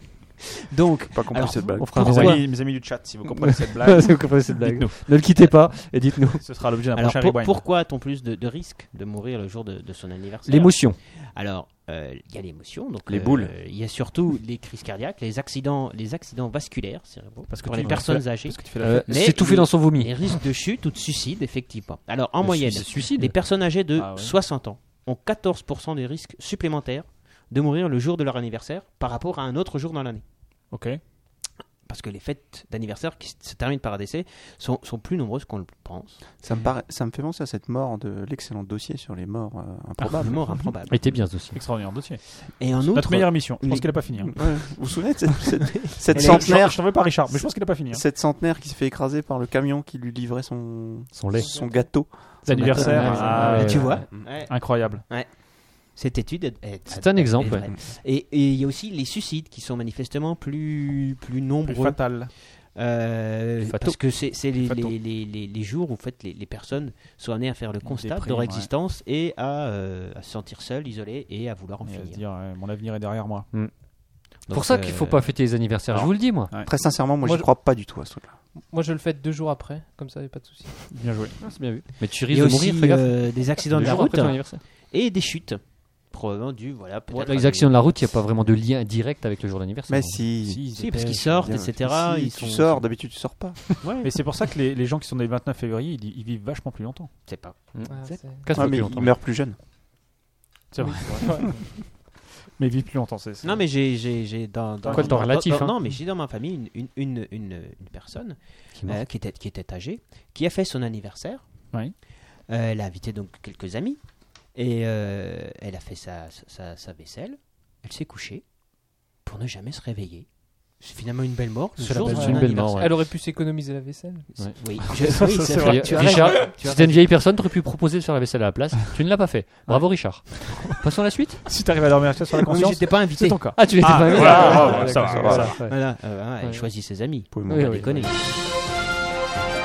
Donc, Pas compris alors, cette blague. On fera un Mes Pourquoi amis, mes amis du chat, si vous comprenez cette blague, Si vous comprenez cette blague. dites-nous. Ne le quittez pas et dites-nous. Ce sera l'objet d'un alors prochain pour- rewind. pourquoi a-t-on plus de, de risques de mourir le jour de, de son anniversaire L'émotion. Alors, euh, il y a l'émotion, donc Les euh, boules. Il y a surtout les crises cardiaques, les accidents, les accidents vasculaires cérébraux, Parce que pour tu- les personnes parce âgées, que tu fais la Euh, fête. Mais c'est tout fait les- dans son vomi. les risques de chute ou de suicide, effectivement. Alors, en Le moyenne, suicide- suicide. les personnes âgées de Ah ouais. soixante ans ont quatorze pour cent des risques supplémentaires de mourir le jour de leur anniversaire par rapport à un autre jour dans l'année. Ok. Parce que les fêtes d'anniversaire qui se terminent par un décès sont, sont plus nombreuses qu'on le pense. Ça me, paraît, ça me fait penser à cette mort de l'excellent dossier sur les morts euh, improbables. Une mort improbable. Il était bien ce dossier. Extraordinaire dossier. Et en Notre outre, meilleure émission. Je pense les- qu'il n'a pas fini. hein. Ouais, vous vous souvenez de cette, cette, cette Elle est- centenaire, Je t'en veux pas, Richard, mais je pense qu'il n'a pas fini. hein. cette centenaire qui s'est fait écraser par le camion qui lui livrait son, Son lait. son gâteau. D'anniversaire. Ouais, Ah, ouais, ouais. tu vois, Mm. ouais, Incroyable. cette étude est, est- C'est un exemple, est vraie. ouais. Et et il y a aussi les suicides qui sont manifestement plus, plus Plus nombreux. fatal. Euh, Fatal. parce que c'est c'est les, Fatal. les, les, les, les jours où en fait, les, les personnes sont amenées à faire le constat de dépriment, leur ouais. existence et à, euh, à se sentir seules, isolées et à vouloir en Et à se finir. dire, ouais, mon avenir est derrière moi. Donc, Pour ça euh, qu'il faut pas fêter les anniversaires. Je alors- vous le dis, moi. Très sincèrement, moi, Moi, j'y je- crois pas du tout à ce truc-là. Moi, je le fais deux jours après, comme ça, y a pas de souci. Bien joué. Ah, c'est bien vu. Mais tu Il risques y a de aussi mourir, fais gaffe. euh, des accidents Deux de la jours route après ton anniversaire. et des chutes. Probablement dû, voilà, peut-être. Les à accidents de des- la route, il n'y a pas vraiment de lien direct avec le jour d'anniversaire. Mais si, Si, parce qu'ils sortent, bien, et cetera. si ils tu sont- sors, d'habitude tu sors pas. Mais c'est pour ça que les, les gens qui sont nés le vingt-neuf février, ils, ils vivent vachement plus longtemps. C'est pas. Mm. Ah, c'est- Quatre Ouais, fois mais plus longtemps. ils meurent plus jeunes. C'est vrai. Mais ils vivent plus longtemps. C'est, c'est- Non, mais j'ai, j'ai, j'ai dans, dans, Quoi de temps dans- relatif, dans- hein. Non, mais j'ai dans ma famille une, une, une, une, une personne Qui est euh, qui, était, qui était âgée, qui a fait son anniversaire. Oui. Euh, elle a invité donc quelques amis et euh, elle a fait sa, sa, sa vaisselle. Elle s'est couchée pour ne jamais se réveiller. C'est finalement une belle mort. le C'est la jour de belle- son c'est une belle anniversaire. mort, ouais. Elle aurait pu s'économiser la vaisselle. Ouais. Oui, je- oui, c'est c'est vrai. vrai. Tu as Richard, raison. Tu si as t'es une raison. vieille personne, t'aurais pu proposer de faire la vaisselle à la place. Tu ne l'as pas fait. Bravo, Richard. Passons à la suite. Si t'arrives à dormir sur la Oui, mais conscience, j'étais pas c'est invité. ton cas. Ah, tu l'étais Ah, pas voilà, Ah, voilà, d'accord, ça va, ça voilà. va. Ouais. Voilà, euh, ouais, elle Ouais. choisit ses amis. Vous pouvez Faut m'en pas oui, déconner.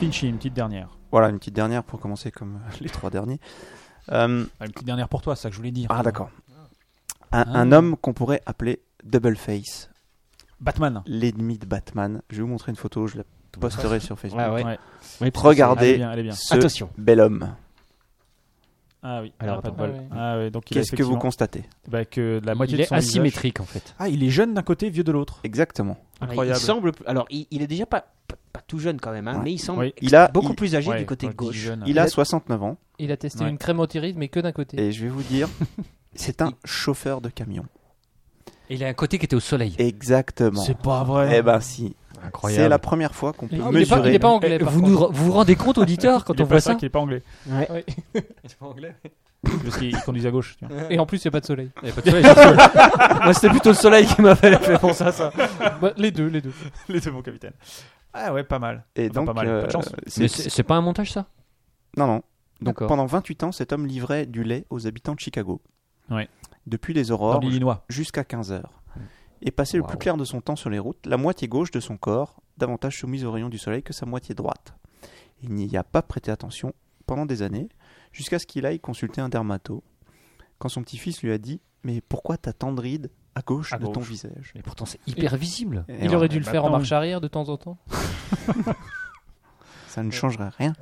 Finchy, une petite dernière. Voilà, une petite dernière pour commencer comme les trois derniers. Euh, Ah, une petite dernière pour toi, c'est ça que je voulais dire. ah d'accord. Un, Ah. un homme qu'on pourrait appeler Double Face, Batman. l'ennemi de Batman. Je vais vous montrer une photo, je la posterai sur Facebook. Ah ouais. Ouais. Oui, parce que Elle est Regardez bien, elle est bien. ce Attention. bel homme. Ah oui, Alors, ah, pas de attends. bol. Ah oui. Ah ouais, donc il a Qu'est-ce que vous effectivement- constatez? bah, que la moitié Il de est son visage- asymétrique en fait. Ah, il est jeune d'un côté, vieux de l'autre. Exactement. c'est- Incroyable. Il semble. Alors, il, il est déjà pas, pas, pas tout jeune quand même, hein, Ouais. mais il semble Oui. Il a, beaucoup il, plus âgé Ouais, du côté quand je dis gauche. jeune. il a soixante-neuf ans Il a testé Ouais. une crème anti-rides, mais que d'un côté. et je vais vous dire, c'est un chauffeur de camion. Et il a un côté qui était au soleil. Exactement. C'est pas vrai. Eh ben si. Incroyable. C'est la première fois qu'on peut Il est pas, mesurer. il est pas anglais. Eh, par vous, contre. nous, vous vous rendez compte, auditeur, quand Il est on pas voit ça ça qu'il est pas anglais. Ouais. Parce qu'il conduit à gauche. tu vois. Et en plus, il n'y a pas de soleil. Il y a pas de soleil, surtout. Moi, c'était plutôt le soleil qui m'avait fait penser à ça. Bah, les deux, les deux. Les deux, mon capitaine. Ah ouais, pas mal. Et Enfin, donc, pas mal, pas de euh, chance. c'est- Mais c'est c'est pas un montage, ça non, non. Donc D'accord. pendant vingt-huit ans, cet homme livrait du lait aux habitants de Chicago. Ouais. Depuis les Dans aurores l'Illinois. jusqu'à quinze heures. Et passait le Wow. plus clair de son temps sur les routes, la moitié gauche de son corps, davantage soumise aux rayons du soleil que sa moitié droite. Il n'y a pas prêté attention pendant des années, jusqu'à ce qu'il aille consulter un dermato, quand son petit-fils lui a dit « Mais pourquoi t'as tant de rides à gauche À de ton gauche. visage Mais pourtant, c'est hyper visible. ?» Et Il voilà, aurait dû le faire en maintenant- marche arrière de temps en temps. ça ne changerait rien.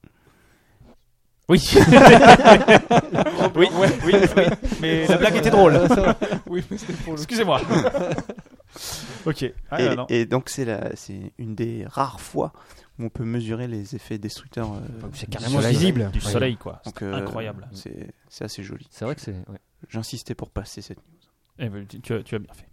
Oui. oui, ouais, oui, oui. Mais la blague était drôle. Oui, mais c'était pour le. Excusez-moi. Ok. Ah, et, non. et donc c'est la- c'est une des rares fois où on peut mesurer les effets destructeurs. euh, C'est Du carrément soleil, visible. Du soleil, quoi. donc, C'est euh, incroyable. C'est c'est assez joli. C'est vrai que c'est. ouais. J'insistais pour passer cette news. Eh ben, tu, tu as, tu as bien fait.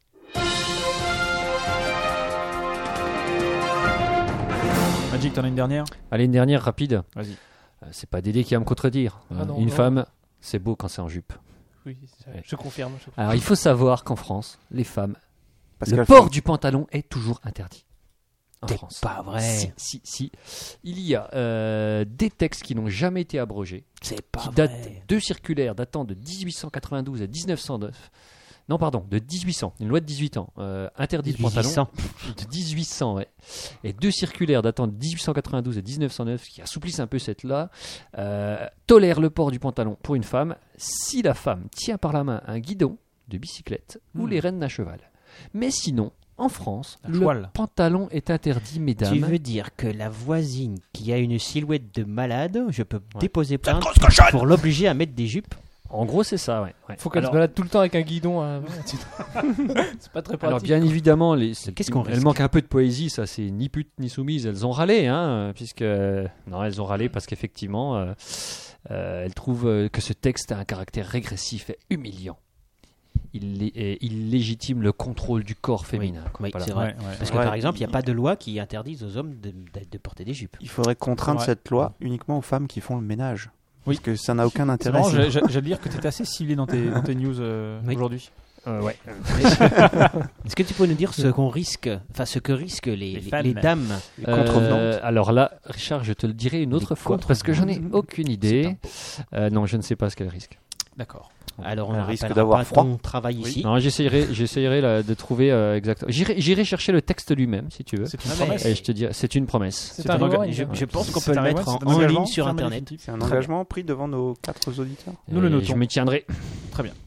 Magic, t'en as une dernière? Allez, une dernière rapide. Vas-y. Euh, c'est pas Dédé qui va me contredire. Ah Euh, non, une non. femme, c'est beau quand c'est en jupe. Oui, c'est vrai. Je confirme. je confirme. Alors, il faut savoir qu'en France, les femmes, Parce le qu'elles port font- du pantalon est toujours interdit. En C'est France. pas vrai. Si, si, si. Il y a euh, des textes qui n'ont jamais été abrogés, C'est pas qui vrai. datent deux circulaires datant de dix-huit cent quatre-vingt-douze à dix-neuf cent neuf. Non, pardon, de dix-huit cents, une loi de dix-huit ans, euh, interdit le pantalon. dix-huit cents. De dix-huit cents, ouais. Et deux circulaires datant de dix-huit cent quatre-vingt-douze et dix-neuf cent neuf qui assouplissent un peu cette loi, euh, tolèrent le port du pantalon pour une femme si la femme tient par la main un guidon de bicyclette ou Hmm. les rênes d'un cheval. Mais sinon, en France, Un le cheval. pantalon est interdit, mesdames. Tu veux dire que la voisine qui a une silhouette de malade, je peux Ouais. déposer plainte pour l'obliger à mettre des jupes? En gros, c'est ça, ouais. ouais. Faut qu'elle Alors- se balade tout le temps avec un guidon. à- c'est pas très pratique. Alors bien évidemment, les, c'est- Qu'est-ce qu'on elles risque manquent un peu de poésie, ça c'est ni pute ni soumise, elles ont râlé, hein, puisque non, elles ont râlé parce qu'effectivement, euh, euh, elles trouvent euh, que ce texte a un caractère régressif et humiliant. Il, lé- et il légitime le contrôle du corps féminin. quoi. Oui, Voilà. c'est vrai. Ouais, ouais. Parce que Ouais, par exemple, il n'y a il- pas de loi qui interdise aux hommes de, de- de porter des jupes. Il faudrait contraindre Ouais. cette loi uniquement aux femmes qui font le ménage. Oui. Parce que ça n'a aucun C'est intérêt. marrant, sinon. j'ai- j'ai- j'allais dire que tu étais assez ciblé dans tes, dans tes news euh, Oui. aujourd'hui. Euh, ouais. Est-ce que tu peux nous dire ce qu'on risque, enfin ce que risquent les, Les les- femmes. les dames Les contrevenantes. Euh, alors là, Richard, je te le dirai une autre Les fois parce que j'en ai contrevenantes. aucune idée. Euh, non, je ne sais pas ce qu'elle risque. D'accord. Alors on Elle ne risque rappellera d'avoir pas froid. ton travail ici. Non, j'essayerai, j'essayerai là, de trouver euh, exactement. J'irai, j'irai chercher le texte lui-même si tu veux. C'est une Ah, mais- promesse. Et je te dis, c'est une promesse. C'est un un rewind. Je, je pense qu'on C'est peut le un mettre rewind, en, c'est un en engagement ligne sur ferme internet. définitif. C'est un Très engagement pris devant nos quatre auditeurs. Nous le Et notons. Je m'y tiendrai. Très bien.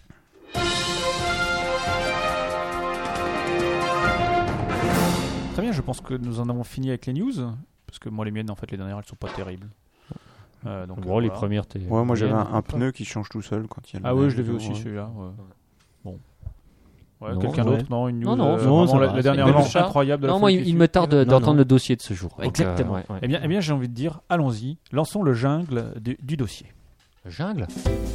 Très bien, je pense que nous en avons fini avec les news. Parce que moi, les miennes, en fait, les dernières, elles sont pas terribles. Euh, donc, Bon, euh, les voilà. premières, t'es. Ouais, moi j'avais un, moyenne. un pneu qui change tout seul quand il y a le Ah oui, ménage je l'ai vu dedans, aussi, ouais. celui-là. ouais. Bon. Ouais, Non, quelqu'un ouais. d'autre? Non, une news. Non, non, euh, non, vraiment ça la, va, la c'est dernière une vraiment belle chat. incroyable de la Non, moi, folie il, qui il fut. me tarde Non, d'entendre non. le dossier de ce jour. Donc, Exactement. euh, ouais, ouais. Eh bien, eh bien j'ai envie de dire, allons-y, lançons le jungle du, du dossier. Jungle.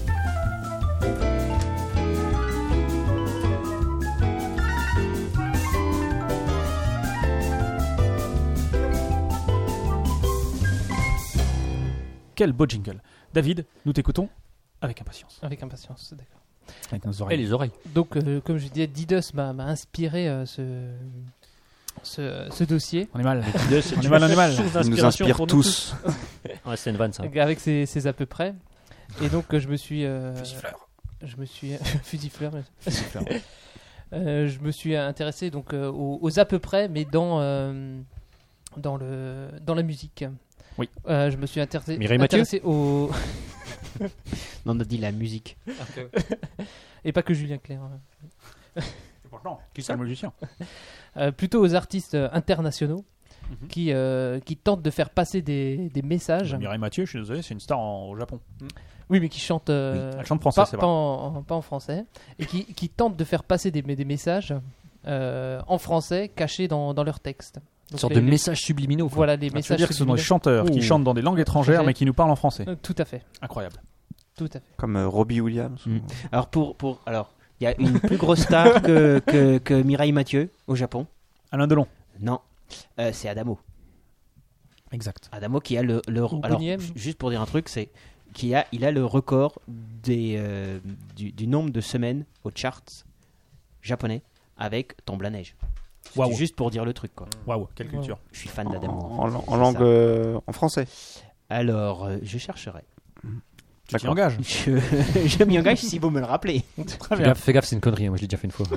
Quel beau jingle. David, nous t'écoutons avec impatience. Avec impatience, d'accord. Avec nos Et oreilles. les oreilles. Donc, euh, comme je disais, Didos m'a m'a inspiré euh, ce, ce, ce dossier On est mal. on est mal, on est mal. Il nous inspire tous. Ouais, c'est une vanne, ça. avec ses, ses à peu près. Et donc, euh, je me suis. euh, je me suis. Fusifleur. mais- Euh, je me suis intéressé donc euh, aux, aux à peu près, mais dans. euh, dans, le, dans la musique. Oui. Euh, je me suis intéressé, Mireille Mathieu intéressé au... Non, on a dit la musique. Et pas que Julien Clerc. Pourtant, qui c'est le magicien? Euh, plutôt aux artistes euh, internationaux Mhm. qui, euh, qui tentent de faire passer des, des messages. Mireille Mathieu, je suis désolé, c'est une star en- au Japon. Oui, mais qui chantent, euh, Elle chante français, pas, c'est pas, vrai. en, pas en français. Et qui, qui tentent de faire passer des, des messages euh, en français cachés dans, dans leurs textes. Une Donc sorte les- de les- messages subliminaux. quoi. Voilà, les Ah, tu veux messages. dire que ce sont des subliminaux. chanteurs qui Ouh. chantent dans des langues étrangères Étrangères. mais qui nous parlent en français. Euh, Tout à fait. Incroyable. Tout à fait. Comme euh, Robbie Williams. Mm. Alors, pour, pour, alors, il y a une plus grosse star que, que, que Mireille Mathieu au Japon. Alain Delon. Non, Euh, c'est Adamo. Exact. Adamo qui a le, le Ou alors Boniem. ju- juste pour dire un truc, c'est qu'il a il a le record des euh, du, du nombre de semaines aux charts japonais avec Tombe la neige. C'est Waouh. juste pour dire le truc quoi. Waouh, quelle culture. Je suis fan d'Adamo. En, en- en C'est langue ça. euh, en français. Alors euh, je chercherai. Tu t'y engages. Je, je m'y engage si vous me le rappelez. Très Fais gaffe, fais gaffe, c'est une connerie. hein, Moi, je l'ai déjà fait une fois.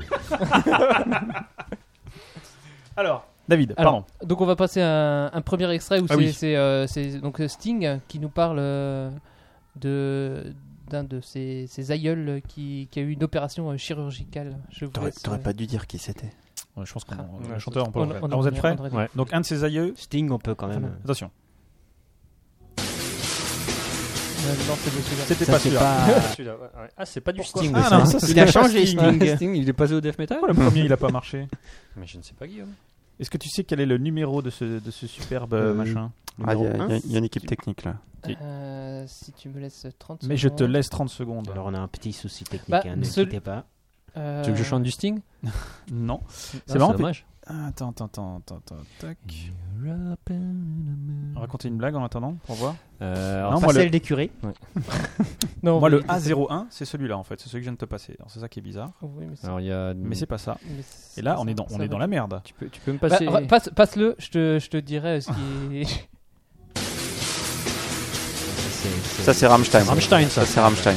Alors, David, Alors, pardon. donc on va passer un, un premier extrait où Ah c'est oui. c'est, euh, c'est donc Sting qui nous parle euh, de d'un de ses, ses aïeuls qui, qui a eu une opération euh, chirurgicale. Je vous T'aurais laisse, t'aurais euh, pas dû dire qui c'était. Ouais, je pense qu'on Ah, le ouais, chanteur, on peut. on- le faire. on- Alors, vous êtes on- prêts? on- Ouais. Donc, un de ses aïeux. Sting on peut quand même. Attention. euh, non, c'est celui-là. C'était Ça, pas c'est celui-là. pas- Celui-là, ouais, ouais. Ah, c'est pas du Pourquoi Sting. Ah, ça. non, ça, il c'est a pas changé Sting. Sting. Ouais, Sting, il est passé au death metal. Le premier, il a pas marché. Mais je ne sais pas, Guillaume. Est-ce que tu sais quel est le numéro de ce, de ce superbe euh, Euh, machin? Ah, il y, a- Numéro il y a- un. il y a une équipe technique là. Euh, si tu me laisses trente Mais je te secondes. laisse trente secondes. Alors on a un petit souci technique, Bah, hein, ne seul- quittez pas. Euh, Tu veux que je chante du Sting? Non. C'est marrant, dommage. Ah, Attends, attends, attends, attends, attends, tac. Raconter une blague en attendant, pour voir. Euh, alors, Non, Pas moi, le- celle des curés. Non, Moi, mais- le A zéro un, c'est celui-là en fait. C'est celui que je viens de te passer. Alors, c'est ça qui est bizarre. Oui, mais c'est- alors, il y a. Mais c'est pas ça. mais c'est Et là, pas on ça, est dans, ça on est va. dans la merde. Tu peux, tu peux me Bah, passer. re- passe, passe-le, je te, je te dirai ce qui est. C'est- c'est- Ça c'est Rammstein. Rammstein, ça. Ça c'est Rammstein.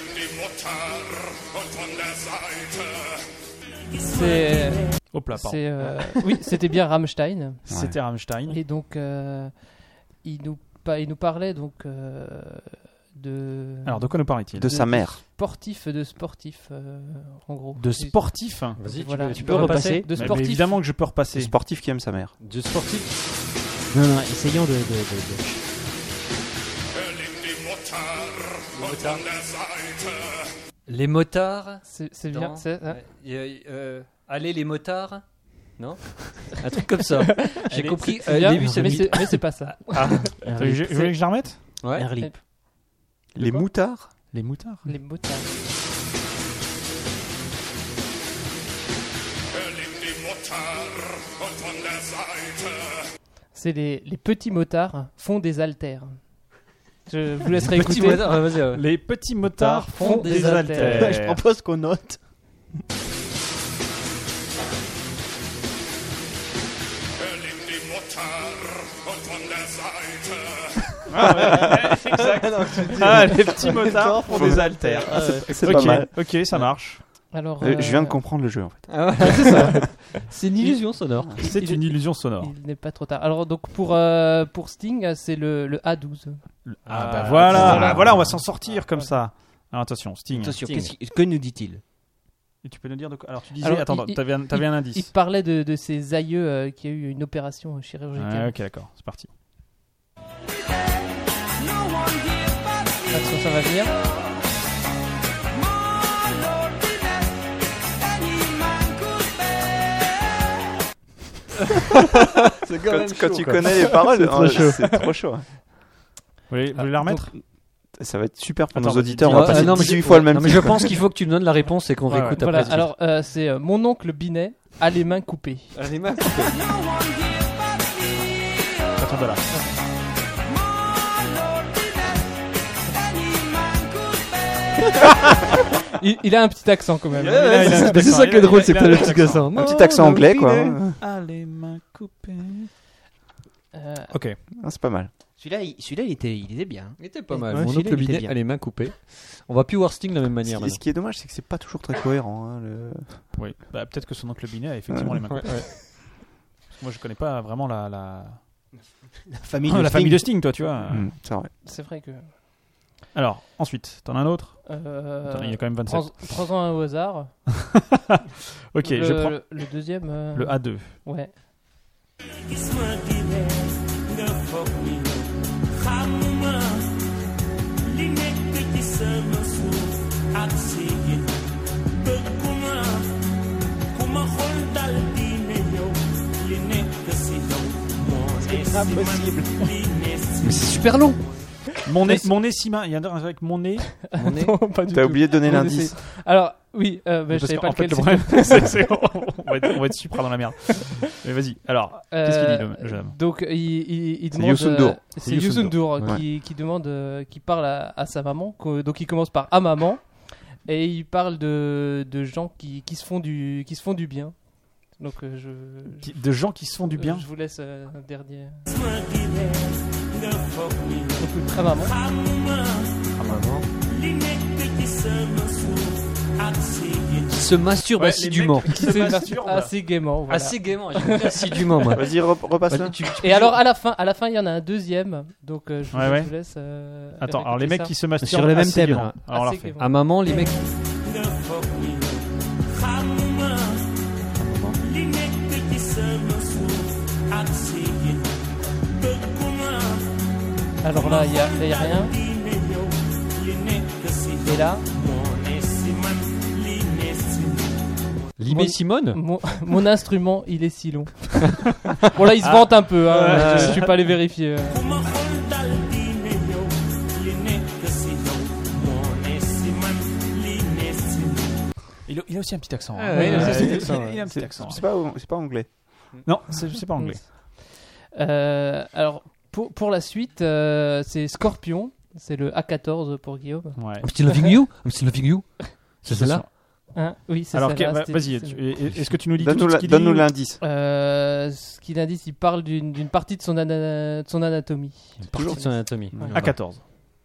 c'est. Hop là, pardon. c'est, euh, oui, c'était bien Rammstein. C'était Rammstein. Et donc, euh, il, nous, pa- il nous parlait donc euh, de. Alors, de quoi nous parlait-il? De sa mère. sportif, de sportif, euh, en gros. De sportif. Vas-y, tu Voilà. peux, tu Tu peux peux repasser. De Mais- mais sportif. évidemment que je peux Le repasser. sportif qui aime sa mère. De sportif. Non, non, essayons de. de, de, de- Les motards. C'est c'est dans- bien. c'est- hein. Ouais. Euh, euh, allez, les motards. Non? Un truc comme ça. J'ai Allez, compris. c'est euh, bien, début, c'est mais le c'est mais c'est pas ça. Vous voulez que je- vous voulez que je la remette? Ouais. Airlip. Les moutards. Les moutards. Les motards. C'est les, les petits motards font des haltères. Je vous laisserai Petit écouter. motard, ouais, vas-y, ouais. Les petits motards font font des des haltères. haltères. Je propose qu'on note. Ah, les petits motards font des haltères. C'est Ok, pas mal. ok, ça marche. Alors, Euh, Je viens de euh, comprendre le jeu en fait. Ah ouais, c'est ça. C'est une illusion sonore. C'est il- une illusion sonore. Il n'est pas trop tard. Alors donc pour euh, pour Sting, c'est le, le A douze. Ah bah Ah, voilà, voilà. voilà, on va s'en sortir comme ça. Alors attention, Sting. Attention, Sting. qu'est-ce qui- que nous dit-il? Et tu peux nous dire de quoi? Alors tu disais, Alors, attends, il- t'avais un, t'avais un Il indice. parlait de, de ses aïeux euh, qui a eu une opération chirurgicale. Ah, ok, d'accord, c'est parti. Attention, ça va venir. C'est Quand, quand tu connais les paroles, C'est trop hein, chaud. c'est trop chaud. Vous voulez, vous voulez la remettre? Ça va être super pour Attends, nos auditeurs. On dis- va ah, passer non, mais dix-huit je- fois le même non, mais je titre. pense qu'il faut que tu me donnes la réponse et qu'on Ouais, réécoute Voilà, après. alors euh, c'est euh, mon oncle Binet a les mains coupées. les mains. Attends, là. Il, il a un petit accent quand même. Il a- il a un petit C'est ça accent, qui est drôle, c'est il a- que t'as il le a petit un accent. Un petit accent anglais quoi. Ah, les mains coupées. Euh, Ok. Ah, c'est pas mal. Celui-là, il, celui-là, il était, il était bien. Il était pas Ouais, mal. ouais, Mon celui-là, oncle il était Binet bien. a les mains coupées. On va plus voir Sting de la même Ce manière qui, maintenant. ce qui est dommage, c'est que c'est pas toujours très cohérent. hein, le- Oui, bah, peut-être que son oncle Binet a effectivement les mains coupées. Parce que moi, je connais pas vraiment la, la, La famille, Ah, de la Sting. famille de Sting, toi, tu vois. Mm, c'est vrai. C'est vrai que. Alors, ensuite, t'en as un autre Euh, Attends, il y a quand même vingt-sept. prends- Prends-en un au hasard. Ok, le, je prends le, le deuxième. euh, le A deux. Ouais. Mais c'est super long. Mon nez, mon nez, Sima. Il y a un avec mon nez. On est... Non, pas du T'as tout. oublié de donner On l'indice. essaie- Alors, oui, euh, bah, je Parce savais pas qu'en fait, lequel le c'était. problème, c'est, c'est- on, va être, on va être super dans la merde. Mais vas-y. Alors, qu'est-ce qu'il dit, le, le jeune homme? Donc, il, il, il C'est demande. Youssou N'Dour. euh, C'est C'est Youssou Youssou N'Dour. N'Dour qui, qui demande, euh, qui parle à, à sa maman. qu'au- Donc, il commence par à maman. Et il parle de, de gens qui, qui, se font du, qui se font du bien. Donc, euh, je, je, De gens qui se font du bien. je vous laisse euh, un dernier. Donc, à maman. Qui se masturbe Ouais, assidûment. les mecs qui se masturbent. Assez gaiement. Voilà. Assez gaiement, j'aime bien assidûment, moi. Vas-y, re- repasse-la. Tu- tu- Et alors, à la fin, à la fin, il y en a un deuxième. Donc, euh, je, vous- Ouais, je ouais. vous laisse. euh, Attends, alors les répéter mecs ça. qui se masturbent. Sur le même assez thème. gaiement. Alors, on la Assez refait. gaiement. À maman, les mecs. Alors là, il n'y a, il y a rien. Et là, Limé Mon- Simone. mon, mon instrument, il est si long. Bon, là, il se vante un peu. Hein, Ouais. je ne suis pas allé vérifier. euh. Il a, il a aussi un petit accent. Ah hein. ouais, il a aussi un petit il- accent, il a un petit C'est accent. c'est pas, c'est pas anglais. Non, c'est, c'est pas anglais. Euh, alors, pour, pour la suite, euh, c'est Scorpion. C'est le A quatorze pour Guillaume. Ouais. I'm still loving you. I'm still loving you. C'est C'est celle-là. ça. Hein oui, c'est Alors, celle-là, que- c'était- vas-y, c'est- tu- est-ce que tu nous dis tout Donne-nous de la- suite ce qu'il donne-nous dit l'indice. Euh, ce qu'il indique, il parle d'une d'une partie de son, ana- de son anatomie. Une partie de son anatomie. A quatorze.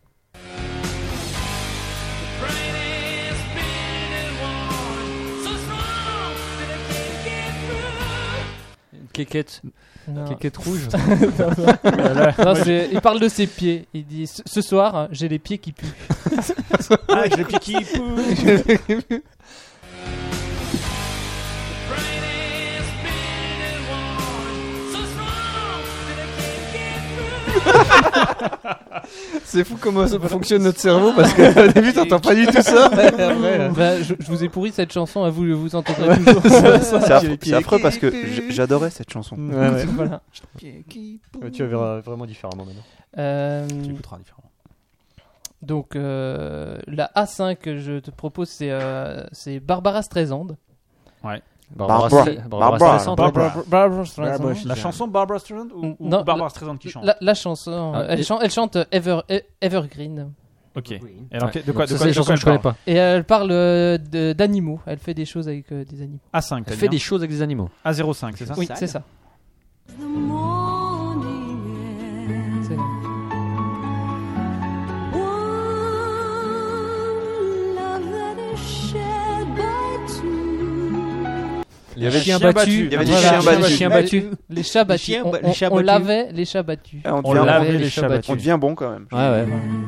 Une Kékette. Non. Kékette rouge. Non, c'est- il parle de ses pieds. Il dit ce ce soir, hein, j'ai les pieds qui puent. Ah, je l'ai piqué. C'est fou comment ça fonctionne notre cerveau parce qu'au début t'entends pas du tout ça. et après, euh, Bah, je, je vous ai pourri cette chanson, à vous vous entendrez toujours. C'est affreux, c'est affreux parce que j- j'adorais cette chanson. ouais, ouais. Voilà. Ouais, tu vas verras vraiment différemment maintenant. Euh, Tu écouteras différemment. donc euh, la A cinq que je te propose, c'est euh, c'est Barbara Streisand. Barbara Barbara. Stre- Barbara Barbara. Streisand. Barbara. Barbara Streisand. La chanson Barbara Streisand ou, ou Non, Barbara la- Streisand qui chante La, la chanson, Ah, elle, et- chante, elle chante Ever, E- Evergreen. Ok. Et Oui. alors, Ouais. de quoi, Ça, de c'est quoi, des de chansons quoi que je connais elle parle pas. Et elle parle euh, de- d'animaux. Elle fait des choses avec euh, des animaux. A cinq, Elle t'as fait dit, des choses avec des animaux. hein A zéro cinq, c'est ça Oui, Sale. c'est ça. C'est là. Il y avait Les chiens chiens battus. battus. Il y avait des Voilà. chiens battus. Les chiens battus. Les chats battus. chiens on, ba- on- les chats on battus. lavait les chats battus. Eh, on On devient, lavait lavait les les chats chats battus. on devient bon quand même. Ouais, ouais.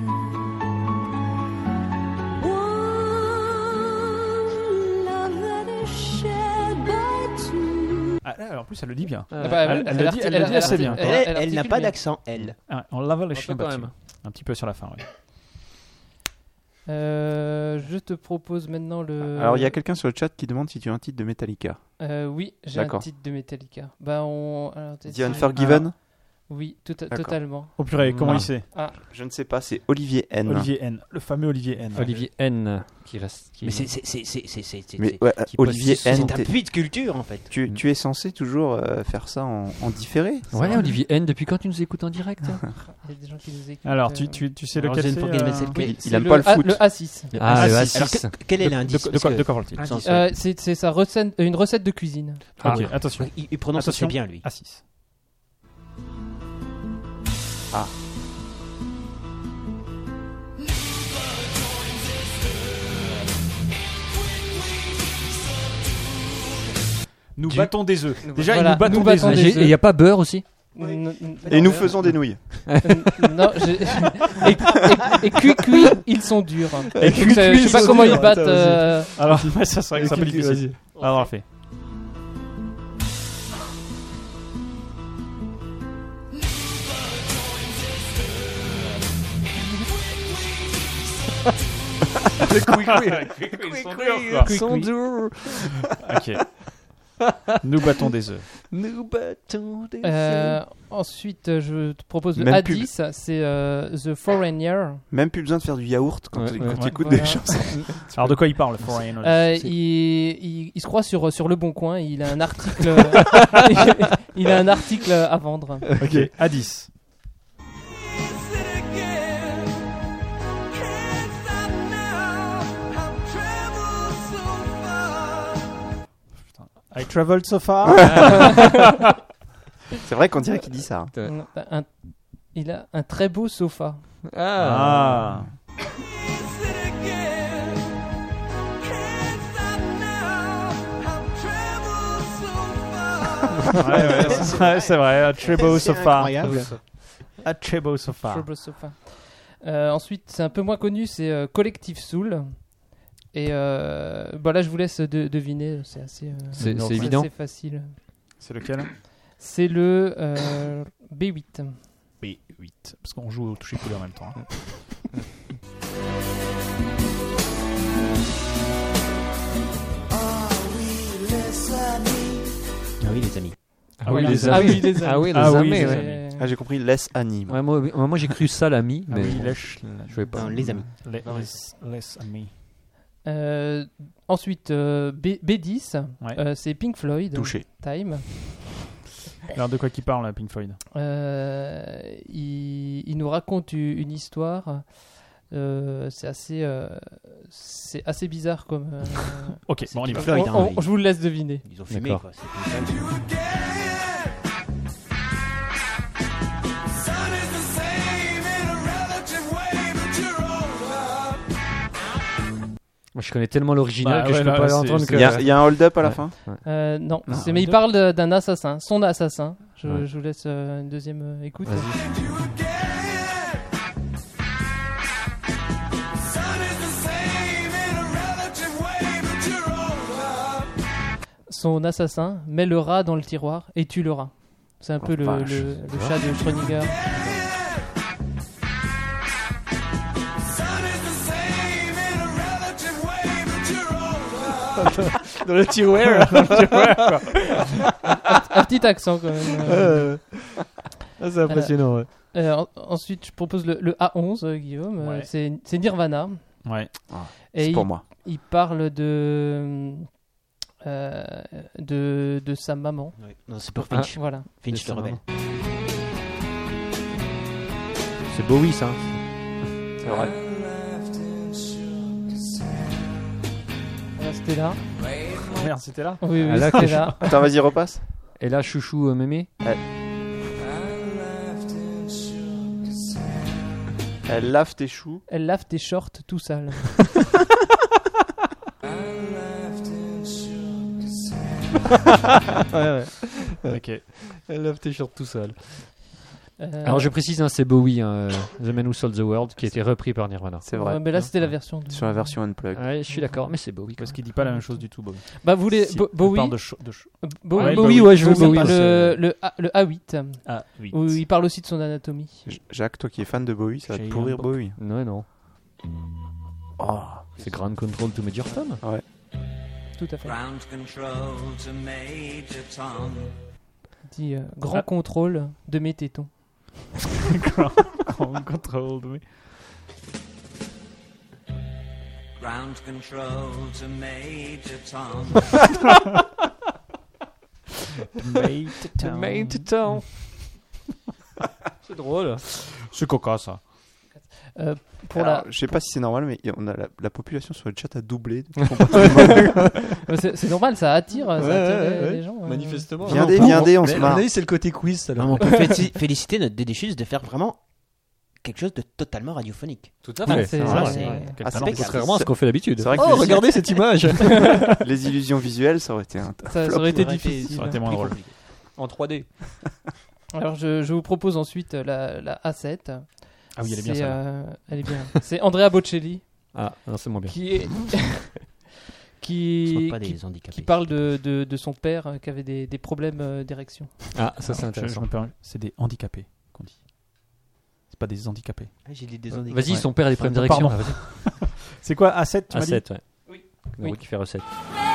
Ah, là, en plus, elle le dit bien. Euh, Bah, elle- elle le dit- elle le dit assez bien. Elle, elle elle n'a articule pas bien. d'accent, elle. Ah, on lavait les Un chiens peu quand battus. même. Un petit peu sur la fin, ouais. Euh, je te propose maintenant le. Alors il y a quelqu'un sur le chat qui demande si tu as un titre de Metallica. Euh, oui, j'ai un D'accord. titre de Metallica. Bah on. Alors, The t'es- Unforgiven. Oui, tout à- D'accord. totalement. Oh purée, comment Ah. il sait Je ne sais pas, c'est Olivier N. Olivier N. Le fameux Olivier N. Olivier N. Qui reste. qui- Mais c'est c'est c'est c'est c'est c'est c'est- Mais c'est- ouais, qui pose- Olivier c'est N. un t'es- puits de culture en fait. Tu, tu es censé toujours euh, faire ça en, en différé. Ouais, Olivier N. Depuis quand tu nous écoutes en direct Il y a des gens qui nous écoutent. Alors, euh, tu, tu, tu sais Alors, lequel j'ai c'est une forget- euh, c'est lequel oui, il c'est aime pas le A- foot. Le A six. Ah, le Ah, A si. Alors six. que- quel est de, l'indice de, de Parce quoi, que- de quoi parle-t-il Indice. Euh, c'est c'est sa recette, une recette de cuisine. Ok, Ah. attention. Il, il prononce Attention. assez bien lui. A six. Nous Du- battons des œufs. Déjà, Voilà, ils nous battons nous des battons œufs. des Et il n'y a pas beurre aussi N- n- Et nous faisons des nouilles. Euh, non, j'ai- et, et, et cuit, cuit, ils sont durs. Et Donc, cuit, ça- cuit, je sais ils pas sont comment durs. ils battent. Attends, vas-y. euh, Alors, ouais, ça serait que c'est un peu Vas-y. difficile. Alors, on le fait. cuit, cuit. Ok. Nous battons des œufs. Nous battons des Euh, ensuite, je te propose le Même A pub. dix, c'est euh, The Foreigner. Même plus besoin de faire du yaourt quand Ouais, tu ouais, quand ouais. écoutes Voilà. des chansons. Alors, de quoi il parle, Foreigner Euh, C'est- il, il, il se croit sur, sur Le Bon Coin, il a un article, il a un article à vendre. Ok, à dix. I traveled so far. C'est vrai qu'on dirait qu'il dit ça. hein. Non, un- il a un très beau sofa. Ah. Ouais, ouais, c'est vrai, c'est vrai. A très beau C'est sofa. incroyable. A très beau sofa. Très beau sofa. Euh, ensuite, c'est un peu moins connu, c'est euh, Collective Soul. Et euh, bah là, je vous laisse de- deviner, c'est assez, euh, C'est- c'est c'est évident. assez facile. C'est lequel C'est le euh, B huit. B huit. Parce qu'on joue au toucher couleur en même temps. hein. Ah oui, les amis. Ah oui, les Ah amis. oui, les Ah oui, les Ah oui, amis, les ouais. amis. Ah, j'ai compris, laisse Annie. moi. Ouais, moi, moi, moi, j'ai cru salami, Ah mais oui, bon, lèche. je vais pas. Non, les amis. Les, les, les amis. Euh, ensuite, euh, B, B10, Ouais. euh, c'est Pink Floyd. Touché. Time. Alors, de quoi qui parle, Pink Floyd Euh, il, il nous raconte u- une histoire. Euh, c'est assez, euh, c'est assez bizarre comme. euh, Ok, bon, on y va. Floyd, on- hein, on- oui. je vous le laisse deviner. Ils ont fumé, D'accord. quoi. C'est Pink Floyd. Moi, je connais tellement l'original Bah, que je ouais, peux là, pas c'est- l'entendre c'est- que. Il y, a- il y a un hold-up à la Ouais. fin Euh, non, Non. c'est- mais il parle de- d'un assassin, son assassin. Je, Ouais. je vous laisse euh, une deuxième euh, écoute. Vas-y. Son assassin met le rat dans le tiroir et tue le rat. C'est un peu le, vache, le- le chat de Schrödinger. Dans le tiroir. Un petit accent quand même. euh. Ah, c'est impressionnant, ouais. Euh, en- ensuite, je propose le, le A onze, euh, Guillaume. Euh, Ouais. C'est c'est Nirvana. Ouais. Et C'est il, pour moi. il parle de, euh, de de sa maman. Ouais. Non, c'est pour Ah, Finch. voilà. Finch C'est le rebelle. C'est Bowie, ça. C'est vrai. Voilà, c'était là. Merde, c'était là Oui, oui, Ah, là, c'était que je- là. Attends, vas-y, repasse. Et là, chouchou euh, mémé. Elle lave tes choux. Elle lave tes shorts tout sale. ouais, ouais. Ok. Elle lave tes shorts tout seul. Euh, Alors, je précise, hein, c'est Bowie, hein, euh, The Man Who Sold the World, qui a été repris par Nirvana. C'est ouais, vrai. mais là, c'était la version. de- Sur la version Unplugged. Ouais, je suis d'accord, mais c'est Bowie. Parce qu'il dit pas la même chose du tout, Bowie. Bah, vous voulez Si, Bo- on Bowie, parle de cho- de cho- Bo- Ouais, Bowie, ouais, je veux Bowie. Le, le, A, le A huit, Ah, oui. où il parle aussi de son anatomie. J- Jacques, toi qui es fan de Bowie, ça va te J'ai pourrir un book. Bowie. Ouais, non. Oh, C'est Ground Control to Major Tom. Tout à fait. Ground control to Major Tom. Il dit euh, grand Ah. contrôle de mes tétons. Ground control, oui. Ground control to Major Tom. Mate to town. C'est drôle. C'est coca, ça. Euh, pour Alors, la... je sais pas si c'est normal, mais on a la, la population sur le chat a doublé. Euh, c'est, c'est normal, ça attire, ça Ouais, attire ouais, les, ouais. les gens. euh. Manifestement. Viendez, Non, viendez, on mais se à marre. mon avis, c'est le côté quiz, ça. là. Non, mais on peut féti- féliciter notre Dédéchus de faire vraiment quelque chose de totalement radiophonique. Tout à Ah, fait. c'est, c'est ça, vrai, c'est- c'est- Quel Ah, talent. impeccable. Contrairement à ce qu'on fait d'habitude. C'est vrai que Oh, les, regardez cette image. les illusions visuelles, ça aurait été un. ça, ça flop. aurait été Ça aurait été- difficile. Ça aurait été moins drôle. En trois D. Alors je, je vous propose ensuite la, la A sept. Ah oui, elle est bien C'est, ça. euh, elle est bien. C'est Andrea Bocelli Ah, non, c'est moins bien. qui est Ce ne qui, sont pas qui, des handicapés. qui parle de, de, de son père euh, qui avait des, des problèmes euh, d'érection. Ah, ça c'est Je- je intéressant. me permets, c'est des handicapés qu'on dit. C'est pas des handicapés. Ah, j'ai dit des Vas-y, handicapés. son père a des problèmes Pardon. d'érection. là, vas-y. C'est quoi A sept tu A m'as dit sept, ouais. Oui. Le Oui. qui fait recette.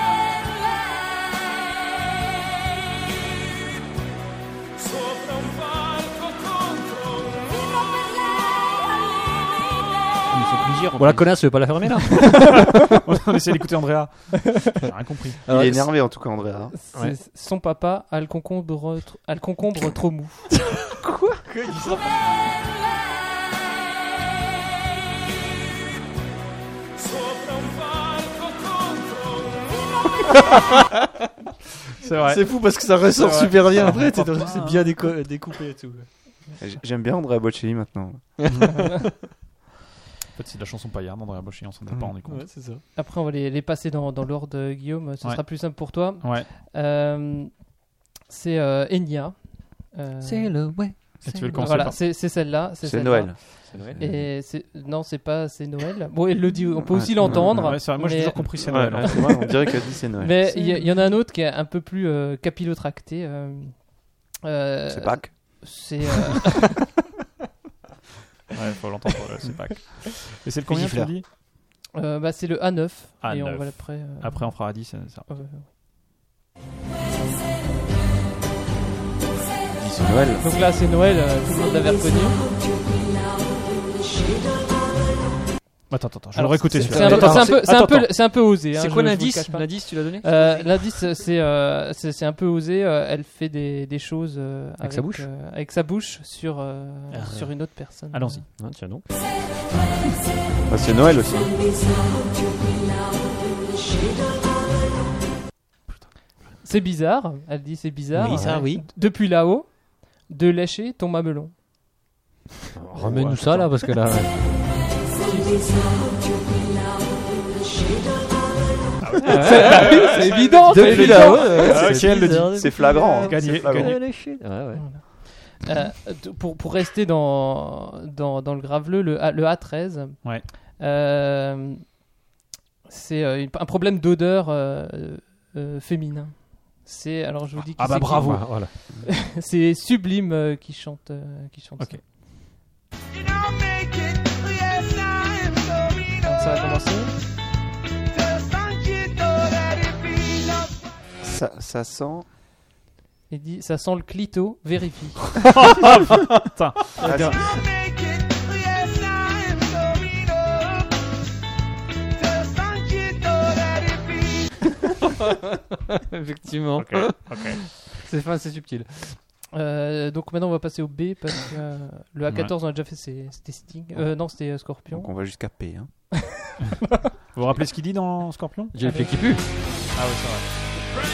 Ils sont plusieurs. en Bon, la plus. connasse, tu veux pas la fermer là? On essaie d'écouter Andrea. J'ai rien compris. Il est énervé en tout cas, Andrea. hein. C'est- Ouais. Son papa a le concombre, tr- a le concombre trop mou. C'est vrai. C'est fou parce que ça ressort C'est vrai. super bien Ça après, va. c'est c'est bien déco- découpé et tout. J- J'aime bien Andrea Bocelli maintenant. En fait, c'est de la chanson paillarde, Andrea Bocelli, on s'en est pas rendu compte. Ouais, c'est ça. Après, on va les, les passer dans, dans l'ordre, euh, Guillaume. Ce Ouais. sera plus simple pour toi. Ouais. Euh, c'est euh, Enya. Euh, le ouais. Et tu veux le commencer Voilà, par- c'est c'est celle-là. C'est celle-là. Noël. Et c'est non, c'est pas c'est Noël. Bon, elle le dit. On peut aussi Ouais. l'entendre. Ouais, c'est vrai, moi j'ai mais- toujours compris c'est Ouais, Noël. ouais, c'est vrai, on dirait qu'elle dit c'est Noël. Mais il y, a- il y en a un autre qui est un peu plus euh, capillotracté. Euh, euh, C'est Pâques. C'est euh, Ouais, faut l'entendre, ouais, c'est Pâques. Et c'est le combien tu Gifleur. me dis euh, bah, c'est le A neuf. A Et on neuf. va après. euh, Après, on fera à dix, c'est ça. euh, Dis c'est Noël. Donc là, c'est Noël. euh, tout le monde l'avait reconnu. Attends, attends, attends, je vais Alors, le réécouter C'est celui-là. un, peu- Attends, c'est un attends, peu, c'est un attends, peu, attends. c'est un peu osé. hein, C'est je- quoi je vous le l'indice? cache pas. L'indice, tu l'as donné? Euh, L'indice, c'est euh, c'est c'est un peu osé. euh, elle fait des, des choses euh, avec, sa bouche euh, avec sa bouche sur euh, Ah, sur une autre personne. Allons-y. Ah, tiens donc. Bah, c'est Noël aussi. C'est bizarre. Elle dit c'est bizarre. Oui, ça, oui. Depuis là-haut, de lécher ton mamelon. Remets-nous ça là parce que là. ouais. C'est évident. c'est Depuis évident. là-haut. Ah, ok, elle le dit. C'est flagrant. hein. Gagné, C'est flagrant. gagné. Ouais, ouais. Euh, t- pour, pour rester dans, dans, dans le graveleux, le, A- le A treize, Ouais. euh, c'est euh, une- un problème d'odeur euh, euh, féminin. C'est alors je vous dis qui Ah bah c'est qui- bravo. Ouais, voilà. c'est Sublime euh, qui chante euh, qui chante Ok. ça. Alors, ça va commencer. Ça, ça sent. Il dit ça sent le clito, vérifie. Putain. Ah, c'est- Effectivement. Ok, ok. C'est fin, c'est subtil. Euh, donc maintenant on va passer au B parce que euh, le A quatorze on a déjà fait, c'est- c'était Sting. Euh, non, c'était euh, Scorpion. Donc on va jusqu'à P. Hein. Vous vous rappelez ce qu'il dit dans Scorpion J'ai le pied qui pue. Ah oui, c'est vrai.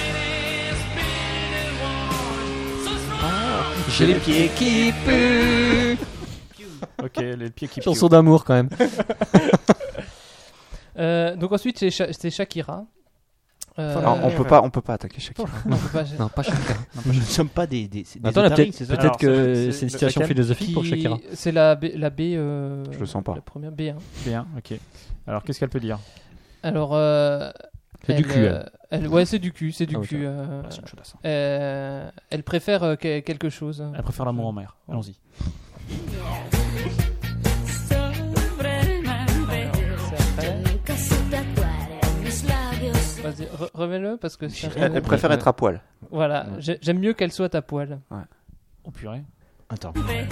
J'ai les pieds qui puent. Ok, les pieds qui Chanson d'amour quand même. Euh, donc ensuite c'est Sha- c'est Shakira. Euh, Alors, on peut pas, on peut pas attaquer Shakira. on peut pas- Non, pas chacun. Nous ne sommes pas des, des, des Attends, là, otaries, peut-être c'est ça peut-être Alors, que c'est- c'est c'est une situation laquelle philosophique pour qui- Shakira. C'est la B, la B euh, Je le sens pas. La première B. hein. Bien, ok. Alors, qu'est-ce qu'elle peut dire Alors, euh, C'est du elle, cul, euh, elle- ouais, c'est du cul, c'est du Ah oui, cul. ça euh, C'est une chaudasse. euh, elle préfère euh, que- quelque chose. Elle préfère l'amour en mer. Allons-y. C'est après. Vas-y, re- remets-le parce que c'est un- Elle, elle préfère être à poil. voilà, j'ai- j'aime mieux qu'elle soit à poil. Oh purée. Attends. Ouais,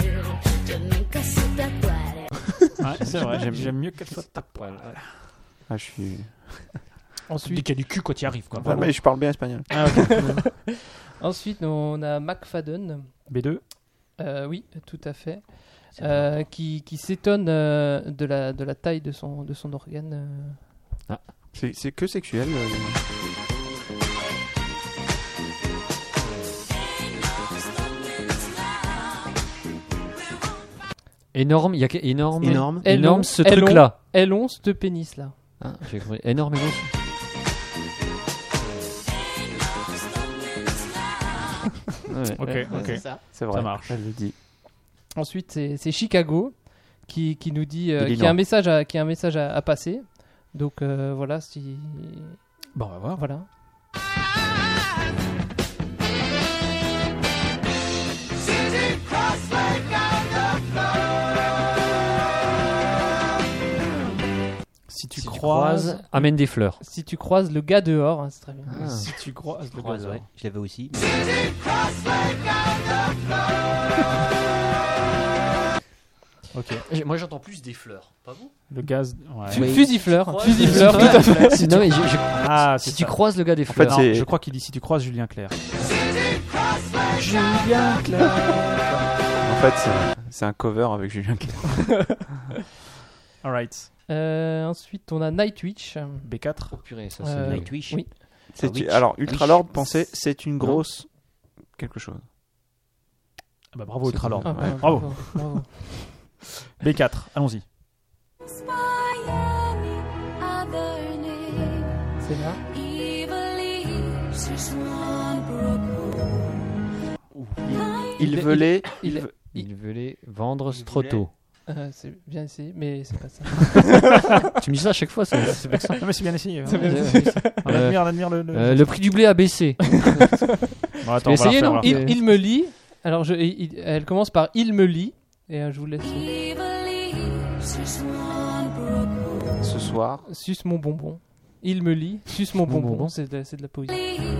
c'est vrai, j'aime, j'aime mieux qu'elle soit ta poil. Ah, je suis. Ensuite, Dis qu'il y a du cul quand il arrive, quoi. Ah, mais je parle bien espagnol. Ah, ok. ensuite, on a McFadden. B deux. Euh, oui, tout à fait. Euh, qui qui s'étonne euh, de la de la taille de son de son organe. euh. C'est c'est que sexuel. euh. Énorme, il y a que- énorme. Énorme. Énorme L ce onze, truc-là. L onze, ce pénis là. Ah, j'ai compris. Énorme et gros. Ouais, Ok, Ouais, ok. C'est ça. c'est vrai. Ça marche. Elle le dit. Ensuite, c'est c'est Chicago qui, qui nous dit euh, Illinois. qu'il y a un message à, qu'il y a un message à, à passer. Donc euh, voilà, si Bon, on va voir. voilà. Si tu Si tu croises. croises, amène des fleurs. Si tu croises le gars dehors, hein, c'est très bien. Ah. Si tu croises le Croise, gazon. ouais. Je l'avais aussi. Ok. Moi j'entends plus des fleurs, pas vous? Le gaz. Ouais. Fu- Oui. Fusifleur, croises- fusifleur, Ouais. tout à fait. Non mais je- je- Ah, si c'est tu ça. croises le gars des fait, fleurs. Non, c'est- je crois qu'il dit si tu croises Julien Clerc. Julien Clerc. En fait, c'est un, c'est un cover avec Julien Clerc. Alright. Euh, ensuite, on a Nightwitch. B quatre. Oh, purée, ça Euh, c'est. Nightwish. oui. C'est- Ah, Witch. alors, Ultralord Witch. pensait c'est une grosse quelque chose. Ah bah bravo Ultralord. Ah, Ouais. bah, Bravo. bravo. B quatre. Allons-y. C'est là. Il veulait. Il, veut- Il voulait vendre Strotto. euh, c'est bien essayé, mais c'est pas ça. Tu me dis ça à chaque fois, c'est c'est vexant. Non mais c'est bien essayé. hein. C'est bien Euh, essayé. On Euh, admire, on admire le. le... Euh, le prix du blé a baissé. Bon, attends, tu on va la essayé, refaire, non on va la Il, refaire. il me lit. Alors, je, il- elle commence par il me lit. Et euh, je vous laisse. Ce soir. Suce mon bonbon. Il me lit. Suce mon Mon bonbon. bonbon. C'est de, c'est de la poésie.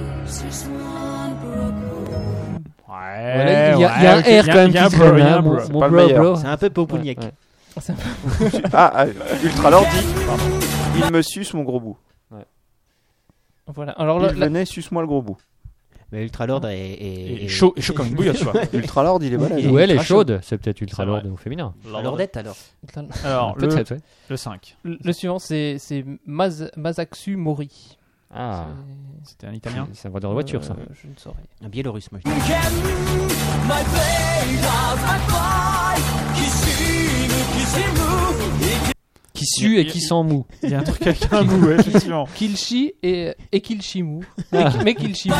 Ouais, Voilà, il y a, il y a ouais, un ok, R y a- quand même y a un qui bro, traîne. y a hein, un Mon, bro. mon pas le bro, meilleur. bro. C'est un peu Popouniac. Ouais, ouais. Ah, ah, Ultralord dit. Il me suce mon gros bout. Voilà. Alors là, Il là- venait, suce-moi le gros bout. Mais Ultralord est, est, Et est- chaud, et chaud comme une bouillotte, quoi. Ultralord, il est balèze. Il est Ou elle est ultra chaude, c'est peut-être ultra C'est lourde vrai. au féminin. Lordette alors. Alors, le, Peut-être, ouais. le cinq. le, le suivant, c'est c'est Maz, Masaxu Mori. Ah, C'était un italien. c'est un vendeur de voiture, ça. Euh, Je ne saurais. Un biélorusse, moi je dis. Qui sue et qui sent mou. Il y a un truc avec un bout, ouais, effectivement. Kilshi et, et Kilshimu. Ah. Mais Kilshimu.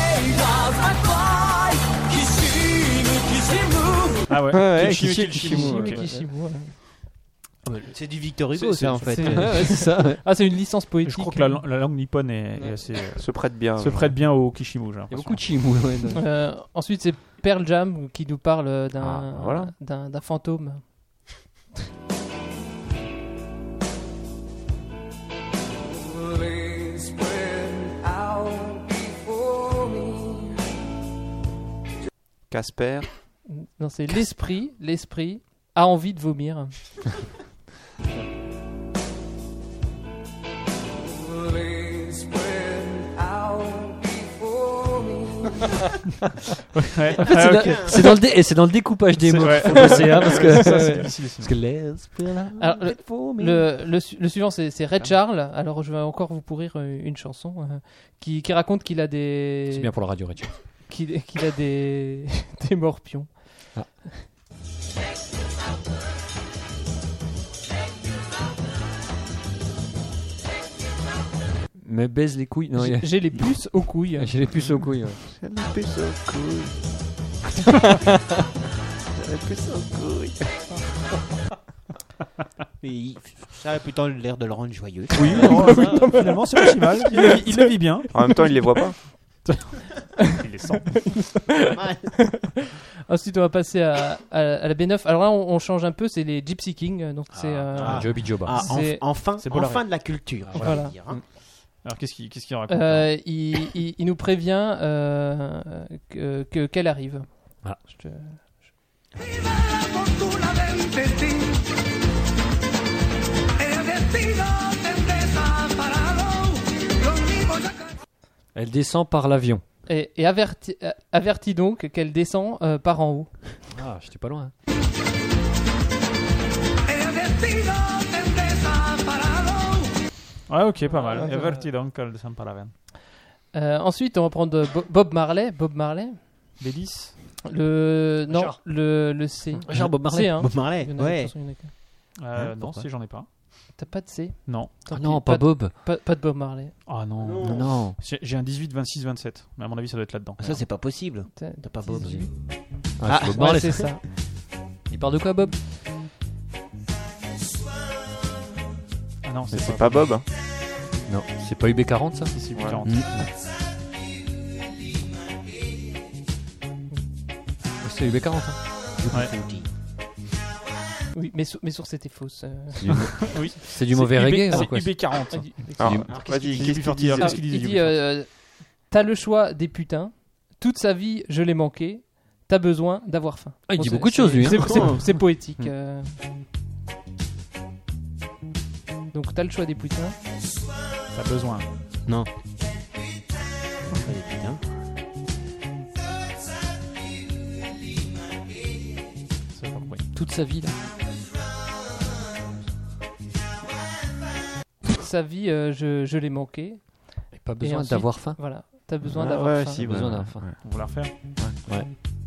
Ah ouais. ouais, Kilchimu, Kilchimu, Kilchimu, Kilchimu, ok. ok. Kilshimu, ouais. C'est du Victor C'est- Hugo, c'est- ça en fait. c'est- Ouais, ouais, c'est ça. ouais. Ah, c'est une licence poétique. Je crois que la, la langue nippone est, est assez, euh, Se prête bien. se prête bien au Kishimu, j'ai Il y a l'impression. beaucoup de chimou. Ouais, dans- Euh, ensuite, c'est Pearl Jam qui nous parle d'un Ah, voilà. d'un d'un fantôme. Casper. Non, c'est l'esprit. L'esprit a envie de vomir. Ouais. En fait, c'est Ah, dans- ok. c'est dans, le dé- et c'est dans le découpage des C'est- mots ouais. qu'il faut passer, hein, parce que, Ça, c'est difficile aussi. parce que l'esprit- Alors, Le, le, su- le suivant, c'est c'est Red Charles. Alors, je vais encore vous pourrir euh, une chanson euh, qui, qui raconte qu'il a des C'est bien pour la radio, Richard. qu'il qu'il a des des morpions. Me baise les couilles. Non, il y J'ai a- j'ai les puces aux couilles. j'ai les puces aux couilles. ouais. J'ai la puce aux couilles. J'ai la puce aux couilles. Et il- ça a plutôt l'air de le rendre joyeux. Oui, non, ça, finalement, c'est pas si mal. Il le, vit- il le vit bien. En même temps, il les voit pas. Il les sent. Ensuite, on va passer à, à, à la B neuf. Alors là, on, on change un peu. C'est les Gypsy Kings. Donc c'est euh, Ah, Joby Joba. Ah, enf- C'est- enfin, c'est Bolloré. enfin de la culture. on va Voilà. dire, hein. Alors, qu'est-ce qu'il qu'est-ce qu'il raconte euh, il, il, il nous prévient euh, que que- qu'elle arrive. Ah. Je te- Elle descend par l'avion. Et, et averti, euh, avertit donc qu'elle descend euh, par en haut. Ah, j'étais pas loin. Ouais, ok, pas mal. Ouais, Everti donc, de Samparaven. Euh, ensuite, on va prendre Bo- Bob Marley. Bob Marley. B dix. Le non, Richard. le le C. Richard Bob Marley. C, hein. Bob Marley, Il y en a- ouais. de toute façon, il y en a qu'un. Euh, Hein, non, pourquoi si j'en ai pas. T'as pas de C? Non. Tant Ah pis, non, pas de- Bob. Pas, pas de Bob Marley. Ah non. Non, non. J'ai j'ai un dix-huit, vingt-six, vingt-sept. Mais à mon avis, ça doit être là-dedans. Ça, c'est pas possible. T'as T'as pas Bob. dix-huit. Ah, c'est Bob Ouais, Marley, c'est ça. ça. Il parle de quoi, Bob? Ah non, Mais c'est c'est pas. pas Bob. hein. Non, c'est pas U B quarante, ça? Si, c'est Ouais. quarante. Mm. C'est U B quarante, hein. Ouais. Oui, mes, sou- mes sources étaient fausses. euh. C'est du, Oui. c'est du mauvais C'est reggae, U B, ou c'est quoi? U B quarante. Ah, il- Alors, il- vas-y, qu'il- qu'est-ce qu'il qu'il- disait Ah, Ah, qu'est-ce qu'il disait, il U B dit euh, t'as le choix des putains. Toute sa vie, je l'ai manqué. T'as besoin d'avoir faim. Ah, il dit c'est- beaucoup de choses, c'est- lui, hein. C'est, c'est- c'est poétique. Hmm. euh. Donc, t'as le choix des putains. T'as besoin. Non. Allez, putain. C'est pas compris. Toute sa vie, là. Toute sa vie, euh, je, je l'ai manqué. Et pas besoin ensuite- d'avoir faim. Voilà. T'as besoin Ah, d'avoir ouais, faim. si, besoin ouais, d'avoir faim. ouais. On va la refaire. Ouais.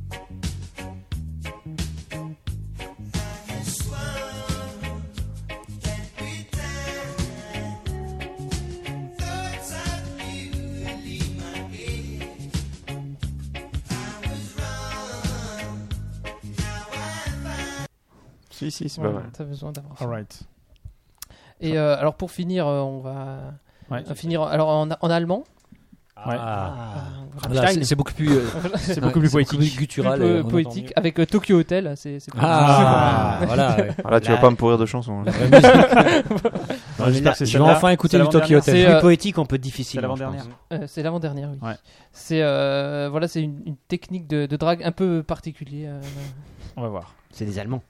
Si, si, c'est Voilà, pas mal. t'as besoin d'avoir faim. Alright. Et euh, alors, pour finir, euh, on va Ouais. on va finir alors en, en allemand. Ouais. Ah. Euh, Là, c'est, c'est beaucoup plus, euh, C'est beaucoup plus poétique. plus guttural. po- euh, on entend poétique mieux. avec euh, Tokyo Hotel. C'est, c'est Ah, voilà. ouais. Ah, là, tu vas Là- pas me pourrir de chansons. hein. Non, j'espère que c'est Je vais celle-là. enfin écouter C'est du Tokyo l'avant-dernière. Hotel. C'est, Plus euh, poétique, on peut C'est difficilement. l'avant-dernière. je pense. Euh, c'est l'avant-dernière, oui. Ouais. C'est euh, voilà, c'est une, une technique de, de drague un peu particulière. euh, On va voir. C'est des Allemands.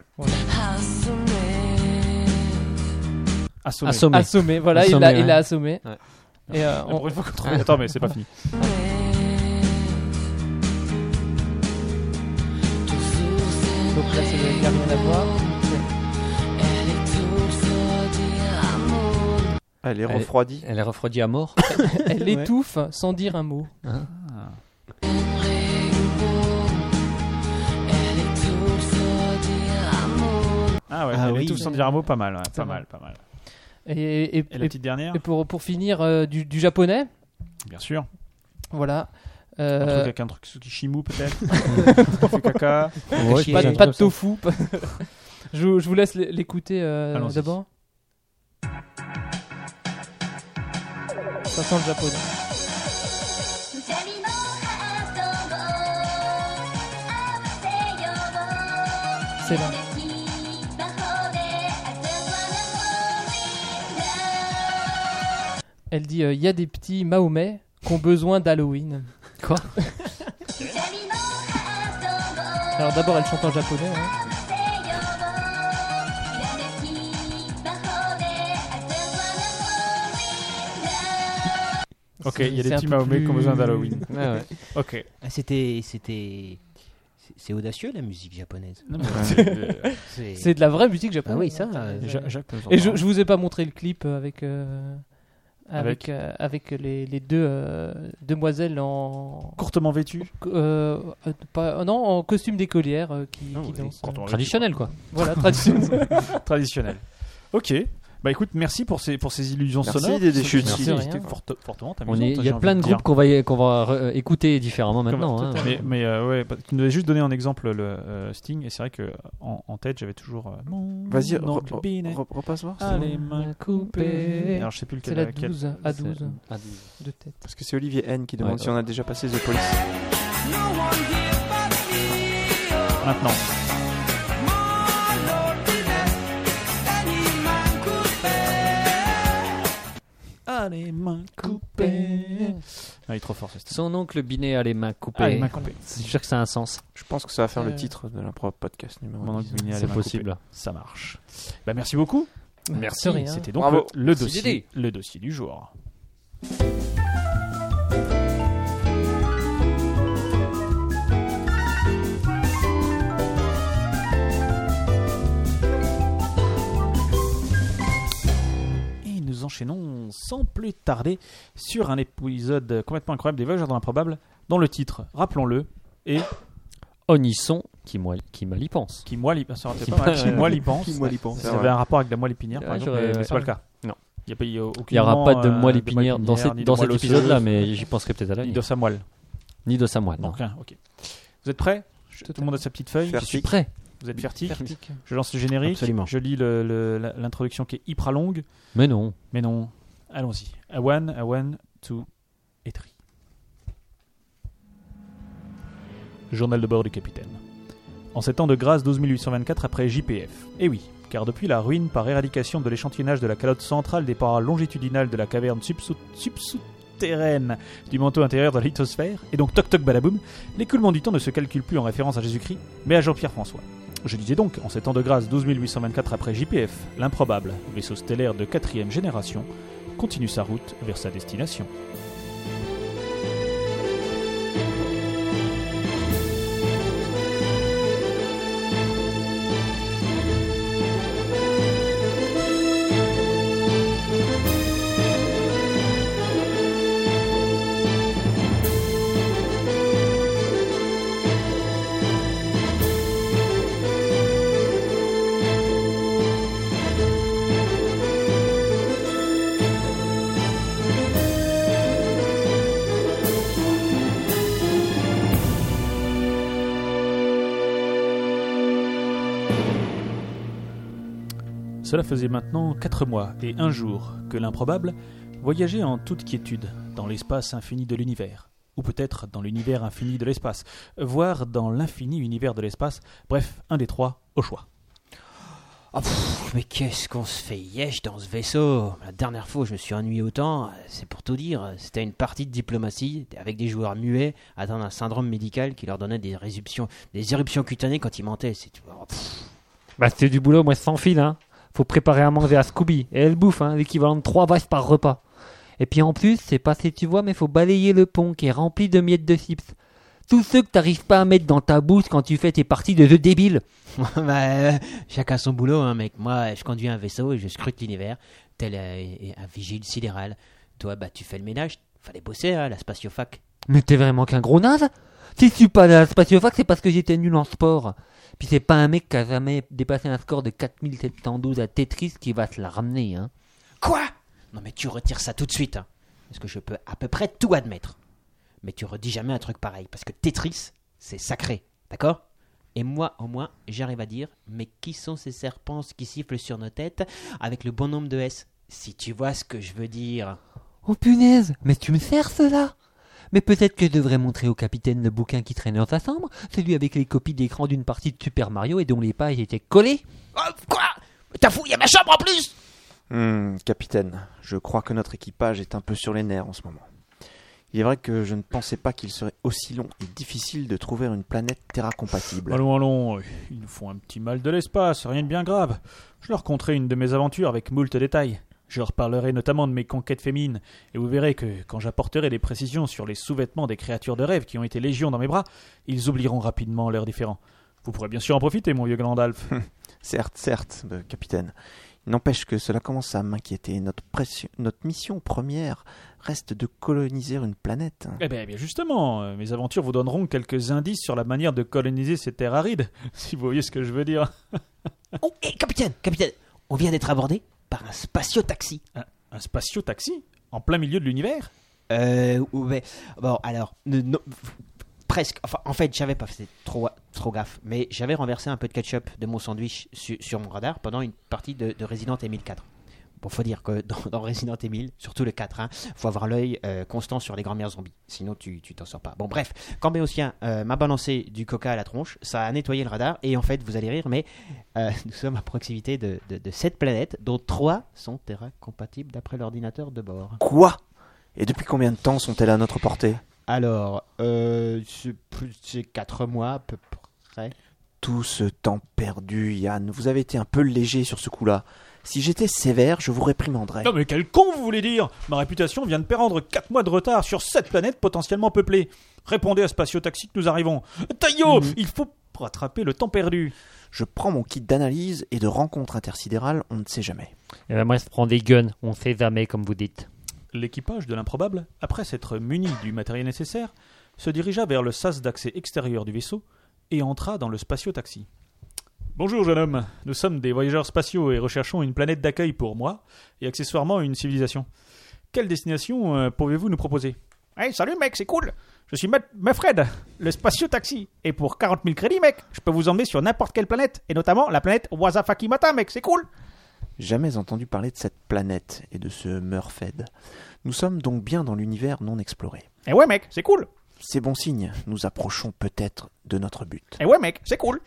Assommé. Assommé. assommé. Voilà, Assommé, il l'a, ouais. il l'a assommé. Ouais. Et euh, Pour on, une fois qu'on trouve- Attends, mais c'est pas fini. donc là, c'est il y a rien à voir. Elle est Elle est- refroidie. Elle est refroidie à mort. Elle étouffe sans dire un mot. Ah ouais, Ah elle est oui. tout sans dire un mot, pas mal. ouais, Ça Pas va. mal, pas mal. Et, et, Et la et- petite dernière, et pour, pour finir, euh, du, du japonais, bien sûr. voilà. Un Euh, truc avec un truc Tsukishimu peut-être. Qui fait caca. Ouais, Qui pas, est- de- pas de tofu. je, vous- je vous laisse l- l'écouter euh, Allons-y. d'abord. Ça sent le japonais. C'est là. Elle dit il y a des petits Mahomet qui ont besoin d'Halloween. Quoi? Alors d'abord elle chante en japonais. hein. Ok, il y a C'est des un petits peu Mahomet plus- qui ont besoin d'Halloween. Ouais, ouais. Ok. Ah, c'était, c'était, c'est- c'est audacieux la musique japonaise. Non, mais c'est- C'est, C'est de la vraie musique ah japonaise. oui, ça. hein. euh, Ja- Jacques nous en Et je, parle. je vous ai pas montré le clip avec euh, avec Avec euh, avec les, les deux euh, demoiselles en Courtement vêtu. euh, euh, pas, non en costume d'écolière euh, qui, Ah qui oui, dansent. courtement vêtu. Traditionnel, quoi. Voilà traditionnel. Traditionnel. Ok. Bah écoute, merci pour ces, pour ces illusions Merci, sonores. Dédé Qui Chute. sont- Merci, qui rien. étaient forte- fortement On amusantes, est, il y j'ai a envie plein de dire. groupes qu'on va, qu'on va re- écouter différemment maintenant. Comme- hein. Mais, mais euh, ouais, bah, tu nous avais juste donné en exemple le euh, Sting, et c'est vrai que en, en tête j'avais toujours. euh, Mon Vas-y, re- oncle re- Binet re- repasse voir. a les mains coupées. Alors je sais plus C'est lequel. la lequel. douze à douze Ah, douze. de tête. Parce que c'est Olivier N qui demande Ouais, si on a déjà passé The Police. Maintenant. Ah, les mains coupées. Ah, il est trop fort ce Sting. Son oncle Binet a les mains coupées. Ah, les mains coupées. C'est sûr que ça a un sens. Je pense que ça va faire le Euh. titre de l'impro podcast numéro Mon oncle dix. Binet a les C'est mains possible. coupées. Ça marche. Bah merci beaucoup. Merci. Rien. C'était donc Bravo. le, le Merci, dossier, Dédé. le dossier du jour. Et nous enchaînons sans plus tarder sur un épisode complètement incroyable des Voyageurs dans l'improbable, dont le titre, rappelons-le, est Onisson Qui, moi, qui mal y pense. Qui moelle, y- ça aurait été Qui pas mal. mal- Qui moelle y pense. Qui moelle y pense. Ça avait un rapport avec la moelle épinière, par Ouais, exemple, j'aurais- mais c'est pas le cas. Non. Il n'y a pas, il y a Il n'y aura pas de aucunement, moelle euh, épinière dans, cette- ni de dans cet moelle osseuse, épisode-là, mais j'y penserai peut-être à la Ni nuit. d'os à moelle. Ni de sa moelle, non. Donc rien, ok. Vous êtes prêts? Tout le monde a sa petite feuille. Je suis prêt. Vous êtes fertig? Je lance le générique. Absolument. Je lis le- le- la- l'introduction qui est hyper longue. Mais non. Mais non. Allons-y. A one, a one, two et three. Journal de bord du capitaine. En ces temps de grâce douze mille huit cent vingt-quatre après J P F. Eh oui, car depuis la ruine par éradication de l'échantillonnage de la calotte centrale des parois longitudinales de la caverne subsou- subsouterraine du manteau intérieur de la lithosphère, et donc toc toc badaboum, l'écoulement du temps ne se calcule plus en référence à Jésus-Christ, mais à Jean-Pierre François. Je disais donc, en ces temps de grâce douze mille huit cent vingt-quatre après J P F, l'improbable vaisseau stellaire de quatrième génération continue sa route vers sa destination. Cela faisait maintenant quatre mois et un jour que l'improbable voyageait en toute quiétude dans l'espace infini de l'univers, ou peut-être dans l'univers infini de l'espace, voire dans l'infini univers de l'espace, bref, un des trois au choix. Oh, pff, mais qu'est-ce qu'on se fait yesh dans ce vaisseau? La dernière fois où je me suis ennuyé autant, c'est pour tout dire, c'était une partie de diplomatie avec des joueurs muets atteints d'un syndrome médical qui leur donnait des éruptions, des éruptions cutanées quand ils mentaient. C'est tout. Oh, pff. Bah, c'est du boulot, moi, sans fil, hein. Faut préparer à manger à Scooby. Et elle bouffe, hein, l'équivalent de trois vaches par repas. Et puis en plus, c'est pas si tu vois, mais faut balayer le pont qui est rempli de miettes de chips. Tous ceux que t'arrives pas à mettre dans ta bouche quand tu fais tes parties de jeux débiles. bah, euh, chacun son boulot, hein, mec. Moi, je conduis un vaisseau et je scrute l'univers, tel euh, un vigile sidéral. Toi, bah, tu fais le ménage. Fallait bosser, hein, la spatiofac. Mais t'es vraiment qu'un gros naze? Si je suis pas à la spatiofac, c'est parce que j'étais nul en sport. Puis c'est pas un mec qui a jamais dépassé un score de quatre mille sept cent douze à Tetris qui va te la ramener, hein. Quoi? Non, mais tu retires ça tout de suite, hein. Parce que je peux à peu près tout admettre. Mais tu redis jamais un truc pareil. Parce que Tetris, c'est sacré. D'accord? Et moi, au moins, j'arrive à dire, mais qui sont ces serpents qui sifflent sur nos têtes avec le bon nombre de S? Si tu vois ce que je veux dire. Oh punaise, mais tu me sers cela? Mais peut-être que je devrais montrer au capitaine le bouquin qui traîne dans sa chambre, celui avec les copies d'écran d'une partie de Super Mario et dont les pages étaient collées. Oh, quoi? T'as fou, il y a ma chambre en plus! Hmm, capitaine, je crois que notre équipage est un peu sur les nerfs en ce moment. Il est vrai que je ne pensais pas qu'il serait aussi long et difficile de trouver une planète Terra compatible. Allons, allons, ils nous font un petit mal de l'espace, rien de bien grave. Je leur conterai une de mes aventures avec moult détails. Je leur parlerai notamment de mes conquêtes féminines, et vous verrez que, quand j'apporterai des précisions sur les sous-vêtements des créatures de rêve qui ont été légion dans mes bras, ils oublieront rapidement leurs différends. Vous pourrez bien sûr en profiter, mon vieux Glandalf. Certes, certes, euh, capitaine. Il n'empêche que cela commence à m'inquiéter. Notre, pression- notre mission première reste de coloniser une planète. Eh bien, bien justement, euh, mes aventures vous donneront quelques indices sur la manière de coloniser ces terres arides, si vous voyez ce que je veux dire. Oh, hé, capitaine, capitaine, on vient d'être abordé par un spatio-taxi. Un, un spatio-taxi en plein milieu de l'univers? Euh, ouais. Bon, alors, ne- non, presque. Enfin, en fait, j'avais pas fait trop, trop gaffe, mais j'avais renversé un peu de ketchup de mon sandwich su- sur mon radar pendant une partie de, de Resident Evil quatre. Bon, faut dire que dans, dans Resident Evil, surtout le quatre, hein, faut avoir l'œil euh, constant sur les grands-mères zombies, sinon tu tu t'en sors pas. Bon, bref, quand Béotien euh, m'a balancé du coca à la tronche, ça a nettoyé le radar, et en fait, vous allez rire, mais euh, nous sommes à proximité de, de, de sept planètes, dont trois sont Terra compatibles d'après l'ordinateur de bord. Quoi? Et depuis combien de temps sont-elles à notre portée? Alors, euh, c'est plus- c'est quatre mois à peu près. Tout ce temps perdu, Yann. Vous avez été un peu léger sur ce coup-là. Si j'étais sévère, je vous réprimanderais. Non mais quel con vous voulez dire? Ma réputation vient de perdre quatre mois de retard sur sept planètes potentiellement peuplées. Répondez à Spatio-Taxi que nous arrivons. Taillot, il faut rattraper le temps perdu. Je prends mon kit d'analyse et de rencontre intersidérale, on ne sait jamais. Et ben moi, je prends des guns, on sait jamais, comme vous dites. L'équipage de l'improbable, après s'être muni du matériel nécessaire, se dirigea vers le sas d'accès extérieur du vaisseau et entra dans le spatio-taxi. Bonjour jeune homme, nous sommes des voyageurs spatiaux et recherchons une planète d'accueil pour moi et accessoirement une civilisation. Quelle destination euh, pouvez-vous nous proposer ? Hey, salut mec, c'est cool. Je suis Mefred, le spatio-taxi. Et pour quarante mille crédits mec, je peux vous emmener sur n'importe quelle planète, et notamment la planète Wasafakimata mec, c'est cool. Jamais entendu parler de cette planète et de ce Murfed. Nous sommes donc bien dans l'univers non exploré. Eh ouais mec, c'est cool. C'est bon signe, nous approchons peut-être de notre but. Eh ouais mec, c'est cool.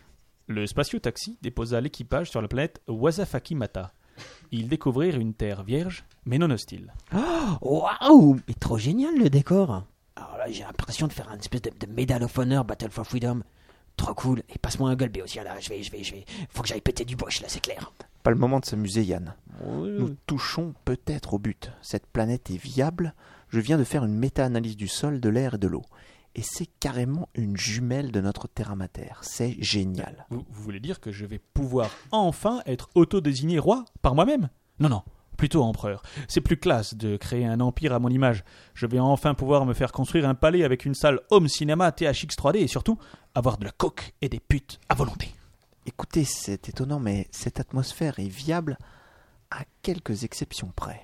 Le spatio-taxi déposa l'équipage sur la planète Wasafakimata. Ils découvrirent une terre vierge, mais non hostile. Oh, waouh! Mais trop génial le décor! Alors là, j'ai l'impression de faire un espèce de, de Medal of Honor Battle for Freedom. Trop cool. Et passe-moi un gueule aussi, là. Je vais, je vais, je vais. Faut que j'aille péter du boche, là, c'est clair. Pas le moment de s'amuser, Yann. Nous touchons peut-être au but. Cette planète est viable. Je viens de faire une méta-analyse du sol, de l'air et de l'eau. Et c'est carrément une jumelle de notre terra mater. C'est génial. Vous, vous voulez dire que je vais pouvoir enfin être auto-désigné roi par moi-même ? Non, non, plutôt empereur. C'est plus classe de créer un empire à mon image. Je vais enfin pouvoir me faire construire un palais avec une salle home cinéma T H X trois D et surtout avoir de la coke et des putes à volonté. Écoutez, c'est étonnant, mais cette atmosphère est viable à quelques exceptions près.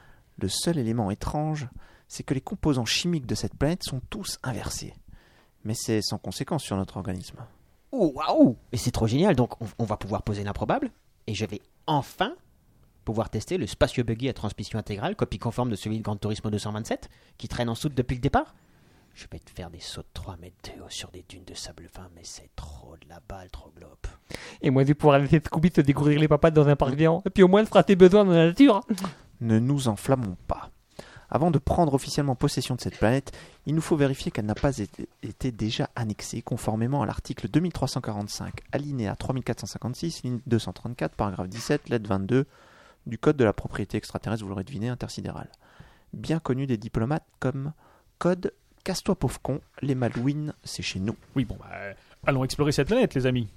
Le seul élément étrange, c'est que les composants chimiques de cette planète sont tous inversés. Mais c'est sans conséquence sur notre organisme. Oh, waouh! Mais c'est trop génial, donc on, on va pouvoir poser l'improbable, et je vais enfin pouvoir tester le Spatio Buggy à transmission intégrale, copie conforme de celui de Gran Turismo deux cent vingt-sept, qui traîne en soute depuis le départ. Je vais te faire des sauts de trois mètres de haut sur des dunes de sable fin, mais c'est trop de la balle, trop globe. Et moi, je vais pouvoir laisser Scooby se découvrir les papates dans un parc géant. Et puis au moins, elle fera tes besoins dans la nature. Ne nous enflammons pas. Avant de prendre officiellement possession de cette planète, il nous faut vérifier qu'elle n'a pas été, été déjà annexée conformément à l'article deux mille trois cent quarante-cinq, alinéa trois mille quatre cent cinquante-six, ligne deux cent trente-quatre, paragraphe dix-sept, lettre vingt-deux du Code de la propriété extraterrestre, vous l'aurez deviné, intersidérale. Bien connu des diplomates comme Code Casse-toi pauvre con, les Malouines, c'est chez nous. Oui, bon, bah, allons explorer cette planète, les amis.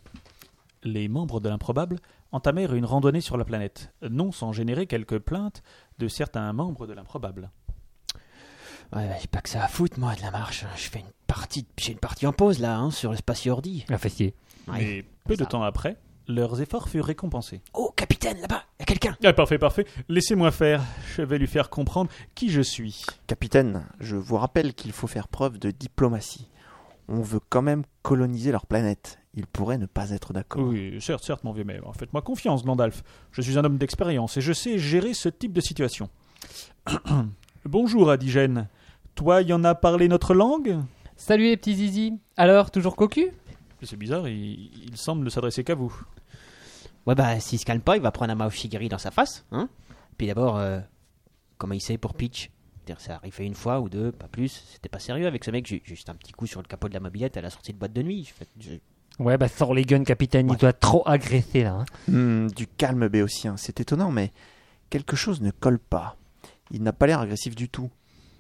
Les membres de l'improbable entamèrent une randonnée sur la planète, non sans générer quelques plaintes de certains membres de l'improbable. Ouais, j'ai pas que ça à foutre, moi, de la marche. Je fais une partie, j'ai une partie en pause, là, hein, sur le Spatio Ordi. Un fessier. Ouais, Mais peu de ça. temps après, leurs efforts furent récompensés. Oh, capitaine, là-bas, y a quelqu'un. Ah, parfait, parfait. Laissez-moi faire. Je vais lui faire comprendre qui je suis. Capitaine, je vous rappelle qu'il faut faire preuve de diplomatie. On veut quand même coloniser leur planète. Ils pourraient ne pas être d'accord. Oui, certes, certes, mon vieux, mais faites-moi confiance, Gandalf. Je suis un homme d'expérience et je sais gérer ce type de situation. Bonjour, Adigène. Toi, y en a parlé notre langue ? Salut les petits zizi. Alors, toujours cocu? C'est bizarre, il, il semble ne s'adresser qu'à vous. Ouais, bah, s'il se calme pas, il va prendre un Mao Shigiri dans sa face, hein. Puis d'abord, euh, comment il sait pour pitch? C'est-à-dire, ça arrivait une fois ou deux, pas plus. C'était pas sérieux avec ce mec. J'ai j'ai juste un petit coup sur le capot de la mobilette à la sortie de boîte de nuit. Je fais- je- Ouais, bah sors les guns, capitaine. Ouais. Il doit trop agresser là. Hein. Hmm, du calme, Béotien. C'est étonnant, mais quelque chose ne colle pas. Il n'a pas l'air agressif du tout.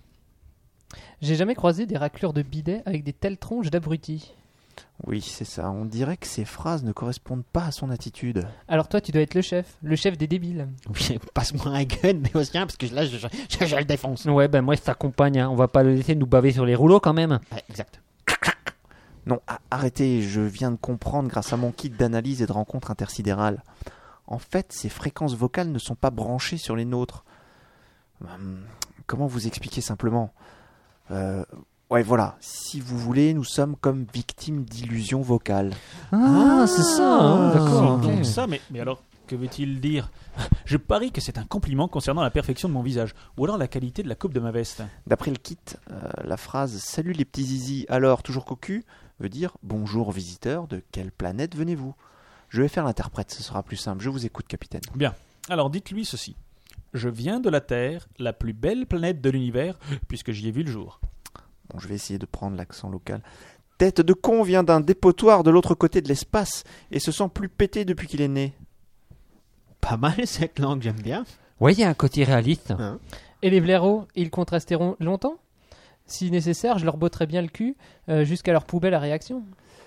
J'ai jamais croisé des raclures de bidet avec des telles tronches d'abrutis. Oui, c'est ça. On dirait que ces phrases ne correspondent pas à son attitude. Alors toi, tu dois être le chef, le chef des débiles. Oui, passe-moi un gun, Béotien, parce que là, je, je, je- je le défonce. Ouais, bah moi je t'accompagne. Hein. On va pas le laisser nous baver sur les rouleaux quand même. Ouais, exact. Non, a- arrêtez. Je viens de comprendre grâce à mon kit d'analyse et de rencontre intersidérale. En fait, ces fréquences vocales ne sont pas branchées sur les nôtres. Hum, comment vous expliquer simplement euh, Ouais, voilà. Si vous voulez, nous sommes comme victimes d'illusions vocales. Ah, c'est ça. Hein. D'accord. C'est ok. donc ça, mais, mais alors, que veut-il dire ? Je parie que c'est un compliment concernant la perfection de mon visage, ou alors la qualité de la coupe de ma veste. D'après le kit, euh, la phrase « Salut les petits zizi, alors toujours cocu ?» veut dire « Bonjour visiteurs, de quelle planète venez-vous ?» Je vais faire l'interprète, ce sera plus simple. Je vous écoute, capitaine. Bien, alors dites-lui ceci. Je viens de la Terre, la plus belle planète de l'univers, puisque j'y ai vu le jour. Bon, je vais essayer de prendre l'accent local. Tête de con vient d'un dépotoir de l'autre côté de l'espace et se sent plus pété depuis qu'il est né. Pas mal cette langue, j'aime bien. Ouais, il y a un côté réaliste. Et les blaireaux, ils contrasteront longtemps? Si nécessaire, je leur botterai bien le cul euh, jusqu'à leur poubelle à réaction.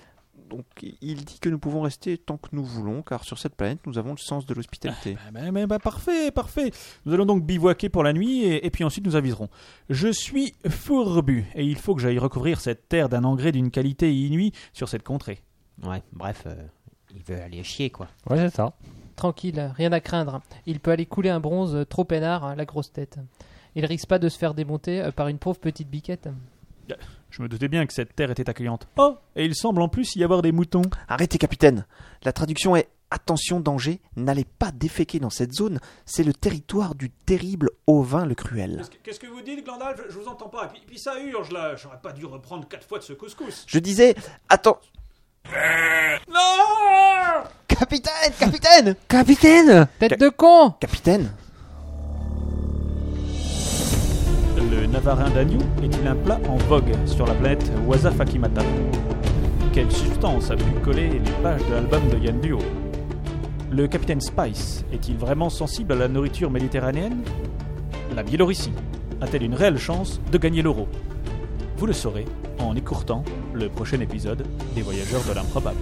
donc, il dit que nous pouvons rester tant que nous voulons, car sur cette planète, nous avons le sens de l'hospitalité. Bah, bah, bah, bah, parfait, parfait. Nous allons donc bivouaquer pour la nuit et, et puis ensuite nous aviserons. Je suis fourbu et il faut que j'aille recouvrir cette terre d'un engrais d'une qualité inouïe sur cette contrée. Ouais, bref, euh, il veut aller chier, quoi. Ouais, c'est ça. Tranquille, rien à craindre. Il peut aller couler un bronze euh, trop peinard, hein, la grosse tête. Il risque pas de se faire démonter euh, par une pauvre petite biquette. Je me doutais bien que cette terre était accueillante. Oh, et il semble en plus y avoir des moutons. Arrêtez, capitaine. La traduction est « Attention, danger, n'allez pas déféquer dans cette zone, c'est le territoire du terrible Ovin le Cruel. Qu'est-ce que, qu'est-ce que vous dites, Glandalf? Je, je vous entends pas. Puis, puis ça urge là. J'aurais pas dû reprendre quatre fois de ce couscous. » Je disais « Attends... Non! Capitaine, capitaine, Capitaine! Tête de con! Capitaine !» Le navarin d'agneau est-il un plat en vogue sur la planète Wasafakimata? Quelle substance a pu coller les pages de l'album de Yann Duo? Le capitaine Spice est-il vraiment sensible à la nourriture méditerranéenne? La Biélorussie a-t-elle une réelle chance de gagner l'euro? Vous le saurez en écourtant le prochain épisode des Voyageurs de l'improbable.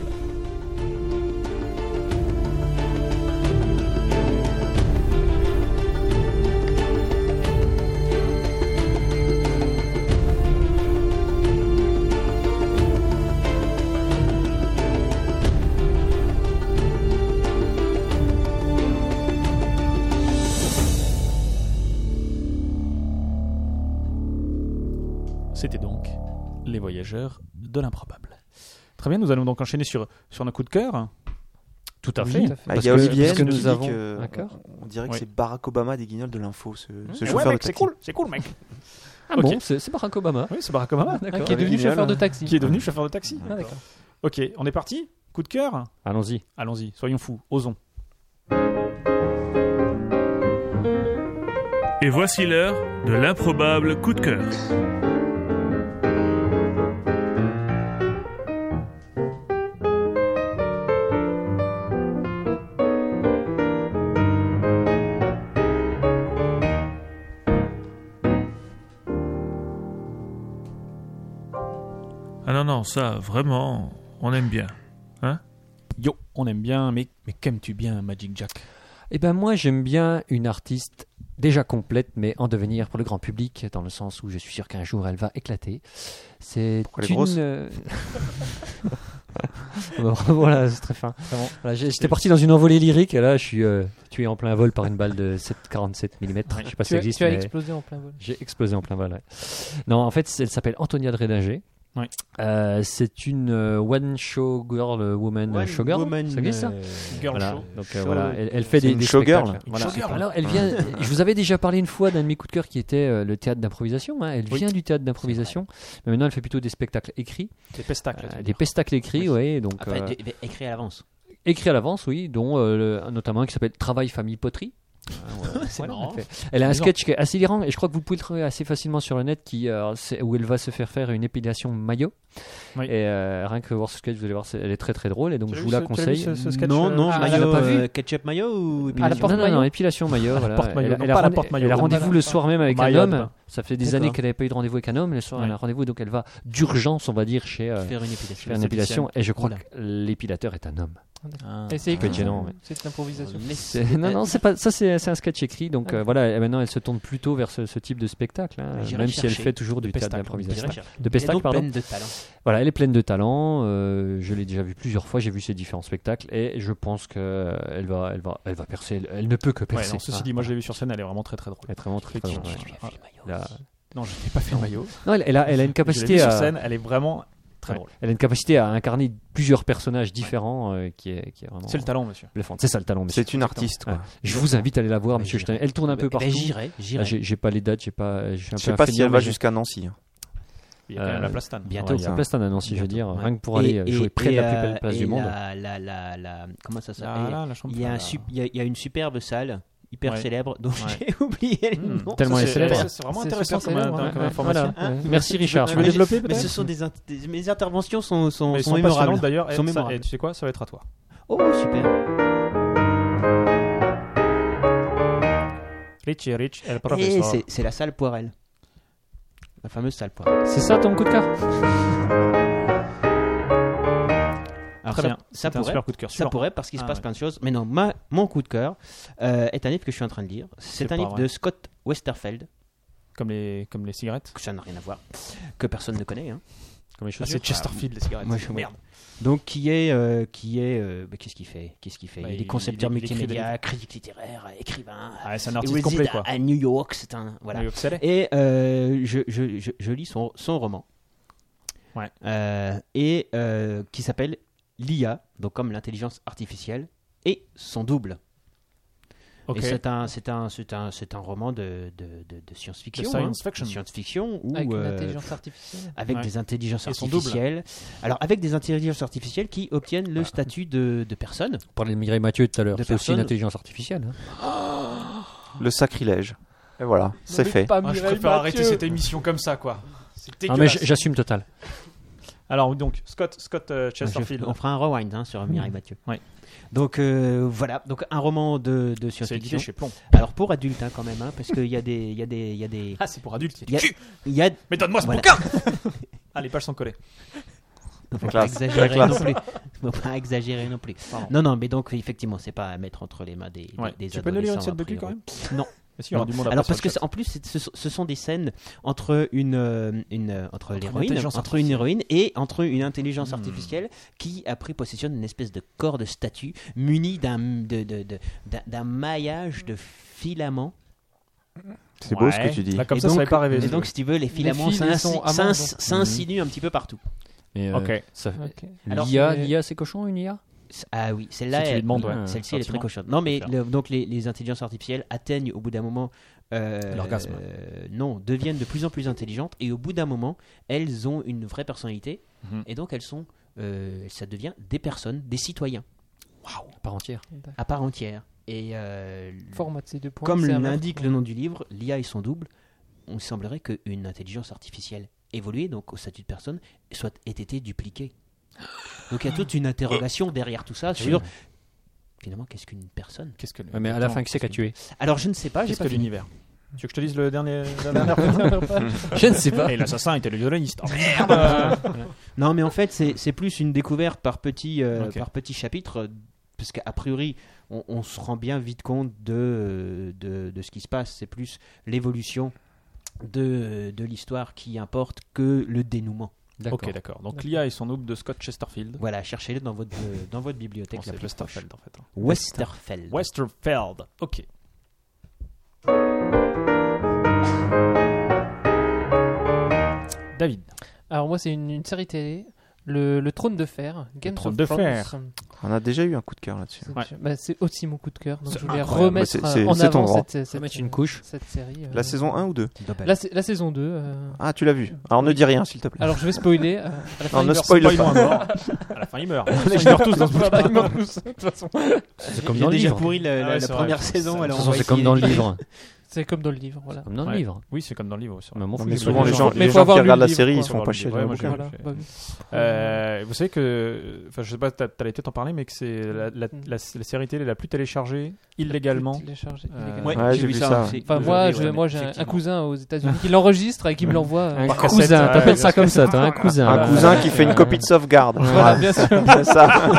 C'était donc les Voyageurs de l'improbable. Très bien, nous allons donc enchaîner sur, sur nos coups de cœur. Tout à Oui, fait. tout à fait. Ah, Parce il y a que- Olivier parce que qui nous dit avons que un cœur. on, on dirait que Oui. c'est Barack Obama des Guignols de l'info, ce, ce Ouais, chauffeur ouais, de mec, c'est taxi. cool, c'est cool, mec. Ah Ok. bon, c'est c'est Barack Obama. Oui, c'est Barack Obama, Ah, D'accord. qui est devenu Guignol, chauffeur de hein. taxi. qui est devenu chauffeur de taxi. Ah, d'accord. Ok, on est parti? Coup de cœur? Allons-y. Allons-y, soyons fous, osons. Et voici l'heure de l'improbable coup de cœur. Ah non, non, ça, vraiment, on aime bien. Yo, on aime bien, mais, mais qu'aimes-tu bien Magic Jack? Eh ben moi j'aime bien une artiste déjà complète mais en devenir pour le grand public dans le sens où je suis sûr qu'un jour elle va éclater. C'est Pourquoi les une grosses euh, bon, voilà, c'est très fin. Voilà, j'ai- j'étais parti dans une envolée lyrique et là je suis euh, tué en plein vol par une balle de sept virgule quarante-sept millimètres. Je sais pas si Tu ça as, existe tu as mais explosé en plein vol. j'ai explosé en plein vol. Ouais. Non, en fait, elle s'appelle Antonia Drédinger. Oui. Euh, c'est une euh, one show girl, euh, woman euh, showgirl. Ça existe ça Girl Voilà. show. Donc euh, Show. voilà, elle, elle fait C'est des, une des showgirl. spectacles. Une Voilà. showgirl. Alors elle vient. Je vous avais déjà parlé une fois d'un de mes coups de cœur qui était euh, le théâtre d'improvisation. hein. Elle Oui. vient du théâtre d'improvisation, mais maintenant elle fait plutôt des spectacles écrits, Des pestacles. Euh, des pestacles écrits, ouais. Donc Après, euh, d- écrit à l'avance. écrits à l'avance, oui, dont euh, le- notamment un qui s'appelle Travail, famille, poterie. C'est Voilà, marrant. elle, fait- elle a un Maison. sketch qui est assez hilarant et je crois que vous pouvez le trouver assez facilement sur le net qui, euh, c'est- où elle va se faire faire une épilation maillot. Oui. Et euh, rien que voir ce sketch, vous allez voir, c'est- elle est très très drôle et donc Tu je l'as vous vu la ce- tu l'as vu conseille. ce- ce sketch, Non, euh, non, Ah, maillot, elle a pas vu euh, ketchup maillot ou À la épilation porte non, non, maillot non, épilation maillot. Voilà. porte-maillot, Elle, a- non, elle a pas la rendez- porte-maillot. elle a Non, rendez-vous pas le la soir même avec un Maillot. homme. Ça fait des D'accord. années qu'elle n'avait pas eu de rendez-vous avec un homme. Le soir, elle a Ouais. rendez-vous, donc elle va d'urgence, on va dire, chez euh, faire une épilation. faire une épilation. Et je crois Oula. que l'épilateur est un homme. Ah. Et c'est peut être écrit. gênant, ouais. C'est de l'improvisation. C'est- Non, non, c'est pas ça. C'est c'est un sketch écrit. Donc euh, voilà. Et maintenant, elle se tourne plutôt vers ce, ce type de spectacle, hein, J'irai même si elle chercher. fait toujours du théâtre pestacle, d'improvisation. J'irai chercher. De pestacle, Elle est donc pardon. pleine de talent. Voilà, elle est pleine de talent. euh, je l'ai déjà vu plusieurs fois. J'ai vu ses différents spectacles et je pense que euh, elle va, elle va, elle va percer. Elle, elle ne peut que Ouais, percer. non, ceci Ah, dit, moi je l'ai vu sur scène, elle est vraiment très très drôle. elle est vraiment très, très Tu- drôle, tu- ouais. tu- Là- Non, je n'ai pas fait le maillot. Non, elle, elle a, elle a une Je l'ai vu capacité sur à. scène, elle est vraiment très Ouais. drôle. Elle a une capacité à incarner plusieurs personnages différents euh, qui, est, qui est vraiment C'est le talent, monsieur. bluffante. C'est ça le talent, monsieur. C'est une artiste, quoi. Ouais. Je vous invite à aller la voir, Mais monsieur j'irai. Stein. Elle tourne un peu Ben, partout. J'irai, Ah, j'irai. j'ai j'ai pas les dates, j'ai pas. Je suis un Je peu sais pas un si feignant, elle va mais j'ai- jusqu'à Nancy. hein. Il y a quand même la Euh, place Stan. Bientôt. Ouais, il y a ça. plein Stan à Nancy, je veux dire. Ouais. Rien que pour aller euh, jouer près de la plus belle place et du monde. La, la, la, la, comment ça Là, s'appelle là, la chambre. il, y a un là. sup- il, y a, il y a une superbe salle hyper Ouais. célèbre dont Ouais. j'ai oublié le Hmm. nom. Tellement Ça, elle est c'est- célèbre. c'est- C'est vraiment C'est intéressant super comme, célèbre, comme ouais. Voilà. information. Hein Ouais. Merci Richard. Tu Mais- veux développer Mais peut-être ce sont des, int- des- mes interventions sont, sont, Mais ils sont sont mémorables. passionnantes d'ailleurs. Sont Et ça- mémorables. et tu sais quoi, ça va être à toi. Oh super. Richie Rich, el Et professeur. c'est c'est la salle Poirel. La fameuse salle Poirel. C'est ça ton coup de cœur Alors Très ça, bien. ça C'était un pourrait, super coup de cœur. ça Suivant. pourrait parce qu'il se Ah, passe ouais. plein de choses. Mais non, ma, mon coup de cœur euh, est un livre que je suis en train de lire. C'est C'est un pas livre vrai. de Scott Westerfeld, Comme les, comme les cigarettes, que ça n'a rien à voir, que personne ne connaît. Hein. comme les Ah, chaussures. c'est Chesterfield, les cigarettes. Moi, je- Merde. Donc qui est, euh, qui est, euh, bah, qu'est-ce qu'il fait Qu'est-ce qu'il fait Bah, Il il- est concepteur il- il écrit des multimédia, critique littéraire, écrivain. Ah, c'est un Il artiste réside complet, à- quoi. à New York, c'est un voilà. New York City. Et euh, je, je, je, je lis son, son roman. Ouais. Euh, et euh, qui s'appelle L'I A, donc comme l'intelligence artificielle, et son double. Ok. Et c'est un, c'est un, c'est un, c'est un roman de, de, de, de science-fiction. De science hein, fiction. de science-fiction où, Avec une euh, intelligence artificielle. avec Ouais. des intelligences Et son double. artificielles. Alors avec des intelligences artificielles qui obtiennent le statut de, de personne. On parlait de Mireille Mathieu tout à l'heure. De C'est aussi une personnes. intelligence artificielle. hein. Le sacrilège. Et voilà, c'est fait. Pas Ah, je Mireille préfère arrêter Mathieu. cette émission comme ça, quoi. C'est Ah, mais dégueulasse. j- j'assume total. Alors, donc, Scott, Scott euh, Je- Chesterfield. on fera un rewind hein, sur Mireille Mathieu. Ouais. Donc euh, voilà, donc un roman de, de C'est édité science-fiction. chez Plomb. Alors pour adultes hein, quand même, hein, parce qu'il y a des, il y a des, il y a des, Ah, c'est pour adultes. il y a, il y a- Mais donne-moi ce Voilà. bouquin. Ah, les pages sont collées. faut pas classe, exagérer très classe. non plus. Faut pas exagérer non plus. Pardon. Non non, mais donc effectivement, c'est pas à mettre entre les mains des, des- Ouais. des Tu peux nous lire une adolescents, scène de a cul quand priori. même Non. Mais si, il y aura Non. du monde après Alors sur parce le que chat. c'est- en plus c'est- ce, sont- ce sont des scènes entre une euh, une euh, entre une l'héroïne intelligence entre une artificielle. héroïne et entre une intelligence Hmm. artificielle qui après possessionne une espèce de corps de statue muni d'un de, de, de- d'un- d'un maillage de filaments. C'est beau ce Ouais. que tu dis. Là, comme Et ça, ça donc- va pas rêver. Et donc si tu veux les filaments fils, ils sont s'insi- amants, s'ins- donc. s'insinuent un petit peu partout. Mais, euh, Ok. ça- Ok. Alors, L'I A, c'est- l'I A, c'est cochon, une I A Ah oui, celle-là, Si tu lui elle- demandes, ouais. Ah, celle-ci, elle est très gentiment. cochonne. Non, mais Faire. le- donc les, les intelligences artificielles atteignent au bout d'un moment. euh, L'orgasme. euh, non, deviennent de plus en plus intelligentes et au bout d'un moment, elles ont une vraie personnalité Mhm. et donc elles sont, euh, ça devient des personnes, des citoyens À part entière. à part entière. Et euh, Format de ces deux points. comme c'est un l'indique meurtre. le nom du livre, l'I A et son double, on semblerait qu'une intelligence artificielle évoluée, donc au statut de personne, soit ait été dupliquée. Donc il y a toute une interrogation derrière tout ça sur finalement qu'est-ce qu'une personne. Qu'est-ce que le- Ouais, mais à la Attends, fin, qui c'est qu'a tué Alors je ne sais pas, j'ai Qu'est-ce pas que fini. l'univers Tu veux que je te dise le dernier la dernière fois Je ne sais pas. Et l'assassin était le violoniste. Oh merde. Non, mais en fait, c'est c'est plus une découverte par petits euh, Ok. par petits chapitres, euh, parce qu'a priori, on, on se rend bien vite compte de, euh, de, de ce qui se passe. C'est plus l'évolution de, de l'histoire qui importe que le dénouement. D'accord. Ok, d'accord. Donc l'I A et son double de Scott Chesterfield. Voilà, cherchez-le dans votre, euh, dans votre bibliothèque. Non, la c'est plus proche. Westerfeld en fait. hein. Westerfeld. Westerfeld. Ok. David. Alors moi c'est une, une série télé, le, le Trône de Fer, Game Trône of de Thrones. Fer. On a déjà eu un coup de cœur là-dessus. C'est Ouais. bah, c'est aussi mon coup de cœur. Donc C'est je voulais incroyable. remettre Bah, c'est- c'est- en c'est ton avant droit. cette, cette, mettre une couche. cette série. euh, La saison un ou deux Double. La, sa- la saison deux. euh, Ah, tu l'as vu. Alors ne dis rien, s'il te plaît. Alors je vais spoiler. euh, à la fin, Non, il ne meurt. spoil Pas, ils pas. vont à mort. À la fin, ils meurent. Ils meurent tous dans ce Voilà, bouquin. ils meurent tous, de toute façon. C'est comme J'ai dans le déjà livre. pourri la, Ah la- ouais, la c'est vrai. première Ça- saison. de De alors toute on façon, va c'est comme essayer dans le d'éviter. livre. C'est comme dans le livre, voilà. Comme dans le Ouais. livre. Oui, c'est comme dans le livre. c'est vrai. Mais m'en Non, fous, mais j'ai souvent pas les lu. gens, Mais les faut gens avoir qui lu regardent le la livre, série, quoi. ils se font Faut pas avoir chier lu dans le le livre. bouquin. Ouais, moi, j'ai- Voilà, j'ai fait. bah oui. Euh, vous savez que, enfin, je sais pas, t'as as été t'en parler, mais que c'est la, la, la, la série télé la plus téléchargée illégalement. Téléchargé Euh, illégalement. Ouais, Ouais, j'ai j'ai vu vu ça. ça. aussi. Enfin, moi, Aujourd'hui, je, ouais, moi j'ai un, un effectivement. cousin aux États-Unis qui l'enregistre et qui me l'envoie. euh, Un Par cousin, cassette, t'appelles ouais, ça comme ça, t'as un cousin. Un là. cousin qui fait une copie de sauvegarde. Voilà, bien sûr. C'est ça.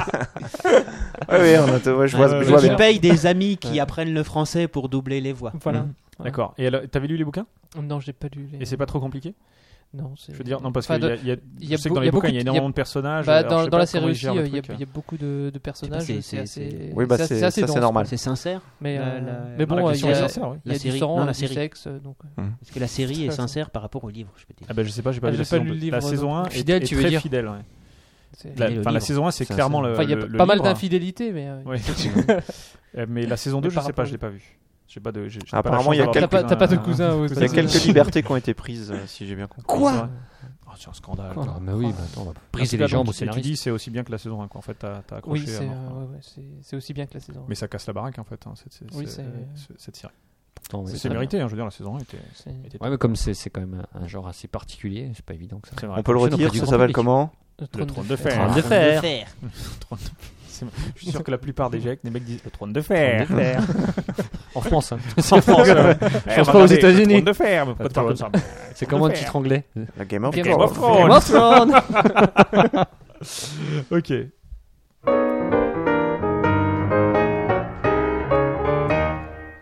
Oui, oui, on a- ouais, je vois, Ouais, je vois Qui bien. paye des amis qui apprennent le français pour doubler les voix. Voilà. D'accord. Et alors, t'avais lu les bouquins Non, j'ai pas lu. Les... Et c'est pas trop compliqué Non, c'est. Je veux dire, non, parce Enfin, que de- il y a, il y a je sais que beau- dans il y les a bouquins, il y a beaucoup de- il y a- énormément de personnages. Bah, alors je dans, sais dans pas la comment série ils aussi, gèrent il le y, a- truc. il y a beaucoup de, de personnages. c'est- C'est c'est- assez. Oui, bah, c'est assez- c'est- c'est assez ça, c'est dense, normal. quoi. C'est sincère. Mais, La- euh, la- mais Ah, bon, la il y question a, est sincère, oui. il y a La du série- sang, non, la du série. sexe. Donc, euh, Parce que la série est Très sincère par rapport au livre, je peux te dire. Ah ben je sais pas, j'ai pas Ah, vu j'ai la pas saison lu le deux. livre, La non. saison un est, Fidèle, est tu veux très dire fidèle. Ouais. c'est- La, Et le enfin, la livre. saison un, c'est C'est clairement ça. le. Enfin, il y a le- le pas mal livre, hein. d'infidélité, mais. euh, Oui. Euh, Mais la saison deux, Mais je par sais pas, rapport- je l'ai pas vue. J'ai pas de. j'ai- j'ai Apparemment, pas la il y a chance T'as d'avoir pas, des t'as pas de cousins, cousin aux euh, Il y a États-Unis. quelques libertés qui ont été prises, euh, si j'ai bien compris. Quoi Oh, c'est un scandale. Ah, mais oui, bah, attends, on va En briser tout cas, les jambes donc, au et tu scénariste. dis c'est aussi bien que la saison un, quoi. En fait, t'as t'as accroché. Oui, c'est à mort, euh, quoi. ouais, ouais, c'est- c'est aussi bien que la saison. Mais ça casse la baraque en fait, hein, cette, cette, Oui, cette- c'est- cette- cette série. Pourtant, ouais, C'est très mérité, hein, je veux dire, la saison un était. C'est- était Ouais, mais comme c'est c'est quand même un, un genre assez particulier, c'est pas évident que ça. C'est vrai. On peut le Prochaine redire, auprès du ça grand s'appelle public. comment Le Le trône de fer. Trône de fer. C'est- Je suis sûr que la plupart des Jacks, les mecs disent le trône de fer. En France, hein. En France, ouais. Je pense pas aux États-Unis. Le trône de fer, mais pas de parler comme ça. C'est comment un faire. titre anglais La Game of Game Game Thrones. of Thrones. Game of Thrones. Ok.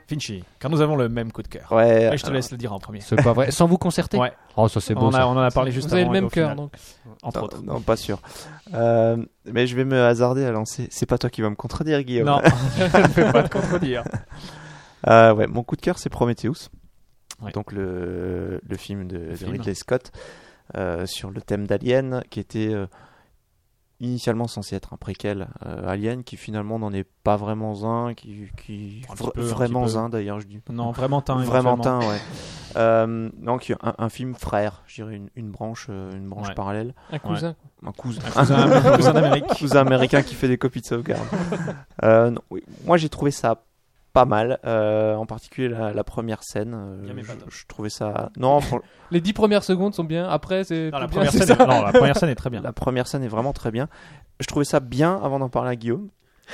Finchy, car nous avons le même coup de cœur. Ouais. Et je te laisse le dire en premier. C'est pas vrai. Sans vous concerter. Ouais. Oh, ça c'est beau. On, a, ça. on en a parlé juste Vous avez avant. le et même au cœur, final, donc. entre Non, autres. non, pas sûr. Euh, mais je vais me hasarder à lancer. C'est pas toi qui vas me contredire, Guillaume. Non, je ne fais pas de contredire. Euh, ouais, mon coup de cœur, c'est Prometheus. Ouais. Donc le, le film de, de film. Ridley Scott euh, sur le thème d'Alien, qui était euh, initialement censé être un préquel euh, Alien, qui finalement n'en est pas vraiment un, qui, qui Un petit vra- peu, un vraiment petit peu. un d'ailleurs, je dis. Non, vraiment teint. Vraiment éventuellement. teint, ouais. Euh, donc un, un film frère, je dirais une, une branche, euh, une branche Ouais. parallèle, Un cousin. un cousin, Un cousin, un cousin d'Amérique. un cousin américain qui fait des copies de sauvegarde. Euh, non, oui. Moi j'ai trouvé ça pas mal, euh, en particulier la, la première scène. euh, Bien, mais je, pas top. je trouvais ça. Non, fran- Les dix premières secondes sont bien. Après, c'est. Non, la plus première bien, c'est scène, ça. est... non, la première scène est très bien. la première scène est vraiment très bien. Je trouvais ça bien avant d'en parler à Guillaume.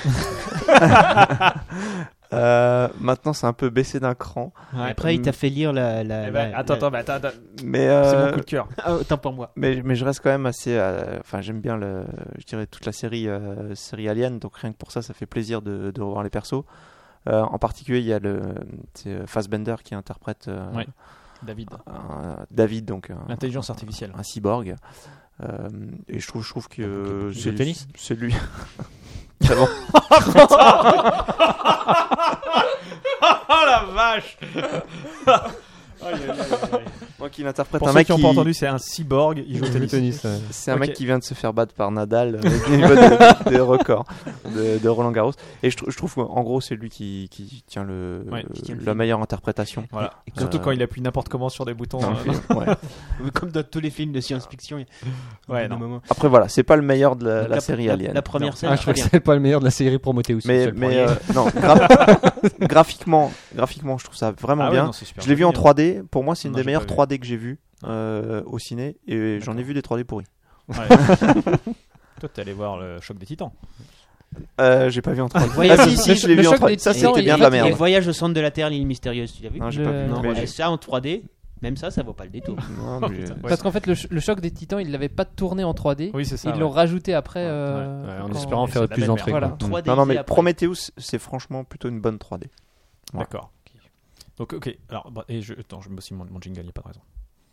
Euh, maintenant, c'est un peu baissé d'un cran. Ouais. Après, il t'a fait lire la. la, Eh ben, la- attends, la- attends, bah, attends, attends. Mais, C'est euh, mon coup de cœur. Ah, autant pour moi. mais, mais je reste quand même assez. euh, Enfin, j'aime bien le, je dirais toute la série, euh, série Alien. Donc rien que pour ça, ça fait plaisir de, de revoir les persos. Euh, en particulier, il y a le c'est euh, Fassbender qui interprète euh, Ouais. David. un- David, donc un, Intelligence artificielle. un cyborg. Euh, et je trouve, je trouve que euh, joue au tennis c'est lui. Très bon. Oh la vache. Donc il interprète Pour un ceux mec qui n'ont qui pas entendu, c'est un cyborg. Il joue au tennis. c'est un Ok. mec qui vient de se faire battre par Nadal avec des niveaux de, de record de, de Roland Garros. Et je, trou- je trouve qu'en gros c'est lui qui, qui tient le Ouais, qui tient le la film. meilleure interprétation. Voilà. Et Surtout Euh, quand il appuie n'importe comment sur des boutons. dans le euh, film. Ouais. Comme dans tous les films de science-fiction. il y a Ouais, des non. moments. Après voilà, c'est pas le meilleur de la, la série la, Alien. la première Non. scène, Ah, je très crois que bien. c'est pas le meilleur de la série Prometheus. c'est Mais, le mais premier. euh, non, gra- graphiquement, graphiquement, je trouve ça vraiment Ah ouais, bien. non, c'est super Je l'ai vu joli, en hein. trois D. Pour moi, c'est une Non, des j'ai meilleures pas vu. trois D que j'ai vues euh, au ciné. Et j'en ai D'accord. vu des trois D pourris. Ouais. Toi, t'es allé voir le choc des titans. Euh, j'ai pas vu en trois D. Voyage- Ah, si, si, si, je l'ai le vu en choc trois D. des Ça, Titans, c'était il- bien de la il- Et merde. Voyage au centre de la Terre, l'île mystérieuse, tu l'as vu? Non, j'ai Le- pas vu. non, Mais Et j'ai- ça en trois D, même ça, ça vaut pas le détour. non, mais j'ai- Parce qu'en fait, le, ch- le choc des titans, ils l'avaient pas tourné en trois D. Oui, c'est ça. Ils ouais. l'ont rajouté après. Ouais, euh, Ouais, en quand- espérant Et faire c'est plus de la d'entrées. merde. quoi. trois D Non, non, mais après. Prometheus, c'est franchement plutôt une bonne trois D. D'accord. Donc, ok. Alors, bah, et je, attends, je me suis mon, mon jingle, il n'y a pas de raison.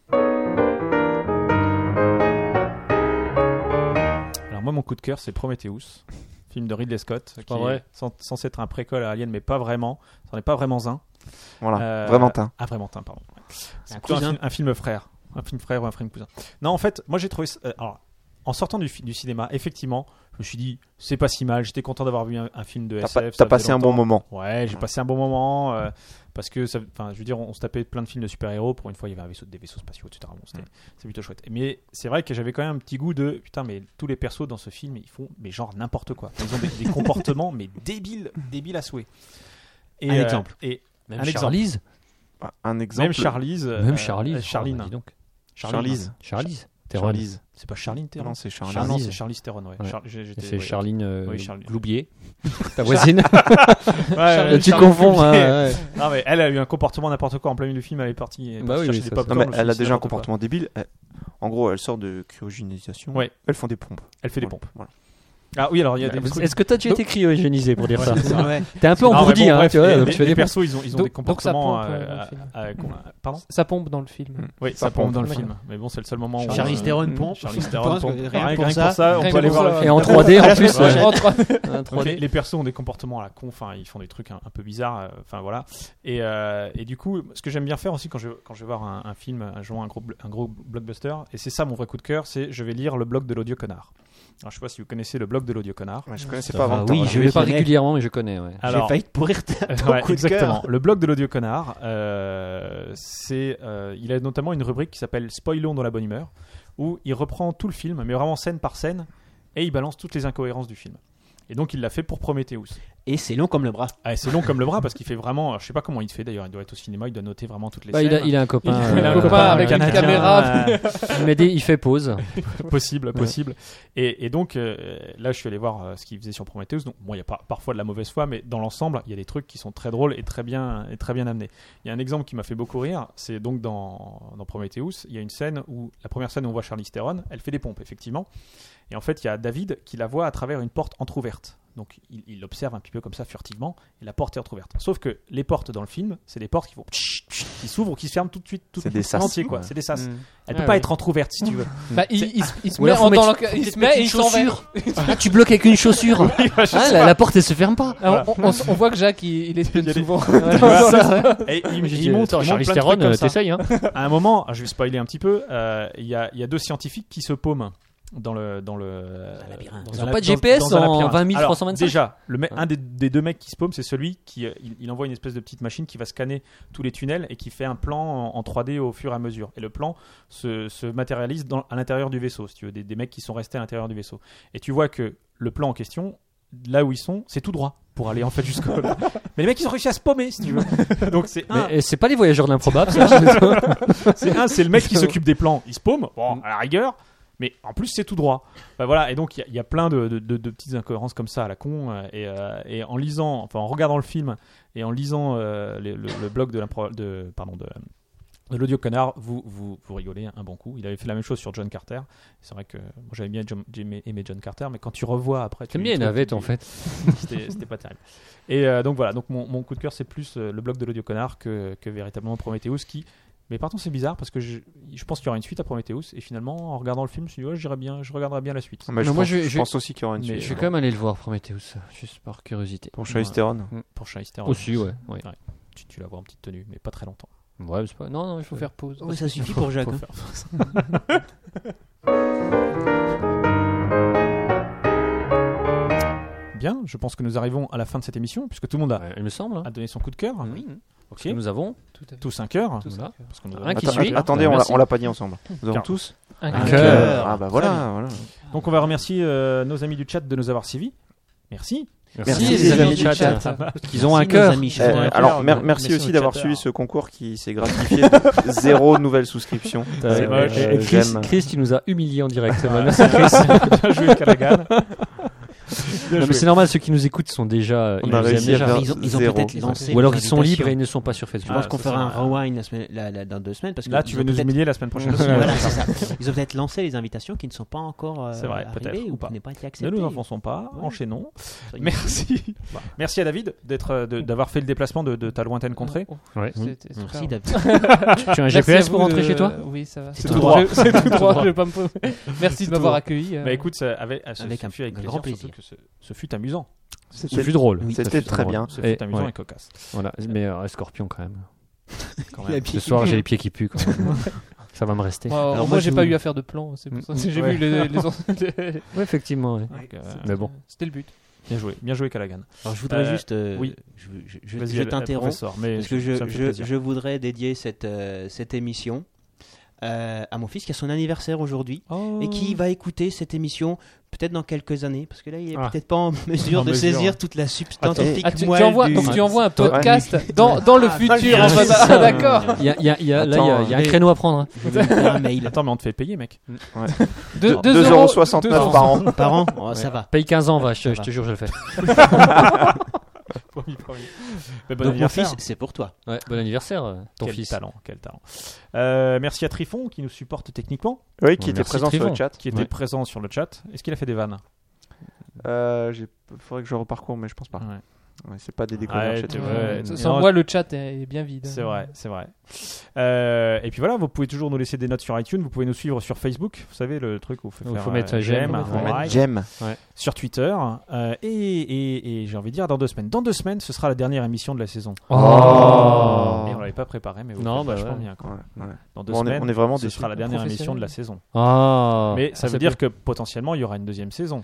Alors, moi, mon coup de cœur, c'est Prometheus, film de Ridley Scott, qui pas vrai. est cen- censé être un préquel à Alien, mais pas vraiment. Ça n'en est pas vraiment un. Voilà, Euh, vraiment teint. Ah, vraiment teint, pardon. Ouais. C'est Un plutôt un, cousin. film, un film frère. Un film frère ou un film cousin. Non, en fait, moi j'ai trouvé. ça- euh, alors, en sortant du, fi- du cinéma, effectivement, je me suis dit, c'est pas si mal. J'étais content d'avoir vu un, un film de T'as S F. pas- ça t'as faisait passé un bon longtemps. moment. Ouais, j'ai passé un bon moment. euh, parce que, ça- enfin, je veux dire, on, on se tapait plein de films de super-héros. Pour une fois, il y avait un vaisseau, des vaisseaux spatiaux, et cetera. Bon, c'était c'est plutôt chouette. Mais c'est vrai que j'avais quand même un petit goût de putain, mais tous les persos dans ce film, ils font, mais genre n'importe quoi. Ils ont des, des comportements, mais débiles, débiles à souhait. Et, Un euh, exemple. Et Même un exemple. Charlize. Un exemple. Même Charlize. euh, Même Charlize. euh, Charline. Oh, bah, dis donc. Charlize. Charlize. Theron. Charlize. C'est pas Charline Theron. Non, c'est Charlize. Ah non, Charlize. c'est Charlize Theron, ouais. Ouais. Char- j'ai- j'étais- C'est ouais. Charline euh, Oui, Charline. Gloubier. Ta voisine. Ouais, ouais, tu Charline confonds. Gloubier. hein, ouais. Non, mais elle a eu un comportement n'importe quoi en plein milieu du film. Elle est partie, elle est Bah partie oui, chercher oui, des ça, pop ça. Non, mais elle a déjà un comportement débile. Elle- En gros, elle sort de cryogénisation. Ouais. Elles font des pompes. Elle fait des Voilà. pompes. Voilà. Ah oui, alors il y a des trucs. Est-ce que t'as déjà été cryogénisé pour dire ça Ouais. T'es un peu Ah, mais engourdi, bon, hein, bref, tu vois. les, donc les- tu fais les des persos, ils ont, ils ont Donc- des donc ça comportements. pompe, euh, ouais, dans le à- film. à- à- Pardon. Ça pompe dans le film. Oui, ça Ça pompe pompe. dans le D'accord. film. Mais bon, c'est le seul moment où. Charlize euh, Theron pompe. Charlize Je Theron pense pompe. que Rien rien rien pour que ça, pour ça, on rien peut aller que voir pour le ça. film. Et en trois D en Ouais, plus. ouais, ouais. en trois D. Un Donc, trois D. les, les persos ont des comportements à la con, enfin ils font des trucs un, un peu bizarres, euh, enfin voilà. Et, euh, et du coup, ce que j'aime bien faire aussi quand je quand je vais voir un, un film, un, genre un gros bl- un gros blockbuster, et c'est ça mon vrai coup de cœur, c'est je vais lire le blog de l'audio connard. Alors je sais pas si vous connaissez le blog de l'audio connard. Ouais, je connaissais Ça pas va, avant. oui, de je t'en vais pas connais. régulièrement, mais je connais. Ouais. J'ai Alors, failli te pourrir ta- ton ouais, coup de exactement. cœur. Le blog de l'audio connard, euh, c'est, euh, il a notamment une rubrique qui s'appelle Spoilons dans la bonne humeur, où il reprend tout le film, mais vraiment scène par scène, et il balance toutes les incohérences du film. Et donc il l'a fait pour Prometheus. Et c'est long comme le bras. Ah, c'est long comme le bras parce qu'il fait vraiment, je sais pas comment il fait d'ailleurs, il doit être au cinéma, il doit noter vraiment toutes les Bah, scènes. il, a, il a un copain. Il a un euh, copain avec une canadien, caméra. euh, Il m'a dit, il fait pause. possible, possible. Et, et donc euh, là, je suis allé voir euh, ce qu'il faisait sur Prometheus. Donc bon, il y a pas, parfois de la mauvaise foi, mais dans l'ensemble, il y a des trucs qui sont très drôles et très bien, et très bien amenés. Il y a un exemple qui m'a fait beaucoup rire. C'est donc dans, dans Prometheus, il y a une scène où la première scène où on voit Charlize Theron, elle fait des pompes effectivement. Et en fait, il y a David qui la voit à travers une porte entrouverte Donc il, il observe un petit peu comme ça furtivement et la porte est entrouverte. Sauf que les portes dans le film, c'est des portes qui vont qui s'ouvrent ou qui se ferment tout de suite, tout C'est des sas. entier, quoi. Ouais. C'est des sas. Mm. Elle Ah peut pas ouais. être entrouverte si tu veux. Bah, il, C'est- il, se- il se Ou met alors, faut en- dans mettre- le- il faut se peut-être met mettre et une il s'en va. chaussure. Ah, tu bloques avec une chaussure. Ah, la, la porte elle se ferme pas. Alors, on, on, on voit que Jacques il, il espionne Il y a des- souvent. Et il, J'ai il dit, montre, attends, il Charlie montre plein de Theron, trucs comme euh, ça. t'essayes, hein. À un moment, je vais spoiler un petit peu, euh, il y, a, il y a deux scientifiques qui se paument dans le dans le labyrinthe. dans Ils un ont la- pas de dans- G P S dans un en labyrinthe. vingt mille trois Alors, cent vingt-cinq? déjà, le mec- un des, des deux mecs qui se paume, c'est celui qui euh, il, il envoie une espèce de petite machine qui va scanner tous les tunnels et qui fait un plan en, en trois D au fur et à mesure. Et le plan se, se matérialise dans, à l'intérieur du vaisseau, si tu veux, des, des mecs qui sont restés à l'intérieur du vaisseau. Et tu vois que le plan en question, là où ils sont, c'est tout droit pour aller en fait jusqu'au. Mais les mecs ils ont réussi à se paumer, si tu veux. Donc c'est un, Mais euh, c'est pas les voyageurs de l'improbable, ça. c'est un, c'est le mec qui s'occupe des plans, il se paume, bon, à la rigueur, mais en plus c'est tout droit. Bah voilà, et donc il y, y a plein de, de, de, de petites incohérences comme ça à la con, euh, et, euh, et en lisant, enfin en regardant le film et en lisant euh, les- le, le blog de l'impro, de, pardon, de, de l'audio connard, vous, vous, vous rigolez un bon coup. Il avait fait la même chose sur John Carter. C'est vrai que moi j'avais bien John- j'ai aimé, aimé John Carter, mais quand tu revois après, tu T'aimes bien les tu- navettes, tu- en fait. C'était, c'était pas terrible. Et euh, donc voilà, donc mon, mon coup de cœur c'est plus euh, le blog de l'audio connard que, que véritablement Prometheus qui. Mais par contre c'est bizarre parce que je, je pense qu'il y aura une suite à Prometheus et finalement en regardant le film je me suis dit ouais, j'irais bien, je regarderais bien la suite. Mais je, Non, moi, pense, je- je je- pense aussi qu'il y aura une Mais suite. Je vais quand même aller le voir, Prometheus, juste par curiosité. Pour Charlize Theron. Pour Charlize Theron. Aussi, ouais. ouais. Tu, tu la vois en petite tenue, mais pas très longtemps. Ouais, mais c'est pas... Non, non, il Faut faut faire pause. Ouais, ça suffit pour Jacques. Faut hein. faire- Bien, je pense que nous arrivons à la fin de cette émission puisque tout le monde a, Ouais, il me semble. hein. a donné son coup de cœur. Oui. Ok. Nous avons Tout à fait. Tous un cœur. Tous Voilà. Parce que nous Un qui Attends, suit. Attendez, on l'a- Merci. on l'a pas dit ensemble. Nous avons Car- tous Un Un cœur. cœur. Ah bah Très voilà, bien. voilà. Donc on va remercier euh, nos amis du chat de nous avoir suivis. Merci. Merci, les les amis amis du du chat. chat. Ils ont un Merci, nos cœur. amis Eh, chers. un alors, cœur, mer- mais- merci mais aussi sur le d'avoir chatter. suivi ce concours qui s'est gratifié de zéro nouvelle souscription. C'est Euh, moche. et- et Chris, J'aime. Chris, tu nous as humiliés en direct. Merci, Chris. Bien joué Callaghan. Non, mais c'est normal, ceux qui nous écoutent sont déjà. On ils a nous aiment réussi à déjà. faire Ils ont, ils ont zéro. peut-être lancé. Ou alors une ils sont invitation. libres et ils ne sont pas sur Je Facebook. pense Ah, qu'on ça, fera un c'est- rewind la semaine, la- la- dans deux semaines parce que Là, ils tu ont veux nous peut-être- humilier la semaine prochaine aussi. Voilà, c'est ça. Ils ont peut-être lancé les invitations qui ne sont pas encore euh, C'est vrai, arrivées peut-être, ou ou pas. qui n'ont pas été Ne acceptées. nous enfonçons pas, Ouais. enchaînons. Soyez- Merci. Merci à David d'être, euh, de- d'avoir fait le déplacement de, de ta lointaine contrée. Ouais. C'était super. Merci David. Tu as un Merci G P S à pour vous rentrer de- chez toi Oui, ça va. C'est tout droit. Je- C'est tout droit. droit. je vais pas me- Merci C'est de m'avoir tout accueilli. euh. Bah écoute, ça avait, ce, Avec ce un- fut avec un plaisir, grand surtout plaisir. que ce, ce fut amusant. Ce fut drôle. Oui. Ça C'était fut très drôle. bien. Ce Et- fut amusant ouais. et cocasse. Voilà, mais euh, Scorpion quand même. Quand Il a même. pied Ce soir, qui- j'ai les pieds qui puent quand même. Ça va me rester. Moi, Alors moi, moi, j'ai je pas vous- eu à faire de plan. C'est pour ça. Mm. J'ai Ouais. vu les, les autres- les- Ouais, effectivement. ouais. Donc, euh, Mais bon. C'était le but. Bien joué, bien joué Callaghan. Alors je voudrais Euh, juste. euh, oui. Je, je- je- Vas-y, je euh, t'interromps professeur, mais parce que je, ça me fait je, plaisir. je voudrais dédier cette, euh, cette émission euh, à mon fils qui a son anniversaire aujourd'hui Oh. et qui va écouter cette émission peut-être dans quelques années parce que là il est Ah. peut-être pas en mesure En de mesure. saisir toute la substantifique Ah, tu, tu moelle envoies, du- donc tu envoies un Ouais. podcast dans, dans le Ah, futur. dans le Enfin, futur. ah, d'accord. Il y a, il y a- il y a- là, il y a, Attends, il y a un mais- créneau à prendre. hein. Je vais lui faire un mail Attends, mais on te fait payer, mec. Deux- deux deux euros soixante-neuf deux par an. par an. Oh, ça va. Paye quinze ans, va, je, Ça je va. te jure, je le fais. Promis, promis. Mais bon Donc mon anniversaire. fils, c'est pour toi. Ouais, bon anniversaire, euh, ton Quel fils. talent, quel talent. Euh, merci à Trifon qui nous supporte techniquement, Oui, qui Bon, était merci, présent sur Trifon. le chat. qui était Ouais. présent sur le chat. Est-ce qu'il a fait des vannes? Euh, j'ai- faudrait que je reparcours, mais je pense pas. Ouais. Ouais, c'est pas des découvertes Ouais, chez tu toi. vois, Ouais, non, Sans moi, le chat est bien vide. C'est vrai, c'est vrai. Euh, et puis voilà, vous pouvez toujours nous laisser des notes sur iTunes. Vous pouvez nous suivre sur Facebook. Vous savez, le truc où il faut, Où faire, faut mettre euh, j'aime, j'aime, faut un mettre like. J'aime. Sur Twitter. Euh, et et, et j'ai envie de dire dans deux semaines. Dans deux semaines, ce sera la dernière émission de la saison. Oh. Et on l'avait pas préparé, mais vous Non, faites bah vachement ouais. bien. Quoi. Ouais, ouais. Dans deux Bon, on est- semaines, on est vraiment ce déçus. sera la dernière Professionnel. émission de la saison. Ah. Mais ça Ah, veut c'est dire bien. que potentiellement il y aura une deuxième saison.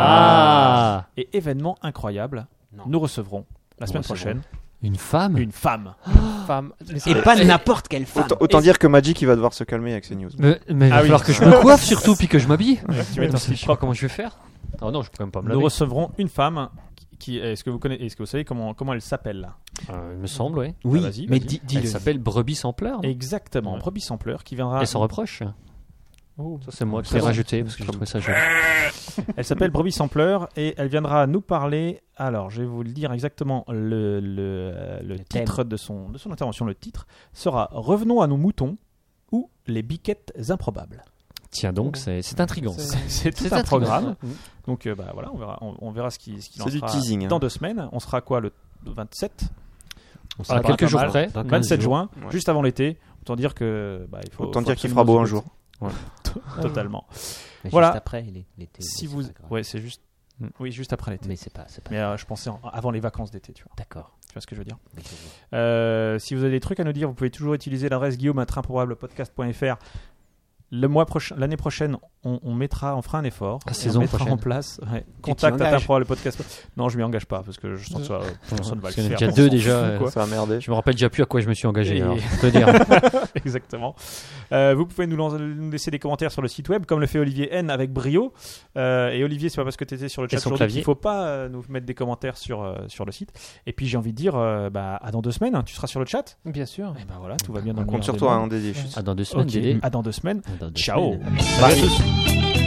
Ah. Et événement incroyable, Non. nous recevrons la semaine recevrons. prochaine Une femme. une femme. Femme. Mais Et c'est- pas n'importe quelle femme. Autant, autant dire que Magic il va devoir se calmer avec ses news. Mais, mais il va Ah oui. falloir que je me coiffe surtout puis que je m'habille. Tu m'étonnes. Je sais pas comment je vais faire. Oh non, je peux quand même pas me Nous laver. recevrons une femme qui est-ce que vous connaissez est-ce que vous savez comment comment elle s'appelle? Euh, il me semble, oui. Oui, Ah, vas-y, mais vas-y. dis- Elle dis-le. s'appelle Brebis sans pleurs. non Exactement, Ouais. brebis sans pleurs qui viendra. Elle s'en reproche. Oh. Ça, c'est moi qui C'est l'ai bon. rajouté parce que je trouvais ça joli. Elle s'appelle Brebis sans pleurs et elle viendra nous parler. Alors, je vais vous le dire exactement. Le, le, euh, le thème. titre de son, de son intervention, le titre sera Revenons à nos moutons ou les biquettes improbables. Tiens donc, c'est c'est intriguant. C'est- C'est tout C'est un intriguant. programme. Donc euh, bah voilà, on verra, on, on verra ce qui, ce qu'il en C'est du sera teasing, hein. dans deux semaines. On sera quoi le vingt-sept On À sera pas quelques mal. jours près. dans quinze vingt-sept jours. juin, Ouais. juste avant l'été. Autant dire que bah, il faut. Autant faut dire qu'il absolument fera beau un s'y jour. Totalement. Mais Voilà. Juste après l'été. l'été, Si bon, vous, c'est pas grave. ouais, c'est juste. Oui, juste après l'été. Mais c'est pas, c'est pas. Mais euh, je pensais en- avant les vacances d'été, tu vois. D'accord. Tu vois ce que je veux dire. Mais je vois. Euh, si vous avez des trucs à nous dire, vous pouvez toujours utiliser l'adresse guillaume arobase improbablepodcast point f r. Le mois prochain, l'année prochaine, on, on mettra, on fera un effort. La Et saison on mettra prochaine. en place. Ouais, tu contact à t'engages improbablepodcast. Non, je m'y engage pas parce que je sens que ça, personne va Parce le qu'il y en a faire. déjà on deux s'en déjà, fout, euh, quoi. Ça va merder. Je me rappelle déjà plus à quoi je me suis engagé. Et- alors, je peux dire. Exactement. Euh, vous pouvez nous, lan- nous laisser des commentaires sur le site web, comme le fait Olivier N avec brio. Euh, et Olivier, c'est pas parce que tu étais sur le Et chat son aujourd'hui clavier. qu'il faut pas euh, nous mettre des commentaires sur, euh, sur le site. Et puis j'ai envie de dire, euh, bah, à dans deux semaines, tu seras sur le chat. Bien sûr. Et ben voilà, tout va bien dans On le compte meilleur sur des toi, mondes. hein, Dédé. je suis À dans deux semaines, Ok, Dédé. à dans deux semaines. Dans deux Ciao. semaines. Bye à tous.